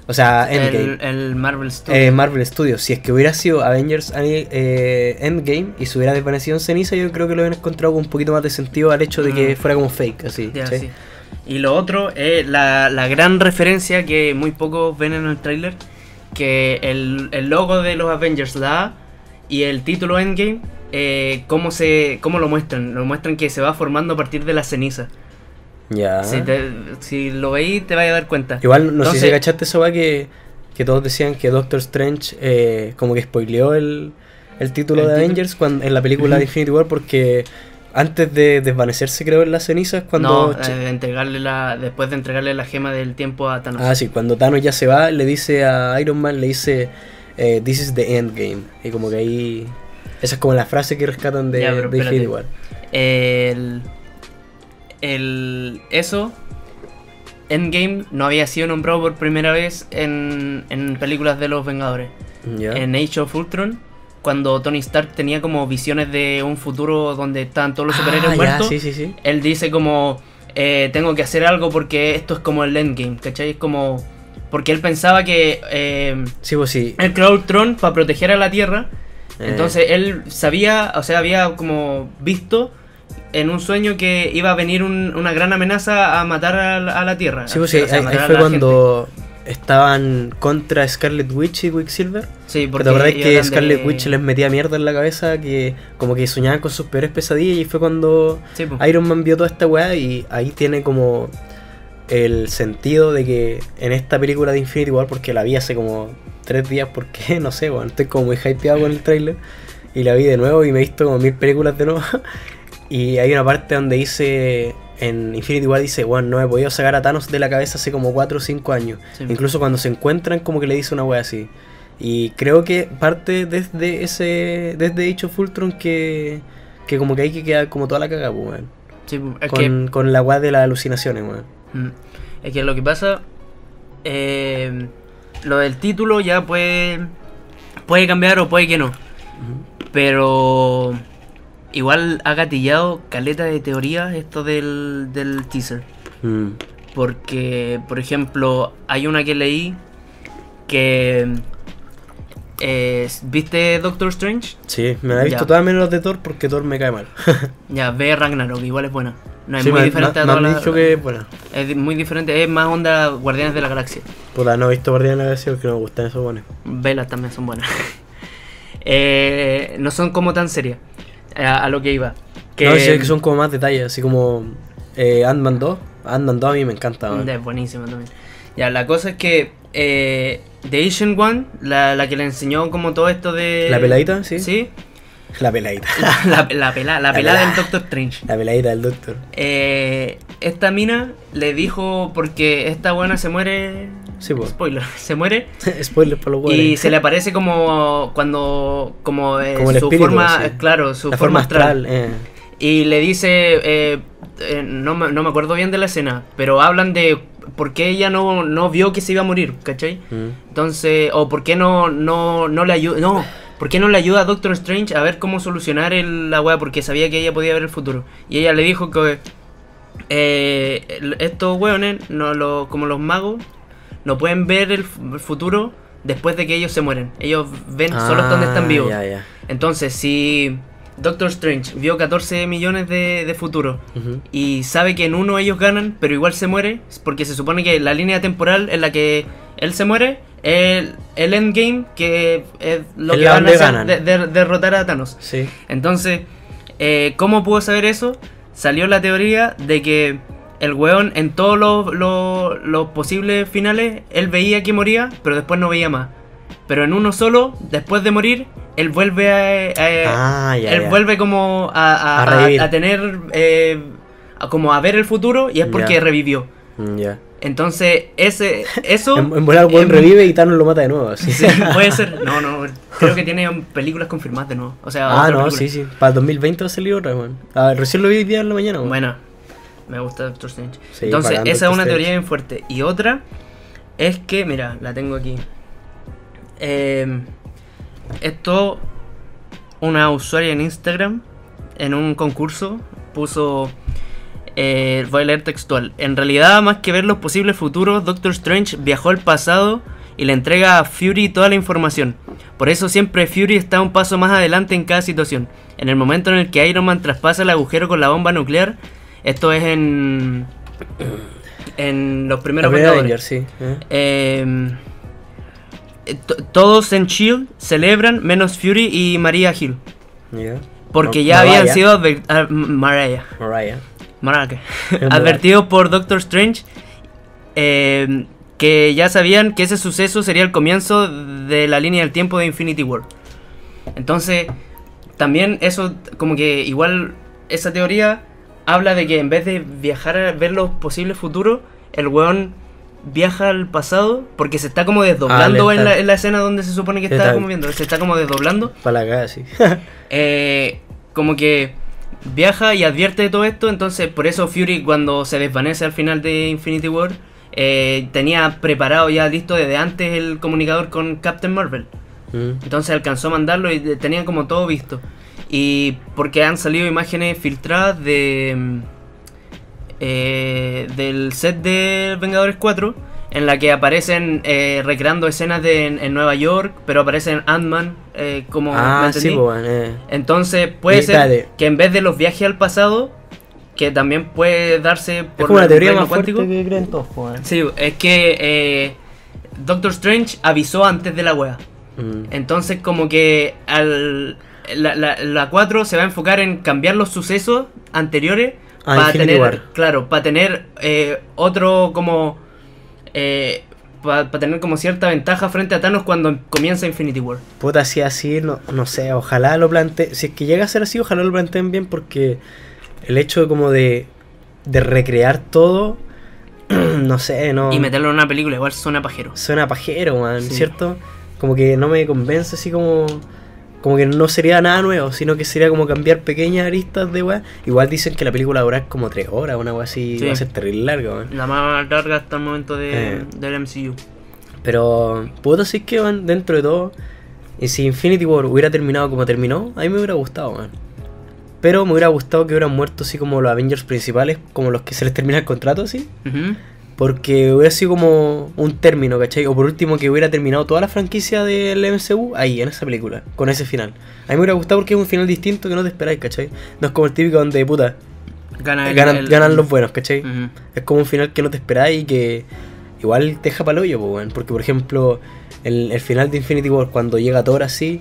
O sea, Endgame. El, el Marvel Studios. Eh, Marvel Studios. Si es que hubiera sido Avengers eh, Endgame y se hubiera desvanecido en ceniza, yo creo que lo hubieran encontrado con un poquito más de sentido al hecho de que Mm. fuera como fake, así. Ya, ¿sí? sí. Y lo otro es la, la gran referencia que muy pocos ven en el tráiler, que el, el logo de los Avengers, la A, y el título Endgame, eh, cómo, se, cómo lo muestran. Lo muestran que se va formando a partir de la ceniza. Ya. Si, te- si lo veis te vais a dar cuenta. Igual, no sé Entonces- si cachaste eso, va, que, que todos decían que Doctor Strange eh, como que spoileó el, el título ¿El de título? Avengers cuando, en la película de Infinity War, porque antes de desvanecerse, creo, en las cenizas, cuando... No, eh, de entregarle la, después de entregarle la gema del tiempo a Thanos. Ah, sí, cuando Thanos ya se va, le dice a Iron Man, le dice, eh, this is the endgame. Y como que ahí... Esa es como la frase que rescatan de, Ya, pero de Infinity espérate. War. El, el, eso, Endgame no había sido nombrado por primera vez en, en películas de los Vengadores. ¿Ya? En Age of Ultron, cuando Tony Stark tenía como visiones de un futuro donde estaban todos los superhéroes Ah, ya, muertos, sí, sí, sí. él dice como, eh, tengo que hacer algo porque esto es como el Endgame, ¿cachai? Es como, porque él pensaba que eh, Sí, pues sí. él creó Ultron para proteger a la Tierra. Eh. Entonces él sabía, o sea, había como visto en un sueño que iba a venir un- una gran amenaza a matar a la, a la Tierra. Sí, pues O sí, sea, ahí, a ahí matar a fue la cuando estaban contra Scarlet Witch y Quicksilver. gente. Sí, Porque porque te acordás que eran Scarlet de- Witch les metía mierda en la cabeza, que como que soñaban con sus peores pesadillas, y fue cuando Sí, po. Iron Man vio toda esta weá, y ahí tiene como el sentido de que en esta película de Infinity War, porque la vi hace como tres días, porque no sé, bueno, estoy como muy hypeado con el tráiler, y la vi de nuevo y me he visto como mil películas de nuevo. Y hay una parte donde dice, en Infinity War dice, bueno, no he podido sacar a Thanos de la cabeza hace como cuatro o cinco años. Sí. Incluso cuando se encuentran, como que le dice una wea así. Y creo que parte desde ese, desde Age of Ultron, que, que como que hay que quedar como toda la cagada, pues, weón. Sí, po. Es Con, con la wea de las alucinaciones, weón. que, mm, es que lo que pasa, eh, lo del título ya puede, puede cambiar o puede que no. Pero igual ha gatillado caleta de teorías esto del, del teaser. Mm. Porque, por ejemplo, hay una que leí que... eh, ¿viste Doctor Strange? Sí, me la he visto Ya. todas menos las de Thor, porque Thor me cae mal. Ya, ve Ragnarok, igual es buena. No es Sí, muy me- diferente me- a me todas han las- dicho que es buena. Es di- muy diferente, es más onda Guardianes de la Galaxia. Puta, no he visto Guardianes de la Galaxia porque no me gustan esos buenos. Velas también son buenas. Eh, no son como tan serias. A, a lo que iba. Que, No, sí, es que son como más detalles, así como eh, Ant-Man dos. Ant-Man dos a mí me encanta, weón. Es buenísima también. Ya, la cosa es que eh, The Asian One, la, la que le enseñó como todo esto de... ¿La peladita? Sí. Sí. La peladita. La, la pelada, la La pelada pelada. del Doctor Strange. La peladita del Doctor. Eh, esta mina le dijo, porque esta buena se muere... Sí, pues. Spoiler, se muere. Spoiler para los Y hueones. se le aparece como cuando... Como, eh, Como el su espíritu, forma... sí. Claro, su La forma forma astral. astral. Eh. Y le dice, eh, eh, no, me, no me acuerdo bien de la escena, pero hablan de por qué ella no, no vio que se iba a morir, ¿cachai? Mm. Entonces, o por qué no, no, no le ayuda, no, por qué no le ayuda a Doctor Strange a ver cómo solucionar el, la weá, porque sabía que ella podía ver el futuro. Y ella le dijo que eh, el- estos weones, no, lo, como los magos, no pueden ver el, f- el futuro después de que ellos se mueren. Ellos ven solo hasta donde están Ah, vivos. Ya, ya. Entonces, si Doctor Strange vio catorce millones de, de futuro Ujú. y sabe que en uno ellos ganan, pero igual se muere, porque se supone que la línea temporal en la que él se muere es el, el endgame, que es lo Es que la van a donde hacer ganan. de, de- derrotar a Thanos. Sí. Entonces, eh, ¿cómo pudo saber eso? Salió la teoría de que el weón en todos los, los, los posibles finales, él veía que moría, pero después no veía más. Pero en uno solo, después de morir, él vuelve a... a- Ah, ya, él ya. vuelve como a, a, A a- revivir. a tener... eh, a como a ver el futuro, y es porque Ya. revivió. Mm, ya. Entonces, ese eso... En, en volar, el weón em, revive y Thanos lo mata de nuevo. Así. Sí, puede ser. No, no, creo que tiene películas confirmadas de nuevo. O sea, Ah, otra no, película. sí, sí. Para el dos mil veinte va a salir otra, weón. A ver, recién lo vi hoy día en la mañana, weón. Bueno, me gusta Doctor Strange. Sí, Entonces, bacán, esa es Doctor una Strange. teoría bien fuerte. Y otra es que, mira, la tengo aquí. Eh, esto, una usuaria en Instagram, en un concurso, puso... Eh, voy a leer textual. En realidad, más que ver los posibles futuros, Doctor Strange viajó al pasado y le entrega a Fury toda la información. Por eso siempre Fury está un paso más adelante en cada situación. En el momento en el que Iron Man traspasa el agujero con la bomba nuclear, esto es en en los primeros Vengadores. Avengers, sí. ¿Eh? Eh, t- todos en S H I E L D celebran menos Fury y Maria Hill. Yeah. Porque Ma- ya Mariah. habían sido adver- ah, Mariah. Mariah. Mariah. Mariah. advertidos por Doctor Strange eh, que ya sabían que ese suceso sería el comienzo de la línea del tiempo de Infinity War. Entonces, también eso, como que igual esa teoría habla de que en vez de viajar a ver los posibles futuros, el weón viaja al pasado porque se está como desdoblando Ah, le en, está- la, en la escena donde se supone que le está está- como viendo, se está como desdoblando. Para la cara, sí. Eh, como que viaja y advierte de todo esto, entonces por eso Fury cuando se desvanece al final de Infinity War eh, tenía preparado ya listo desde antes el comunicador con Captain Marvel. Mm. Entonces alcanzó a mandarlo y de- tenían como todo visto. Y porque han salido imágenes filtradas de mm, eh, del set de Vengadores cuatro, en la que aparecen eh, recreando escenas de, en, en Nueva York, pero aparecen Ant-Man eh, como... ¿me Ah, sí, entendí? pues, eh. Entonces puede Y ser dale. que en vez de los viajes al pasado, que también puede darse por Es como la el teoría reino más fuerte cuántico. que creen todos, pues. Sí, es que eh, Doctor Strange avisó antes de la wea. Mm. Entonces como que al, la, la, la cuatro se va a enfocar en cambiar los sucesos anteriores Ah, para Infinity tener, War. claro, para tener eh, otro como eh, para tener como cierta ventaja frente a Thanos cuando comienza Infinity War. Puta, si así, no, no sé, ojalá lo planteen. Si es que llega a ser así, ojalá lo planteen bien, porque el hecho de como de, de recrear todo, no sé, no. Y meterlo en una película igual suena pajero. Suena pajero, man, Sí. ¿cierto? Como que no me convence así como. Como que no sería nada nuevo, sino que sería como cambiar pequeñas aristas de weá. Igual dicen que la película dura como tres horas, una weá así, Sí. va a ser terrible larga, man. La más larga hasta el momento de, Eh. del M C U. Pero, puedo decir que van dentro de todo. Y si Infinity War hubiera terminado como terminó, a mí me hubiera gustado, man. Pero me hubiera gustado que hubieran muerto así como los Avengers principales, como los que se les termina el contrato, así. Ujú. Porque hubiera sido como un término, ¿cachai? O por último que hubiera terminado toda la franquicia del M C U ahí, en esa película, con ese final. A mí me hubiera gustado porque es un final distinto que no te esperáis, ¿cachai? No es como el típico donde, puta, Gana el- ganan, el- ganan los buenos, ¿cachai? Ujú. Es como un final que no te esperáis y que igual te deja pa'l hoyo, po, weón. Porque, por ejemplo, el, el final de Infinity War, cuando llega Thor así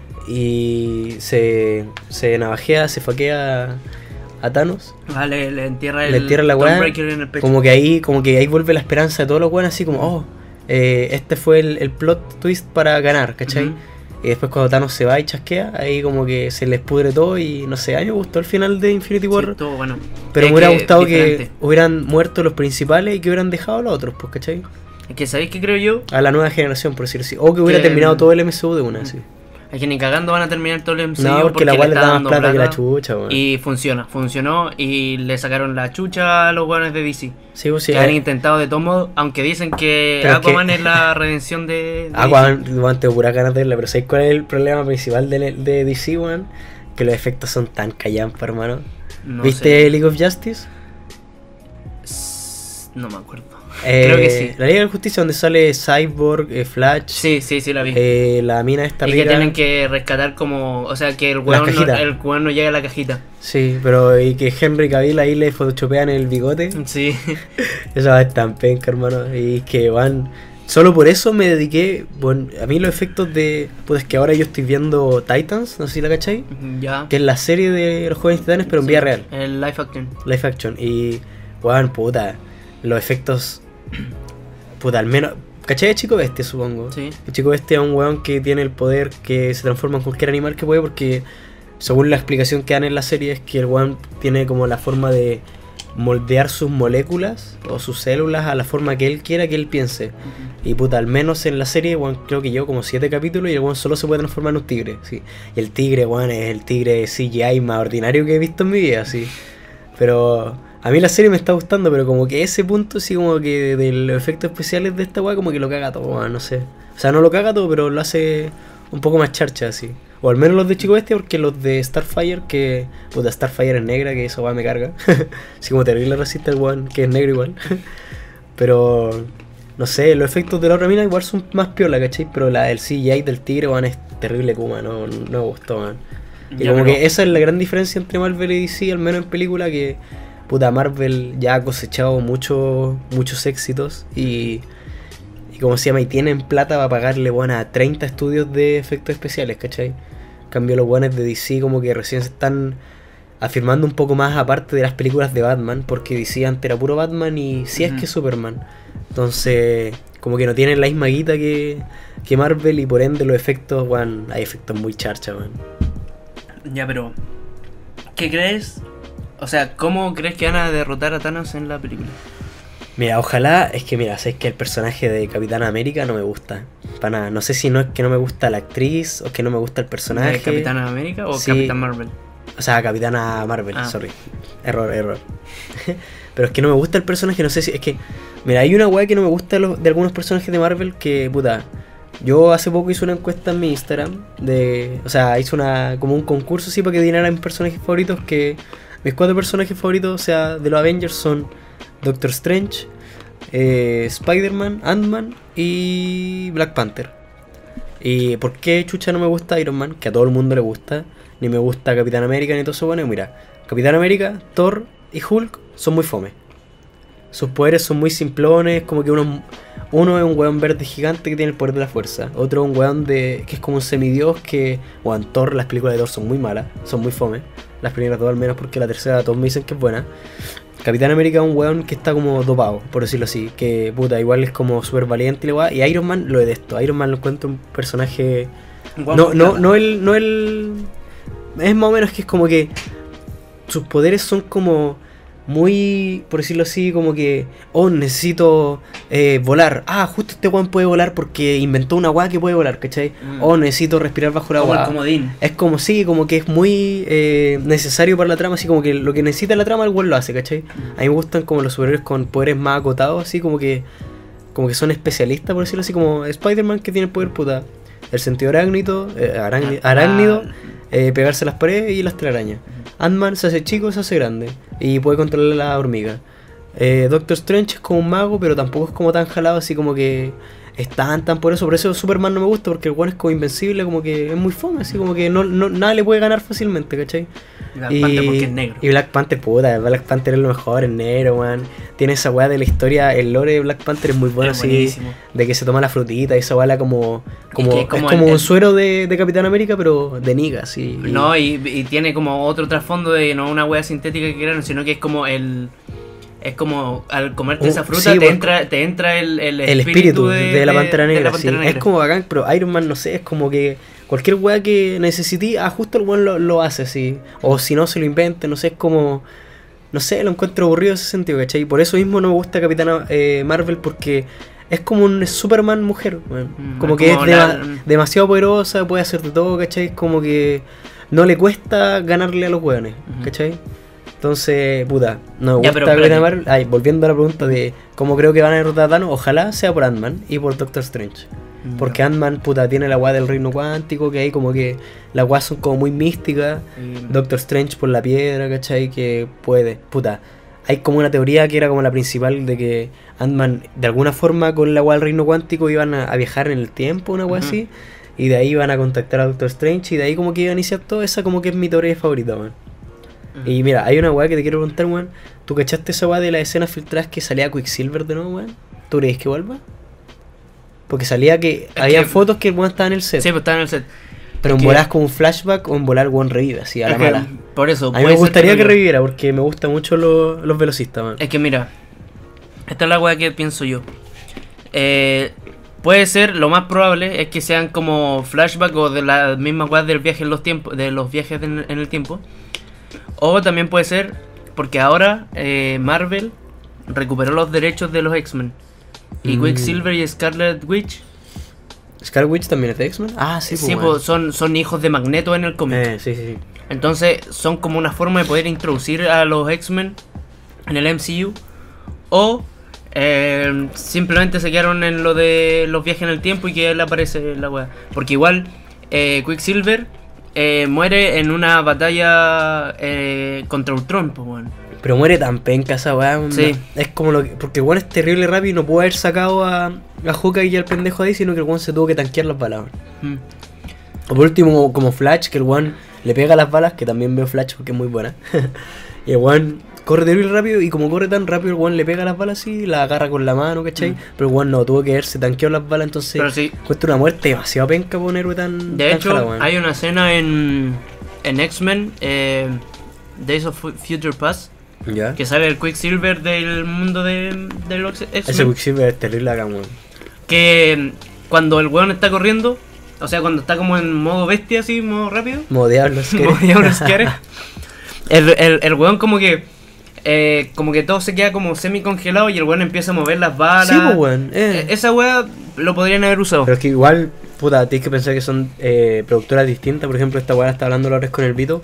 y se, se navajea, se faquea a Thanos, Vale, le entierra el le entierra la weá, Stormbreaker en el pecho. como que ahí como que ahí vuelve la esperanza de todos los weones, así como, oh, eh, este fue el, el plot twist para ganar, ¿cachai? Ujú. Y después cuando Thanos se va y chasquea, ahí como que se les pudre todo y no sé, a mí me gustó el final de Infinity War. Sí, estuvo bueno. Pero Es me hubiera que gustado diferente. que hubieran muerto los principales y que hubieran dejado a los otros, pues, ¿cachai? Es que sabéis que creo yo, A la nueva generación, por decirlo así. O que hubiera Que- terminado todo el M C U de una, sí. es que ni cagando van a terminar todo el M C U No, porque la le cual le está da más dando plata que la plata. chucha, weón. Y funciona, funcionó y le sacaron la chucha a los weones de D C. Sí, pues sí. que han eh, intentado de todos modos, aunque dicen que Pero es Aquaman que- es la redención de, de Aquaman, weón, tengo puras ganas de verla, pero ¿sabes cuál es el problema principal de, de D C, weón? Que los efectos son tan callampa, hermano. D C. No ¿Viste sé. League of Justice? S- No me acuerdo. Eh, Creo que sí. La Liga de la Justicia, donde sale Cyborg, eh, Flash, Sí, sí, sí la vi. eh, la mina esta y que rica. tienen que rescatar como, o sea, que el weón, no, cajitas. el weón no llega a la cajita. Sí, pero y que Henry Cavill ahí le photoshopean el bigote. Sí. Esa va tan penca, hermano. Y que van. Solo por eso me dediqué. Bueno, a mí los efectos de. Pues es que ahora yo estoy viendo Titans, no sé si la cachai. Ya. Que es la serie de los jóvenes titanes, pero en Sí, vida real. El live action. Live action. Y. Weón, puta. Los efectos. Puta, al menos. ¿Cachai de Chico Bestia, supongo? Sí. El Chico Bestia es un weón que tiene el poder que se transforma en cualquier animal que puede, porque según la explicación que dan en la serie es que el weón tiene como la forma de moldear sus moléculas o sus células a la forma que él quiera que él piense. Y puta, al menos en la serie, weón, creo que llevo como siete capítulos y el weón solo se puede transformar en un tigre, sí. Y el tigre, weón, es el tigre C G I más ordinario que he visto en mi vida, sí. Pero a mí la serie me está gustando, pero como que ese punto, sí, como que de los efectos especiales de esta weá, como que lo caga todo, weón, no sé. O sea, no lo caga todo, pero lo hace un poco más charcha, así. O al menos los de Chico Bestia, porque los de Starfire, que. Puta, Starfire es negra, que eso va me carga. Así como terrible racista el weón, que es negro igual. Pero. no sé, los efectos de la otra mina igual son más piola, ¿cachai? Pero la del C G I del tigre, weón, es terrible Kuma, no, no me gustó, man. Y Ya, como pero- que esa es la gran diferencia entre Marvel y D C, al menos en película, que puta Marvel ya ha cosechado muchos muchos éxitos y, y como se llama, y tienen plata para pagarle, bueno, a treinta estudios de efectos especiales, ¿cachai? En cambio los buenos de D C como que recién se están afirmando un poco más aparte de las películas de Batman, porque D C antes era puro Batman y si es Ujú. que Superman. Entonces, como que no tienen la misma guita que, que Marvel y por ende los efectos, weón, hay efectos muy charcha, weón. Ya, pero ¿qué crees? O sea, ¿cómo crees que van a derrotar a Thanos en la película? Mira, ojalá, es que mira, sabes que el personaje de Capitana América no me gusta. Para nada. No sé si no es que no me gusta la actriz o que no me gusta el personaje. ¿De Capitana América o Sí. Capitán Marvel? O sea, Capitana Marvel, Ah. sorry. Error, error. Pero es que no me gusta el personaje, no sé si. Es que. Mira, hay una weá que no me gusta de, los- de algunos personajes de Marvel que, puta. Yo hace poco hice una encuesta en mi Instagram. De. O sea, hice una. Como un concurso así para que dieran mis personajes favoritos. Que. Mis cuatro personajes favoritos, o sea, de los Avengers son Doctor Strange, eh, Spider-Man, Ant-Man y Black Panther. ¿Y por qué chucha no me gusta Iron Man? Que a todo el mundo le gusta. Ni me gusta Capitán América ni todo eso bueno. Mira, Capitán América, Thor y Hulk son muy fome. Sus poderes son muy simplones, como que uno, uno es un weón verde gigante que tiene el poder de la fuerza. Otro es un weón de, que es como un semidios que... Weón, Thor, las películas de Thor son muy malas, son muy fome. Las primeras dos al menos porque la tercera todos me dicen que es buena. Capitán América es un weón que está como dopado, por decirlo así. Que puta, igual es como súper valiente y la weá. Y Iron Man lo detesto. Iron Man lo encuentro un personaje... No, no, no el, no el... Es más o menos que es como que sus poderes son como muy, por decirlo así, como que, oh, necesito eh, volar. Ah, justo este weón puede volar porque inventó una weá que puede volar, ¿cachai? Mm. Oh, necesito respirar bajo la Como el agua. comodín. Es como, sí, como que es muy eh, necesario para la trama, así como que lo que necesita la trama el weón lo hace, ¿cachai? A mí me gustan como los superhéroes con poderes más acotados, así como que como que son especialistas, por decirlo así, como Spider-Man que tiene el poder puta. El sentido arácnido, eh, arácni- Ah, arácnido, ah. eh, pegarse a las paredes y las telarañas. Ant-Man se hace chico, se hace grande y puede controlar a la hormiga. Eh, Doctor Strange es como un mago, pero tampoco es como tan jalado, así como que es tan, tan por eso. Por eso Superman no me gusta, porque el weón es como invencible, como que es muy fome, así como que no, no, nada le puede ganar fácilmente, ¿cachai? Black Panther porque es negro. Y Black Panther, puta, Black Panther es lo mejor, es negro, weón. Tiene esa weá de la historia, el lore de Black Panther es muy bueno, Es así, buenísimo. de que se toma la frutita y esa weá como, como, que es es como, como el- un el- suero de, de Capitán América, pero de niga, así. y- No, y, y tiene como otro trasfondo de no una wea sintética que crearon, sino que es como el. Es como al comerte Uh, esa fruta sí, te, porque- entra, te entra el, el, el espíritu de, la Pantera de Negra, la Pantera sí. Negra. Es como bacán, pero Iron Man, no sé, es como que cualquier weá que necesite, ah, justo el weón lo, lo hace, así. O si no, se lo invente, no sé, es como... No sé, lo encuentro aburrido en ese sentido, ¿cachai? Por eso mismo no me gusta Capitana eh, Marvel, porque es como un Superman mujer, weón. Mm, Como es que como es la- dema- demasiado poderosa, puede hacer de todo, ¿cachai? Es como que no le cuesta ganarle a los weones, Ujú. ¿cachai? Entonces, puta, no me Ya, gusta pero Capitana espérate. Marvel. Ay, volviendo a la pregunta de cómo creo que van a derrotar a Thanos, ojalá sea por Ant-Man y por Doctor Strange. Mm, Porque ya. Ant-Man, puta, tiene la weá del reino cuántico, que hay como que las weas son como muy místicas. Y- Doctor Strange por la piedra, ¿cachai? Que puede, puta. Hay como una teoría que era como la principal de que Ant-Man, de alguna forma, con la weá del reino cuántico iban a, a viajar en el tiempo, una weá Ujú. así. Y de ahí iban a contactar a Doctor Strange y de ahí como que iba a iniciar todo. Esa como que es mi teoría favorita, man. Mm. Y mira, hay una weá que te quiero preguntar, weón. ¿Tú cachaste esa weá de las escenas filtradas que salía Quicksilver de nuevo, weón? ¿Tú crees que vuelva? Porque salía que Es había que- fotos que el weón estaba en el set. Sí, pues está en el set. pero es en que- volar como un flashback o en volar el weón revive, así a la Es que, mala. por eso. A mí puede me ser gustaría que reviva. reviviera porque me gustan mucho los, los velocistas, man. Es que mira, esta es la weá que pienso yo. Eh, puede ser, lo más probable es que sean como flashback o de la misma weá del viaje en los tiempos, de los viajes en, en el tiempo. O también puede ser porque ahora eh, Marvel recuperó los derechos de los X-Men. Y Mm. Quicksilver y Scarlet Witch Scarlet Witch también es de X-Men. Ah, sí, sí, pues. pues, son, son hijos de Magneto en el cómic. Eh, sí, sí, sí. Entonces son como una forma de poder introducir a los X-Men en el M C U. O eh, simplemente se quedaron en lo de los viajes en el tiempo y que él aparece la weá. Porque igual eh, Quicksilver eh, muere en una batalla eh, contra Ultron, pues, weón. Pero muere tan penca esa weá. onda. Sí. Es como lo que. Porque el weón es terrible rápido y no puede haber sacado a, a Hawkeye y al pendejo ahí, sino que el weón se tuvo que tanquear las balas. Mm. O por último, como Flash, que el weón le pega las balas, que también veo Flash porque es muy buena. Y el weón corre terrible rápido y como corre tan rápido, el weón le pega las balas así, la agarra con la mano, ¿cachai? Mm. Pero el weón no, tuvo que verse tanqueó las balas, entonces Pero sí, encuentra una muerte demasiado penca por un héroe tan. de tan hecho, jala, weón. hay una escena en, en X-Men, eh, Days of Fu- Future Past, ¿Ya? que sale el Quicksilver del mundo de, de los Ese X-Men. Quicksilver es terrible acá, weón. Que cuando el weón está corriendo, o sea, cuando está como en modo bestia, así, modo rápido, Como diablo, es que. modo diablo scary, el, el, el weón como que eh, como que todo se queda como semi congelado y el weón empieza a mover las balas. Sí, pues, weón. eh. Eh, Esa weá lo podrían haber usado. Pero es que igual, puta, tienes que pensar que son eh, productoras distintas. Por ejemplo, esta weá está hablando la vez con el Vito.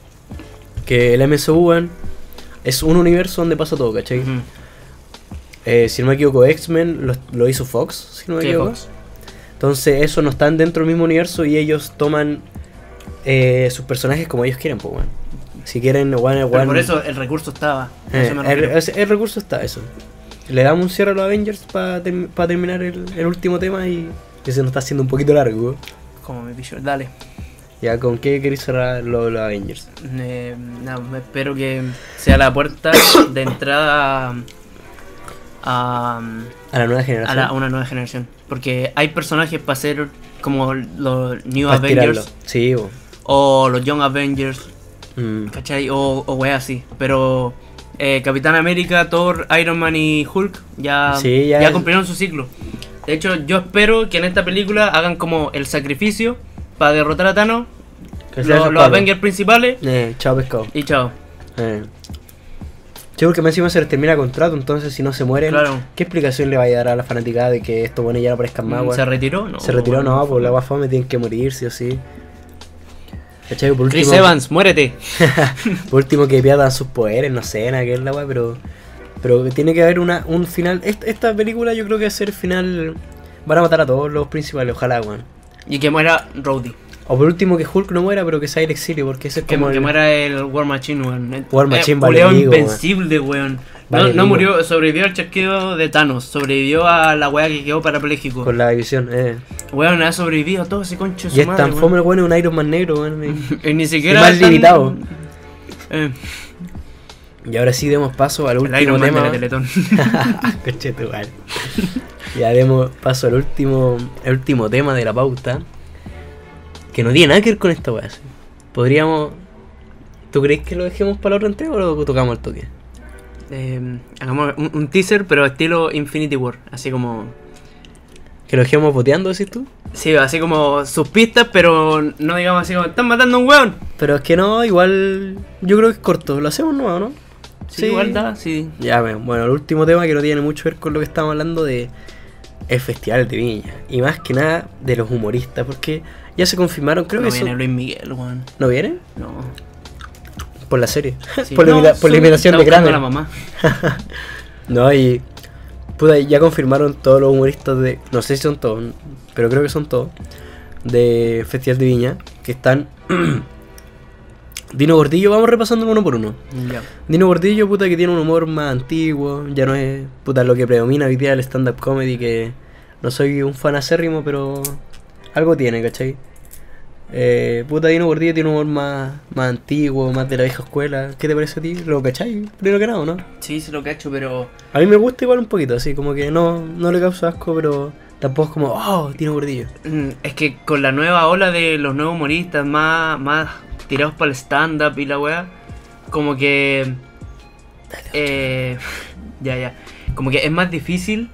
Que el M C U, weón, es un universo donde pasa todo, ¿cachai? Ujú. Eh, si no me equivoco, X-Men lo, lo hizo Fox, si no me Sí, equivoco. Fox. Entonces, esos no están dentro del mismo universo y ellos toman eh, sus personajes como ellos quieren, pues, weón. Si quieren, weón, Pero weón. por eso el recurso estaba. a eh, eso me el, refiero. el- el recurso está, eso. Le damos un cierre a los Avengers para terminar el, el último tema y que se nos está haciendo un poquito largo, weón. Como me pillo. Dale. Ya, ¿con qué queréis cerrar lo- los Avengers? Eh, nada, me espero que sea la puerta de entrada a, A la nueva a, generación. la- a una nueva generación. Porque hay personajes para ser como los New Pa' Avengers estirarlo. Sí, bo. o los Young Avengers, Mm. ¿cachai? O, o weas así. Pero eh, Capitán América, Thor, Iron Man y Hulk ya, Sí, ya ya es- cumplieron su ciclo. De hecho, yo espero que en esta película hagan como el sacrificio para derrotar a Thanos, Que sea los, esos los cuatro. Avengers principales Eh, chao pescado. y chao. Eh. Sí, porque más encima se les termina el contrato, entonces si no se mueren, Claro. ¿qué explicación le va a dar a la fanaticada de que estos buenos ya no aparezcan más, Mm, weón? ¿Se retiró? No. Se retiró, bueno. no, pues la guafome tienen que morir, sí o sí. ¿Cachai? Por Chris último, Evans, muérete. por último que pierdan sus poderes, no sé, nada que es la weá, pero. Pero tiene que haber una, un final. Esta, esta película yo creo que va a ser el final. Van a matar a todos los principales, ojalá, weón. Y que muera Rhodey. O por último que Hulk no muera, pero que sea el exilio, porque ese es Que, como. que el- muera el War Machine, weón. War Eh, Machine, culiao vale, digo, invencible, weón. No, Vale, no digo. murió, sobrevivió al chasquido de Thanos, sobrevivió a la weá que quedó parapléjico. Con la división, eh. Weón, ha sobrevivido a todo ese concho de Y su es madre, tan weón. fome el weón, es un Iron Man negro, weón. y- Y ni siquiera más tan- limitado. Eh, Y ahora sí demos paso al el último Iron Man de tema. la Teletón. Coche tu madre. Ya demos paso al último, el último tema de la pauta. Que no tiene nada que ver con esta weá. ¿sí? Podríamos. ¿Tú crees que lo dejemos para la otra entrega o lo tocamos al toque? Eh, hagamos un, un teaser, pero estilo Infinity War. Así como. ¿Que lo dejemos boteando, decís tú? Sí, así como sus pistas, pero no digamos así como: están matando a un weón. Pero es que no, igual. Yo creo que es corto. Lo hacemos nuevo, ¿no? Sí, igual da, sí. Ya, bueno, bueno, el último tema que no tiene mucho que ver con lo que estamos hablando de el Festival de Viña. Y más que nada de los humoristas, porque ya se confirmaron, creo No que viene son- Luis Miguel, weón. ¿No vienen? No. Por la serie. Sí. por, la, No, imita- por son- la imitación está de buscando Kramer. la mamá. No, y. Puta, ya confirmaron todos los humoristas de. No sé si son todos, pero creo que son todos. De Festival de Viña. Que están. Dino Gordillo, vamos repasando uno por uno. Ya. Dino Gordillo, puta, que tiene un humor más antiguo. Ya no es. Puta, lo que predomina hoy día el stand-up comedy. Que no soy un fan acérrimo, pero. Algo tiene, ¿cachai? Eh, puta, Dino Gordillo tiene un humor más, más antiguo, más de la vieja escuela. ¿Qué te parece a ti? ¿Lo cachai? Primero que nada, ¿no? Sí, se lo cacho, pero. A mí me gusta igual un poquito, así como que no, no le causa asco, pero tampoco es como, oh, tiene gordillo. mm, Es que con la nueva ola de los nuevos humoristas más, más tirados para el stand-up y la weá, como que. Eh, ya, ya. Como que es más difícil.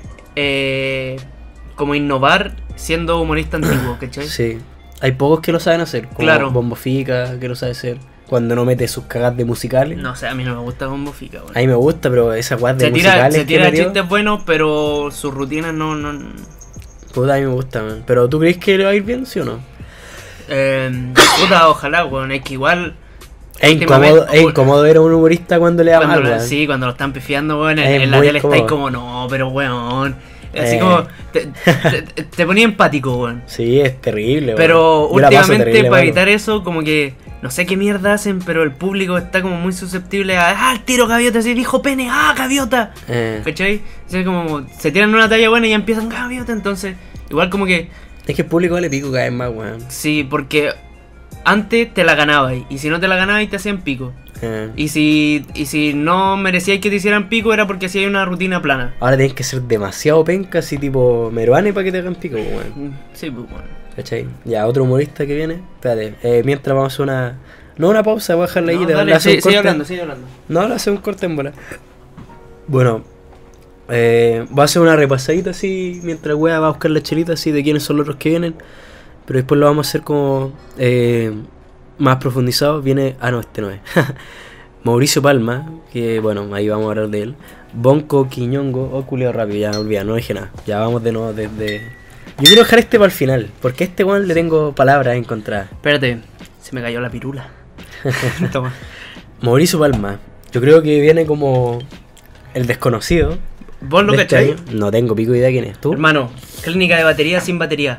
Eh, como innovar siendo humorista antiguo, ¿cachai? Sí, hay pocos que lo saben hacer, como Claro. Bombo Fica, que lo sabe hacer, cuando no mete sus cagas de musicales. No sé, a mí no me gusta Bombo Fica, weón. A mí me gusta, pero esa guas de Se tira, musicales se que tira metió, chistes buenos, pero sus rutinas no. no puta, a mí me gusta, man. Pero ¿tú crees que le va a ir bien, sí o no? eh, puta, ojalá, weón. Es que igual. Es últimamente- incómodo, es incómodo ver a un humorista cuando le da Cuando mal, lo- weón. sí, cuando lo están pifiando, weón, en, Es en la muy tele está ahí incómodo. como, no, pero weón. Así Eh. como. Te, te, te ponía empático, weón. Sí, es terrible, weón. Pero Yo la paso últimamente, terrible, para malo. evitar eso, como que. No sé qué mierda hacen, pero el público está como muy susceptible a. ¡Ah, el tiro gaviota! Se dijo pene, ¡ah, gaviota! Eh, ¿Cachai? O sea, como. Se tiran una talla buena y ya empiezan gaviota, entonces. Igual como que. es que el público le pico cada vez más, weón. Sí, porque. Antes te la ganabas, y si no te la ganabas, te hacían pico. Eh, Y si, y si no merecíais que te hicieran pico era porque hacíais una rutina plana. ahora tienes que ser demasiado penca, así tipo Meruane para que te hagan pico, weón. Sí, pues bueno. ¿Cachai? Ya, otro humorista que viene. Espérate, eh, mientras vamos a hacer una. No una pausa, voy a dejarla ahí. No, le- dale, le hace sí- un sigue corte. hablando, sigue hablando. No, le hace un corte en bola. Bueno, eh, voy a hacer una repasadita así. Mientras wea va a buscar la chelita así de quiénes son los otros que vienen. Pero después lo vamos a hacer como. Eh, más profundizado. Viene. Ah, no, este no es. Mauricio Palma, que bueno, ahí vamos a hablar de él. Bonco Quiñongo, oh culiao rápido, ya olvida, no dije nada. Ya vamos de nuevo desde. Yo quiero dejar este para el final, porque a este weón le tengo palabras encontradas. Espérate, se me cayó la pirula. Toma. Mauricio Palma, yo creo que viene como el desconocido. ¿Vos lo de este cachai? año. No tengo pico idea quién es. ¿Tú? Hermano, clínica de batería sin batería.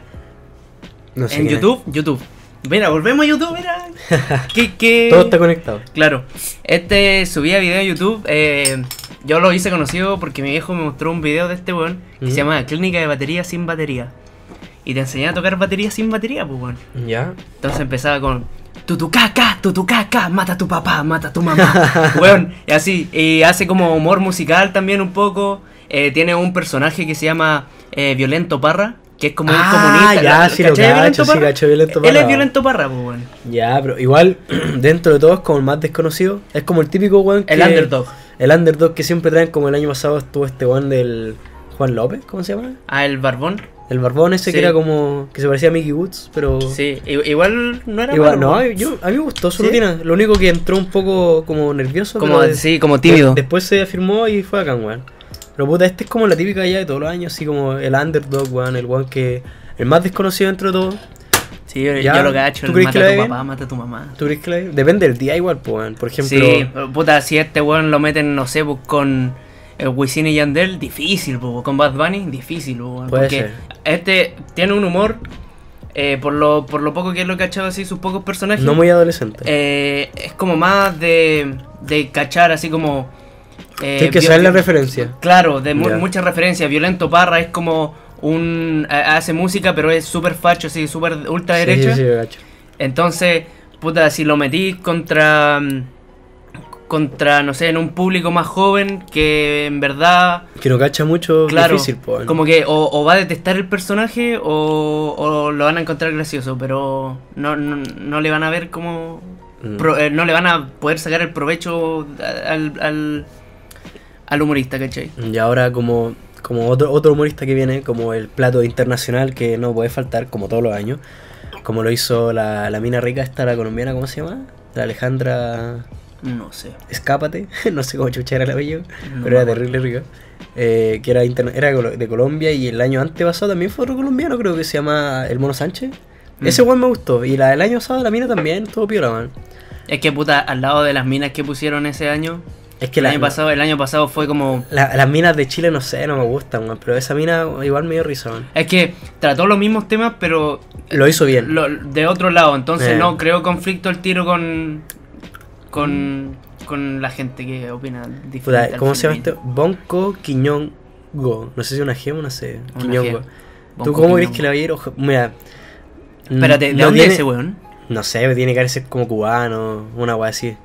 No sé En quién es. YouTube, YouTube. Mira, volvemos a YouTube, mira. ¿Qué, qué? Todo está conectado. Claro. Este subía video a YouTube. Eh, yo lo hice conocido porque mi viejo me mostró un video de este weón que Mm. se llama Clínica de batería sin batería. Y te enseñaba a tocar batería sin batería, pues weón. Ya. Entonces empezaba con tutucaca, tutucaca, mata a tu papá, mata a tu mamá. Weón, y así. Y hace como humor musical también un poco. Eh, tiene un personaje que se llama eh, Violento Parra, que es como un Ah, comunista. ya, ¿La- sí lo ¿cachai a cacho, Violento sí Parra? cacho a Violento Él Parra. es Violento Parra, pues weón. Ya, pero igual, dentro de todo es como el más desconocido. Es como el típico weón que. El underdog. El underdog que siempre traen, como el año pasado estuvo este weón del Juan López, ¿cómo se llama? Ah, el barbón. El barbón ese Sí. que era como. Que se parecía a Mickey Woods, pero. Sí, i- igual no era Igual, malo, no, weón. yo, a mí me gustó su ¿Sí? rutina. Lo único que entró un poco como nervioso. Como, pero de- sí, como tímido. de- después se afirmó y fue acá, weón. Pero puta, este es como la típica ya de todos los años, así como el underdog, weón, el weón que. El más desconocido dentro de todo. Sí, yo, Ya, yo lo cacho. ¿tú el crees que mata a le tu va papá, bien? mata a tu mamá. ¿Tú crees que la- depende del día igual, pues, weón. Por ejemplo. Sí, pero, puta, si este weón lo meten, no sé, pues con eh, Wisin y Yandel, difícil, pues, con Bad Bunny, difícil, pues, weón, Puede porque ser. este tiene un humor, eh, por lo por lo poco que lo he cachado así, sus pocos personajes, No muy adolescente. eh, es como más de, de cachar, así como... Eh, Tienes que vi- saber la vi- referencia. Claro, de mu- Ya. muchas referencias. Violento Parra es como un... ha- hace música, pero es súper facho, así, súper ultraderecha. Sí, sí, sí, gacho. Entonces, puta, si lo metís contra... mm, contra, no sé, en un público más joven que en verdad... Que no cacha mucho, Claro, difícil, pues. weón. como que o, o va a detestar el personaje o, o lo van a encontrar gracioso, pero no, no, no le van a ver como... Mm. pro- eh, no le van a poder sacar el provecho al, al, al humorista, ¿cachai? Y ahora como, como otro, otro humorista que viene, como el plato internacional que no puede faltar, como todos los años, como lo hizo la, la mina rica esta, la colombiana, ¿cómo se llama? La Alejandra No sé. Escápate, no sé cómo chucha era el apellido, No pero era me acuerdo. terrible rica. Eh, que era, interna- era colo- de Colombia y el año antepasado también fue otro colombiano, creo que se llama El Mono Sánchez. Mm. Ese weón me gustó. Y la del año pasado, la mina también, estuvo piola, man. Es que puta, al lado de las minas que pusieron ese año, Es que el la- año pasado, el año pasado fue como... la- las minas de Chile, no sé, no me gustan, man. Pero esa mina igual me dio risa, man. Es que trató los mismos temas, pero Lo hizo bien. lo- de otro lado. Entonces Eh. no creó conflicto el tiro con... Con... Con la gente que opina diferente. Puta, al ¿cómo se llama fin este? Bonco Quiñongo. No sé si una G o una C. Una Quiñongo. G. ¿Tú Bonco cómo crees Quiñongo. que le va a ir? Ojo, mira. mm, Espérate, ¿de no dónde tiene- es ese weón? No sé, tiene que ser como cubano, una wea así.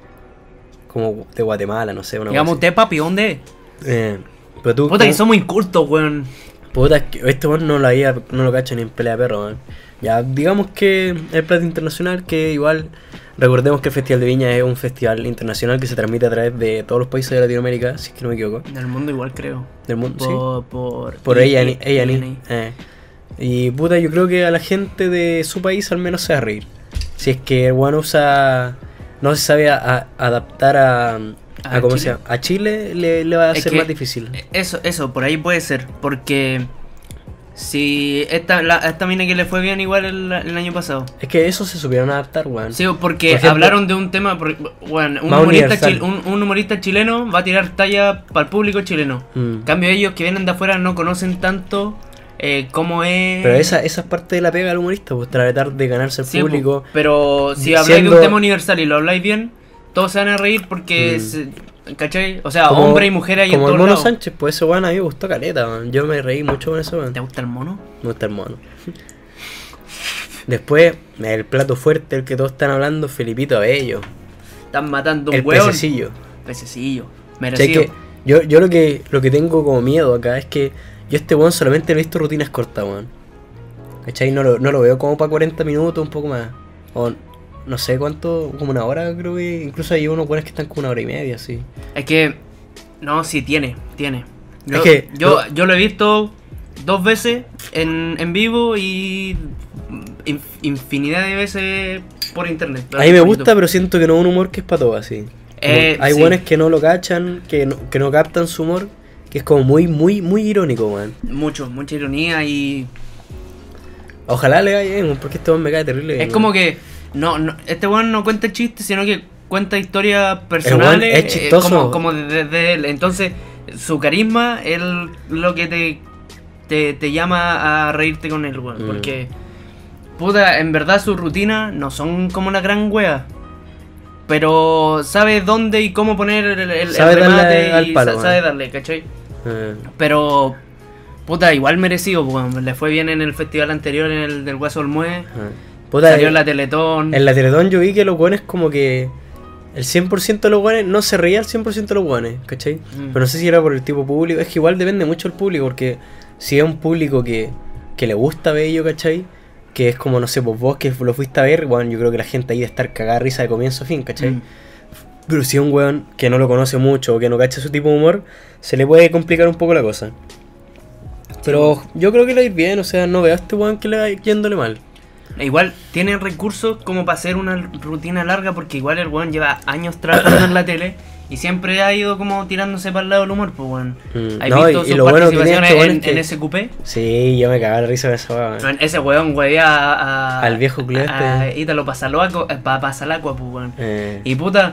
Como de Guatemala, no sé, una wea Digamos, así. usted, papi, ¿dónde es? Eh, pero tú. Puta, que ¿cómo- somos incultos, weón. Puta, es que este weón no lo había, no lo cacho ni en pelea de perro, man. Ya, digamos que el plato internacional, que igual recordemos que el Festival de Viña es un festival internacional que se transmite a través de todos los países de Latinoamérica, si es que no me equivoco. Del mundo igual creo. Del mundo, sí. Por... Por, Por I- ella, I- ella, I- ni. Eh. Y puta, yo creo que a la gente de su país al menos se va a reír. Si es que el weón usa. No se sabe a- a- adaptar a. a, ¿A ¿cómo Chile? se llama? A Chile le, le va a Es ser que- más difícil. Eso, eso, por ahí puede ser, porque Si esta, la, esta mina que le fue bien igual el, el año pasado. Es que eso se supieron adaptar, weón. Sí, porque Por ejemplo, hablaron de un tema, por- bueno, un más humorista, universal. chil- un, un humorista chileno va a tirar talla para el público chileno. Mm. En cambio ellos que vienen de afuera no conocen tanto eh, cómo es... Pero esa, esa es parte de la pega del humorista, pues tratar de ganarse el Sí, público. po, pero si habláis de siendo- un tema universal y lo habláis bien, todos se van a reír porque... Mm. se- ¿Cachai? O sea, Como- hombre y mujer hay en Como el todos Mono lados. Sánchez, pues ese weón a mí me gustó caleta, man. Yo me reí mucho con ese weón. ¿Te gusta el mono? Me gusta el mono. Después, el plato fuerte, el que todos están hablando, Felipito Abello. Están matando un El hueón. pececillo. Pececillo. O sea, Merecido. que yo, yo lo que lo que tengo como miedo acá es que yo este weón solamente lo he visto rutinas cortas, weón. ¿Cachai? No lo, no lo veo como para cuarenta minutos, un poco más. O no sé cuánto, como una hora creo que. Incluso hay unos weones que están como una hora y media, sí. Es que... No, sí, tiene, tiene. Yo, Es que yo, lo- yo lo he visto dos veces en, en vivo y inf- infinidad de veces por internet. A mí me Por gusta, YouTube. pero siento que no es un humor que es para todo así. Como Eh, hay sí. weones que no lo cachan, que no, que no captan su humor, que es como muy, muy, muy irónico, weón. Mucho, mucha ironía y... Ojalá le vaya bien, weón, porque este weón me cae terrible bien. Es como que... No, no, este weón no cuenta chistes, sino que cuenta historias weón personales. es eh, chistoso. como como de, de él. Entonces, su carisma es lo que te, te, te llama a reírte con él, weón. Mm. Porque... Puta, en verdad sus rutinas no son como una gran wea. Pero sabe dónde y cómo poner el, el, el Sabe darle remate al y palo, sa- man. sabe darle, ¿cachai? Eh, Pero, puta, igual merecido, weón. Le fue bien en el festival anterior, en el del Guaso Olmué. eh. Puta, Salió en en la Teletón. En la Teletón yo vi que los weones como que el cien por ciento de los weones no se reía el cien por ciento de los weones, ¿cachai? Mm. Pero no sé si era por el tipo público, es que igual depende mucho del público, porque si es un público que, que le gusta Bello, ¿cachai? Que es como, no sé, pues vos que lo fuiste a ver, bueno, yo creo que la gente ahí de estar cagada de risa de comienzo a fin, ¿cachai? Mm. Pero si es un weón que no lo conoce mucho o que no cacha su tipo de humor, se le puede complicar un poco la cosa. Pero yo creo que le va a ir bien, o sea, no veo a este weón que le va yéndole mal. Igual tiene recursos como para hacer una rutina larga, porque igual el weón lleva años trabajando en la tele y siempre ha ido como tirándose para el lado del humor, pues weón. Mm, ¿Has no, visto y- y sus lo bueno que tiene participaciones este weón en, es que- en S Q P? Sí, yo me cagaba la risa de esa weón. Weón, ese weón huevea a, a- Al viejo culiao este. a Ítalo Pasalaco, pa, Pasalacua, pues weón. Eh, Y puta,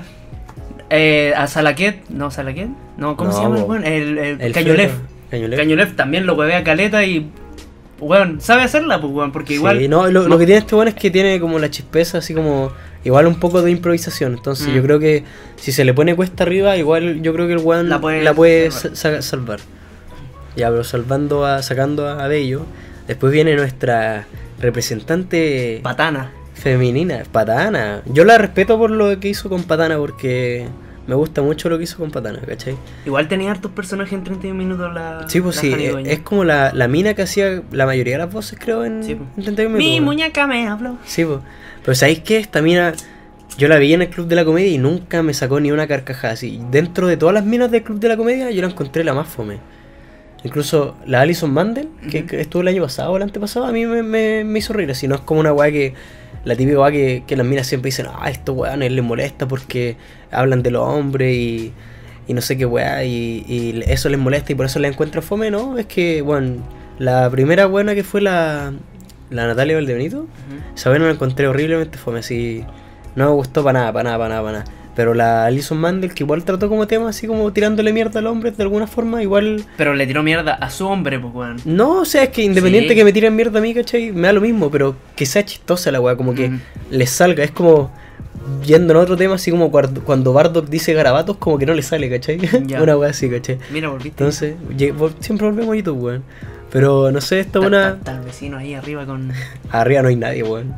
eh, a Salaquet, no, Salaquet, no, ¿cómo se No, llama el po. weón? El, el, el Cañulef. Fleto, Cañulef. Cañulef también lo huevea caleta y, weón, sabe hacerla, pues weón, porque igual... Sí, no, lo, no- lo que tiene este weón es que tiene como la chispeza, así como. Igual un poco de improvisación. Entonces Mm. yo creo que si se le pone cuesta arriba, igual yo creo que el weón La puede la puede salvar. sa- sa- salvar. Ya, pero salvando a, sacando a Bello. Después viene nuestra representante Patana. femenina, Patana. Yo la respeto por lo que hizo con Patana, porque me gusta mucho lo que hizo con Patana, ¿cachai? Igual tenía hartos personas en treinta y un minutos la. Sí, pues la sí, Jani es, Dueñas. es como la, la mina que hacía la mayoría de las voces, creo, en, Sí, pues. en treinta y un Mi minutos. muñeca me habló. Sí, pues. Pero ¿sabéis qué? Esta mina, yo la vi en el Club de la Comedia y nunca me sacó ni una carcajada. Así, dentro de todas las minas del Club de la Comedia, yo la encontré la más fome. Incluso la Alison Mandel, que, Ujú. que estuvo el año pasado o el antepasado, a mí me, me, me hizo reír. Así, no es como una weá que, la típica weá que, que las minas siempre dicen, ah, estos weones les molesta porque hablan de los hombres y, y no sé qué weá, y, y eso les molesta y por eso la encuentran fome, ¿no? Es que, bueno, la primera buena que fue la, la Natalia Valdebenito, Ujú. esa vez no la encontré horriblemente fome, así. No me gustó para nada, para nada, para nada, para nada. Pero la Alison Mandel, que igual trató como tema así como tirándole mierda al hombre de alguna forma, igual. Pero le tiró mierda a su hombre, pues weón. No, o sea, es que independiente Sí. que me tiren mierda a mí, ¿cachai? Me da lo mismo, pero que sea chistosa la weá, como que Ujú. les salga. Es como yendo en otro tema, así como cuando, cuando Bardock dice garabatos, como que no le sale, ¿cachai? Ya. Una weá así, ¿cachai? Mira, volviste. Entonces, lle- vol- siempre volvemos a YouTube, weón. Pero no sé, esta Está una. está el vecino ahí arriba con. Arriba no hay nadie, weón.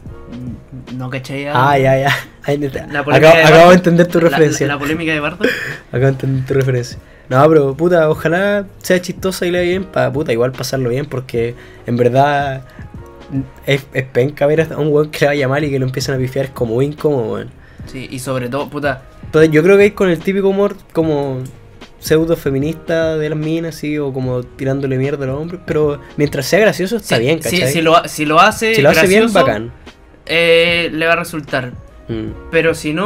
No caché ya. Ah, ya, ya. Ay, neta. La Acabo, polémica de acabo Bardo. de entender tu La- referencia. La, la polémica de Bardo. Acabo de entender tu referencia. No, pero puta, ojalá sea chistosa y le vaya bien para puta, igual pasarlo bien, porque en verdad es, es penca ver a un weón que le vaya mal y que lo empiezan a pifiar, es como muy incómodo, weón. Sí, y sobre todo, puta. Entonces yo creo que es con el típico humor como pseudo feminista de las minas, sí, o como tirándole mierda a los hombres, pero mientras sea gracioso está sí, bien, sí, ¿cachai? si, lo, si lo hace. Si lo hace bien, gracioso, bacán. eh, le va a resultar. Mm. Pero si no,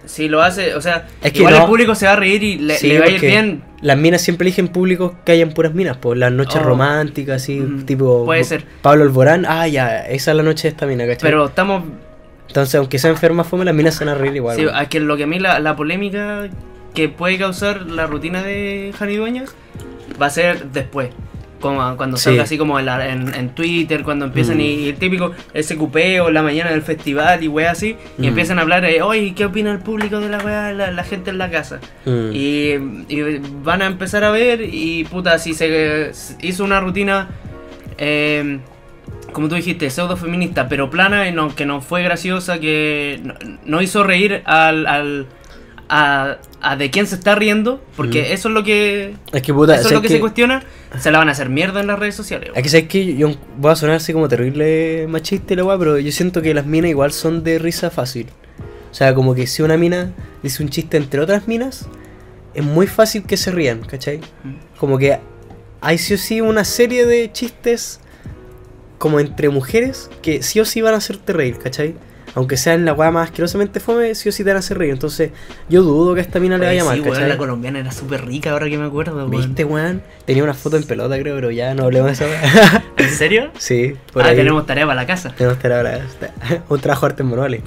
si lo hace, o sea, Es que igual no. el público se va a reír y le, Sí, le va a ir porque bien. Las minas siempre eligen públicos que hayan puras minas, pues las noches Oh. románticas, así, Mm, tipo puede ser. Pablo Alborán, ah, ya, esa es la noche de esta mina, ¿cachai? Pero estamos, Entonces, aunque sea enferma fome, las minas se van a reír igual. sí, weón. es que lo que a mí la, la polémica que puede causar la rutina de Jani Dueñas va a ser después. Como cuando Sí. salga así como en, la- en, en Twitter, cuando empiezan Mm. y, y el típico ese cupeo en la mañana del festival y weá así, y Mm. empiezan a hablar, eh, oye, ¿qué opina el público de la weá, la, la gente en la casa? Mm. Y, y van a empezar a ver y puta, si se hizo una rutina, eh, como tú dijiste, pseudo feminista, pero plana, y no, que no fue graciosa, que no, no hizo reír al... al a, a de quién se está riendo, porque Mm. eso es lo que Es que puta, eso es ¿sabes lo que, qué? se cuestiona, se la van a hacer mierda en las redes sociales. Es que sabes que yo voy a sonar así como terrible machista y la weá, pero yo siento que las minas igual son de risa fácil. O sea, como que si una mina dice un chiste entre otras minas, es muy fácil que se rían, ¿cachai? Mm. Como que hay sí o sí una serie de chistes como entre mujeres que sí o sí van a hacerte reír, ¿cachai? Aunque sean la weá más asquerosamente fome, sí o sí te van a hacer reír. Entonces, yo dudo que a esta mina le Oye, vaya mal, sí, weón, ¿cachai? la colombiana era súper rica ahora que me acuerdo, weón. ¿Viste, weón? Tenía una foto en pelota, creo, pero ya no hablemos de esa weá. ¿En serio? Sí, por Ah, ahí. tenemos tarea para la casa. Tenemos que ahora un trabajo de artes manuales.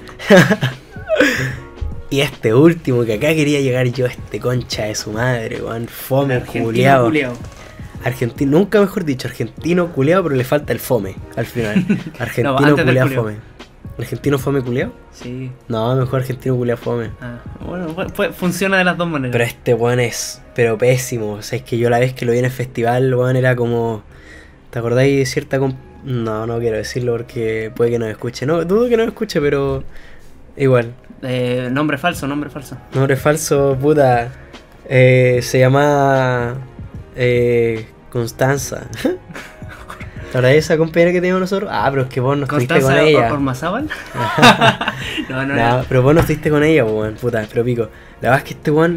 Y este último, que acá quería llegar yo, este concha de su madre, weón. Fome, Argentino culiao. culiao. Argentino, nunca mejor dicho, argentino culiao, pero le falta el fome al final. Argentino antes del culiao culiao. fome. ¿Argentino fome culiao? Sí. No, mejor argentino culiao fome. Ah, bueno, fu- fu- funciona de las dos maneras. Pero este weón es, pero pésimo. O sea, es que yo la vez que lo vi en el festival, weón, era como. ¿Te acordáis de cierta comp- No, no quiero decirlo porque puede que nos escuche. No, dudo que nos escuche, pero. Igual. Eh, nombre falso, nombre falso. Nombre falso, puta. Eh, se llama. Eh, Constanza. ¿Ahora esa compañera que teníamos nosotros? Ah, pero es que vos no estuviste con Constanza ella. Or- Ormazábal. no, no, No, no. pero vos no estuviste con ella, pues, weón, puta, pero pico. La verdad es que este weón,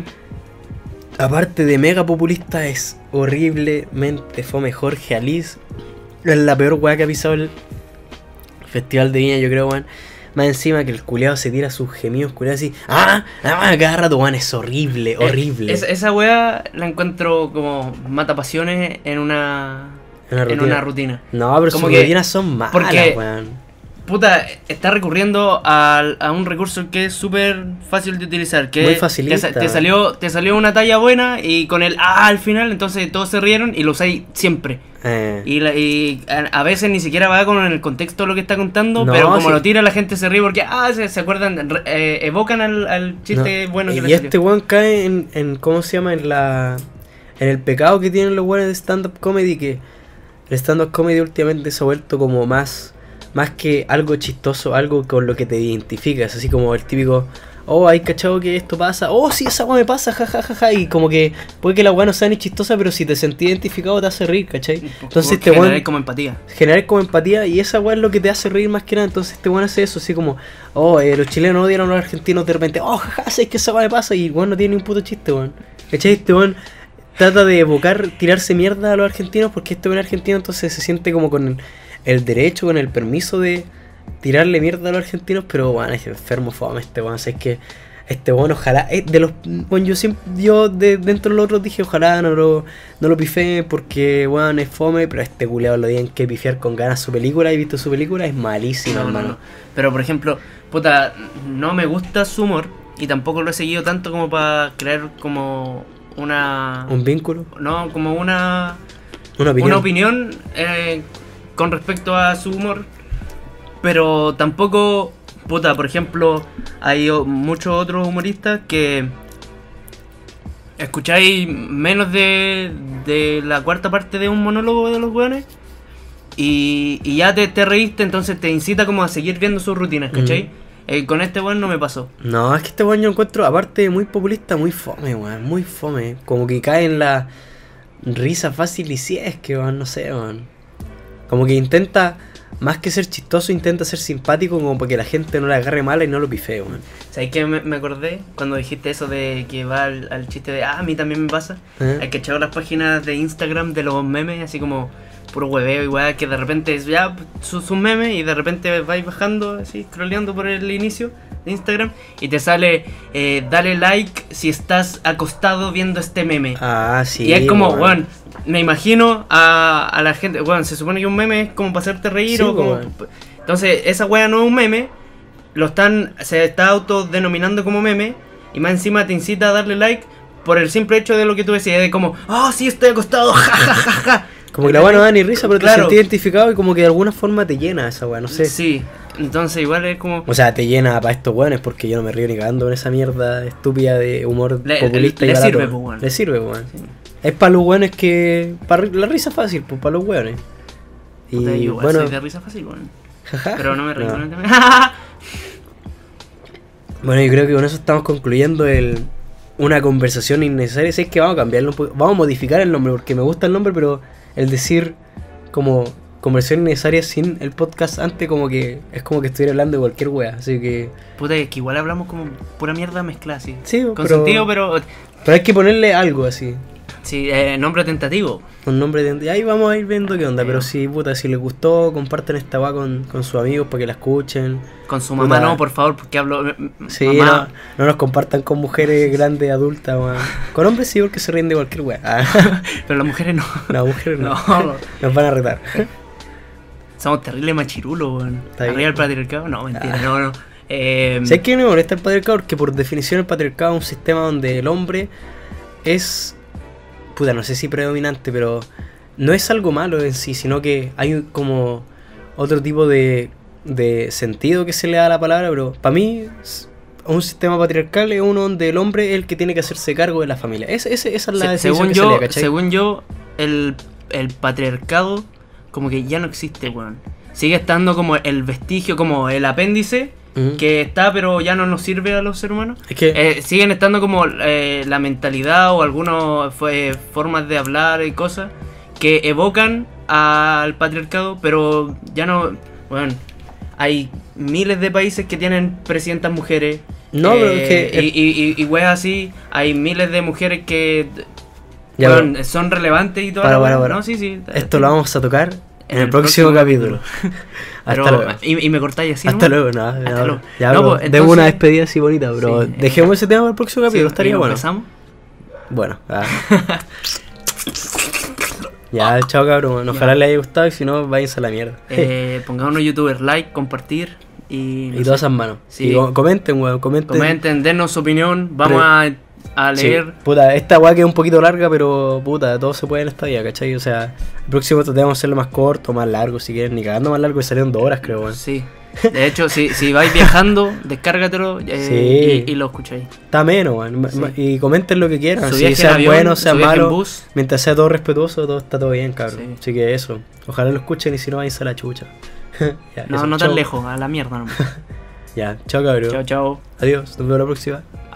aparte de mega populista, es horriblemente fome. Jorge Alice es la peor weá que ha pisado el Festival de Viña, yo creo, weón. Más encima que el culeado se tira sus gemidos culeados así. ¡Ah! ¡Ah! Cada rato, weón, es horrible, Eh, horrible. es- esa wea la encuentro como mata pasiones en una, Una en rutina. una rutina. No, pero como sus que- rutinas son malas, porque- weón. Puta, está recurriendo al- a, un recurso que es súper fácil de utilizar. Que Muy te, facilista. sa- te salió te salió una talla buena y con el ah al final, entonces todos se rieron y lo usáis siempre. Eh. Y, la- y a, a veces ni siquiera va con el contexto de lo que está contando, No, pero como sí. lo tira la gente se ríe porque ah se, se acuerdan, re- eh, evocan al, al chiste No, bueno que y le salió. este weón cae en, en, ¿cómo se llama? En la en el pecado que tienen los weones de stand-up comedy, que el stand-up comedy últimamente se ha vuelto como más, más que algo chistoso, algo con lo que te identificas, así como el típico, oh, hay cachado que esto pasa, oh, sí, esa weá me pasa, jajajaja, ja, ja, ja", y como que puede que la weá no sea ni chistosa, pero si te sentís identificado te hace reír, ¿cachai? Entonces este Generar weón como empatía. generar como empatía, y esa weá es lo que te hace reír más que nada. Entonces este weón hace eso, así como, oh, eh, los chilenos odian a los argentinos, de repente, oh, jaja, sabes que esa weá me pasa, y weón no tiene ni un puto chiste, weón. ¿Cachai? Este weón trata de evocar, tirarse mierda a los argentinos porque este weón es argentino, entonces se siente como con el, el derecho, con el permiso de tirarle mierda a los argentinos, pero weón, es enfermo fome este weón, o sea, es que este weón ojalá, eh, de los, bueno, yo siempre, yo de, dentro de los otros dije ojalá no lo, no lo pifé porque weón es fome, pero este culeado lo tienen que pifiar con ganas su película, he visto su película, es malísima, No, no, hermano. no. Pero por ejemplo, puta, no me gusta su humor y tampoco lo he seguido tanto como para crear como una... Un vínculo, No, como una... una opinión. Una opinión eh, con respecto a su humor. Pero tampoco, puta, por ejemplo, hay o- muchos otros humoristas que escucháis menos de, de la cuarta parte de un monólogo de los weones y, y ya te, te reíste, entonces te incita como a seguir viendo sus rutinas, ¿cachai? Mm. Eh, con este weón no me pasó. No, es que este weón yo encuentro, aparte de muy populista, muy fome, weón, muy fome. Como que cae en la risa fácil y si es que, weón, no sé, weón. Como que intenta más que ser chistoso, intenta ser simpático como para que la gente no la agarre mala y no lo pifee, weón. ¿Sabes qué me, me acordé? Cuando dijiste eso de que va al, al chiste de, ah, a mí también me pasa. ¿Eh? Hay que echar las páginas de Instagram de los memes, así como puro hueveo igual, que de repente es ya sus su memes y de repente vais bajando, así, scrolleando por el inicio de Instagram y te sale, eh, dale like si estás acostado viendo este meme. Ah, sí. y es como, weón. weón, me imagino a, a la gente, weón, se supone que un meme es como para hacerte reír Sí, o como... weón. Entonces, esa weá no es un meme, lo están, se está autodenominando como meme y más encima te incita a darle like por el simple hecho de lo que tú decías, de como, oh, sí, estoy acostado, ja, ja, ja, ja. Como que la weá no da ni risa, pero Claro. te sentís identificado y como que de alguna forma te llena esa weá, no sé. Sí, entonces igual es como... O sea, te llena para estos weones porque yo no me río ni cagando en esa mierda estúpida de humor Le- populista le y barato. sirve, pues, weón. Le sirve, weón. Es para los weones que... Para la risa fácil, pues para los weones. Y Puta, yo igual bueno... soy de risa fácil, weón. jaja, Pero no me río con el tema. Bueno, yo creo que con eso estamos concluyendo el una conversación innecesaria. Si es que vamos a cambiarlo un poco, vamos a modificar el nombre porque me gusta el nombre, pero el decir como conversación innecesaria sin el podcast antes como que es como que estuviera hablando de cualquier wea, así que Puta, es que igual hablamos como pura mierda mezclada, así. sí, Con pero, sentido, pero... pero hay que ponerle algo así, Sí, eh, nombre tentativo. un nombre de... y ahí vamos a ir viendo qué onda, Sí. pero si puta, si les gustó, compartan esta wea con, con sus amigos para que la escuchen. Con su mamá Puta. no, por favor, porque hablo... Sí, mamá, no, no nos compartan con mujeres grandes, adultas, weón. Con hombres sí, porque se ríen de cualquier wea. Ah, pero las mujeres no. no, mujeres no. No, Nos van a retar. somos terribles machirulos, weón. Está Arriba bien. el patriarcado, no, mentira, no, no. Eh, ¿Sabes qué me molesta el patriarcado? Porque por definición el patriarcado es un sistema donde el hombre es... Puta, no sé si predominante, pero no es algo malo en sí, sino que hay un- como otro tipo de, de sentido que se le da a la palabra, pero para mí s- un sistema patriarcal es uno donde el hombre es el que tiene que hacerse cargo de la familia. Es, es- esa es la se- definición según que yo, se le da, ¿cachai? según yo, el, el patriarcado como que ya no existe, weón. Sigue estando como el vestigio, como el apéndice Ujú. que está, pero ya no nos sirve a los seres humanos. Es que... Eh, siguen estando como eh, la mentalidad o algunas fue, formas de hablar y cosas que evocan al patriarcado, pero ya no, bueno, hay miles de países que tienen presidentas mujeres. No, pero es que- Y, y, y, y weas así, hay miles de mujeres que Ya, weón, pero- son relevantes y todo. Para, para, para. No, sí, sí. Esto lo vamos a tocar en el próximo capítulo. Pero, Hasta luego. y, y me cortáis así. Hasta ¿no? luego, no, Hasta no, luego. ya, No, bro, pues, de entonces- una despedida así bonita, bro. Sí, Dejemos ese tema para el próximo Sí, capítulo, y estaría lo bueno. empezamos. Bueno, ah. Ya, chao cabrón, ojalá les haya gustado y si no, váyanse a la mierda. Eh, pongámonos youtubers, like, compartir y, no y sé, todas esas manos. Sí. Y co- comenten, weón, comenten. comenten, dennos su opinión, vamos Pre- a, a Sí, leer. puta, esta weá que es un poquito larga, pero puta, todo se puede en esta vida, ¿cachai? O sea, el próximo tratemos de hacerlo más corto, más largo, si quieren, ni cagando más largo, y salieron dos horas, creo, weón. Sí. De hecho, si, si vais viajando, descárgatelo eh, Sí. y, y lo escucháis. Está menos, weón. Ma- Sí. ma- Y comenten lo que quieran, Su si viaje en sean avión, buenos, sean su viaje en malos. bus. Mientras sea todo respetuoso, todo está todo bien, cabrón. Sí. Así que eso. Ojalá lo escuchen y si no, váyanse a la chucha. Ya, No, eso, no chao. tan lejos, a la mierda nomás. Ya, chao, cabrón. Chao, chao. Adiós, nos vemos la próxima.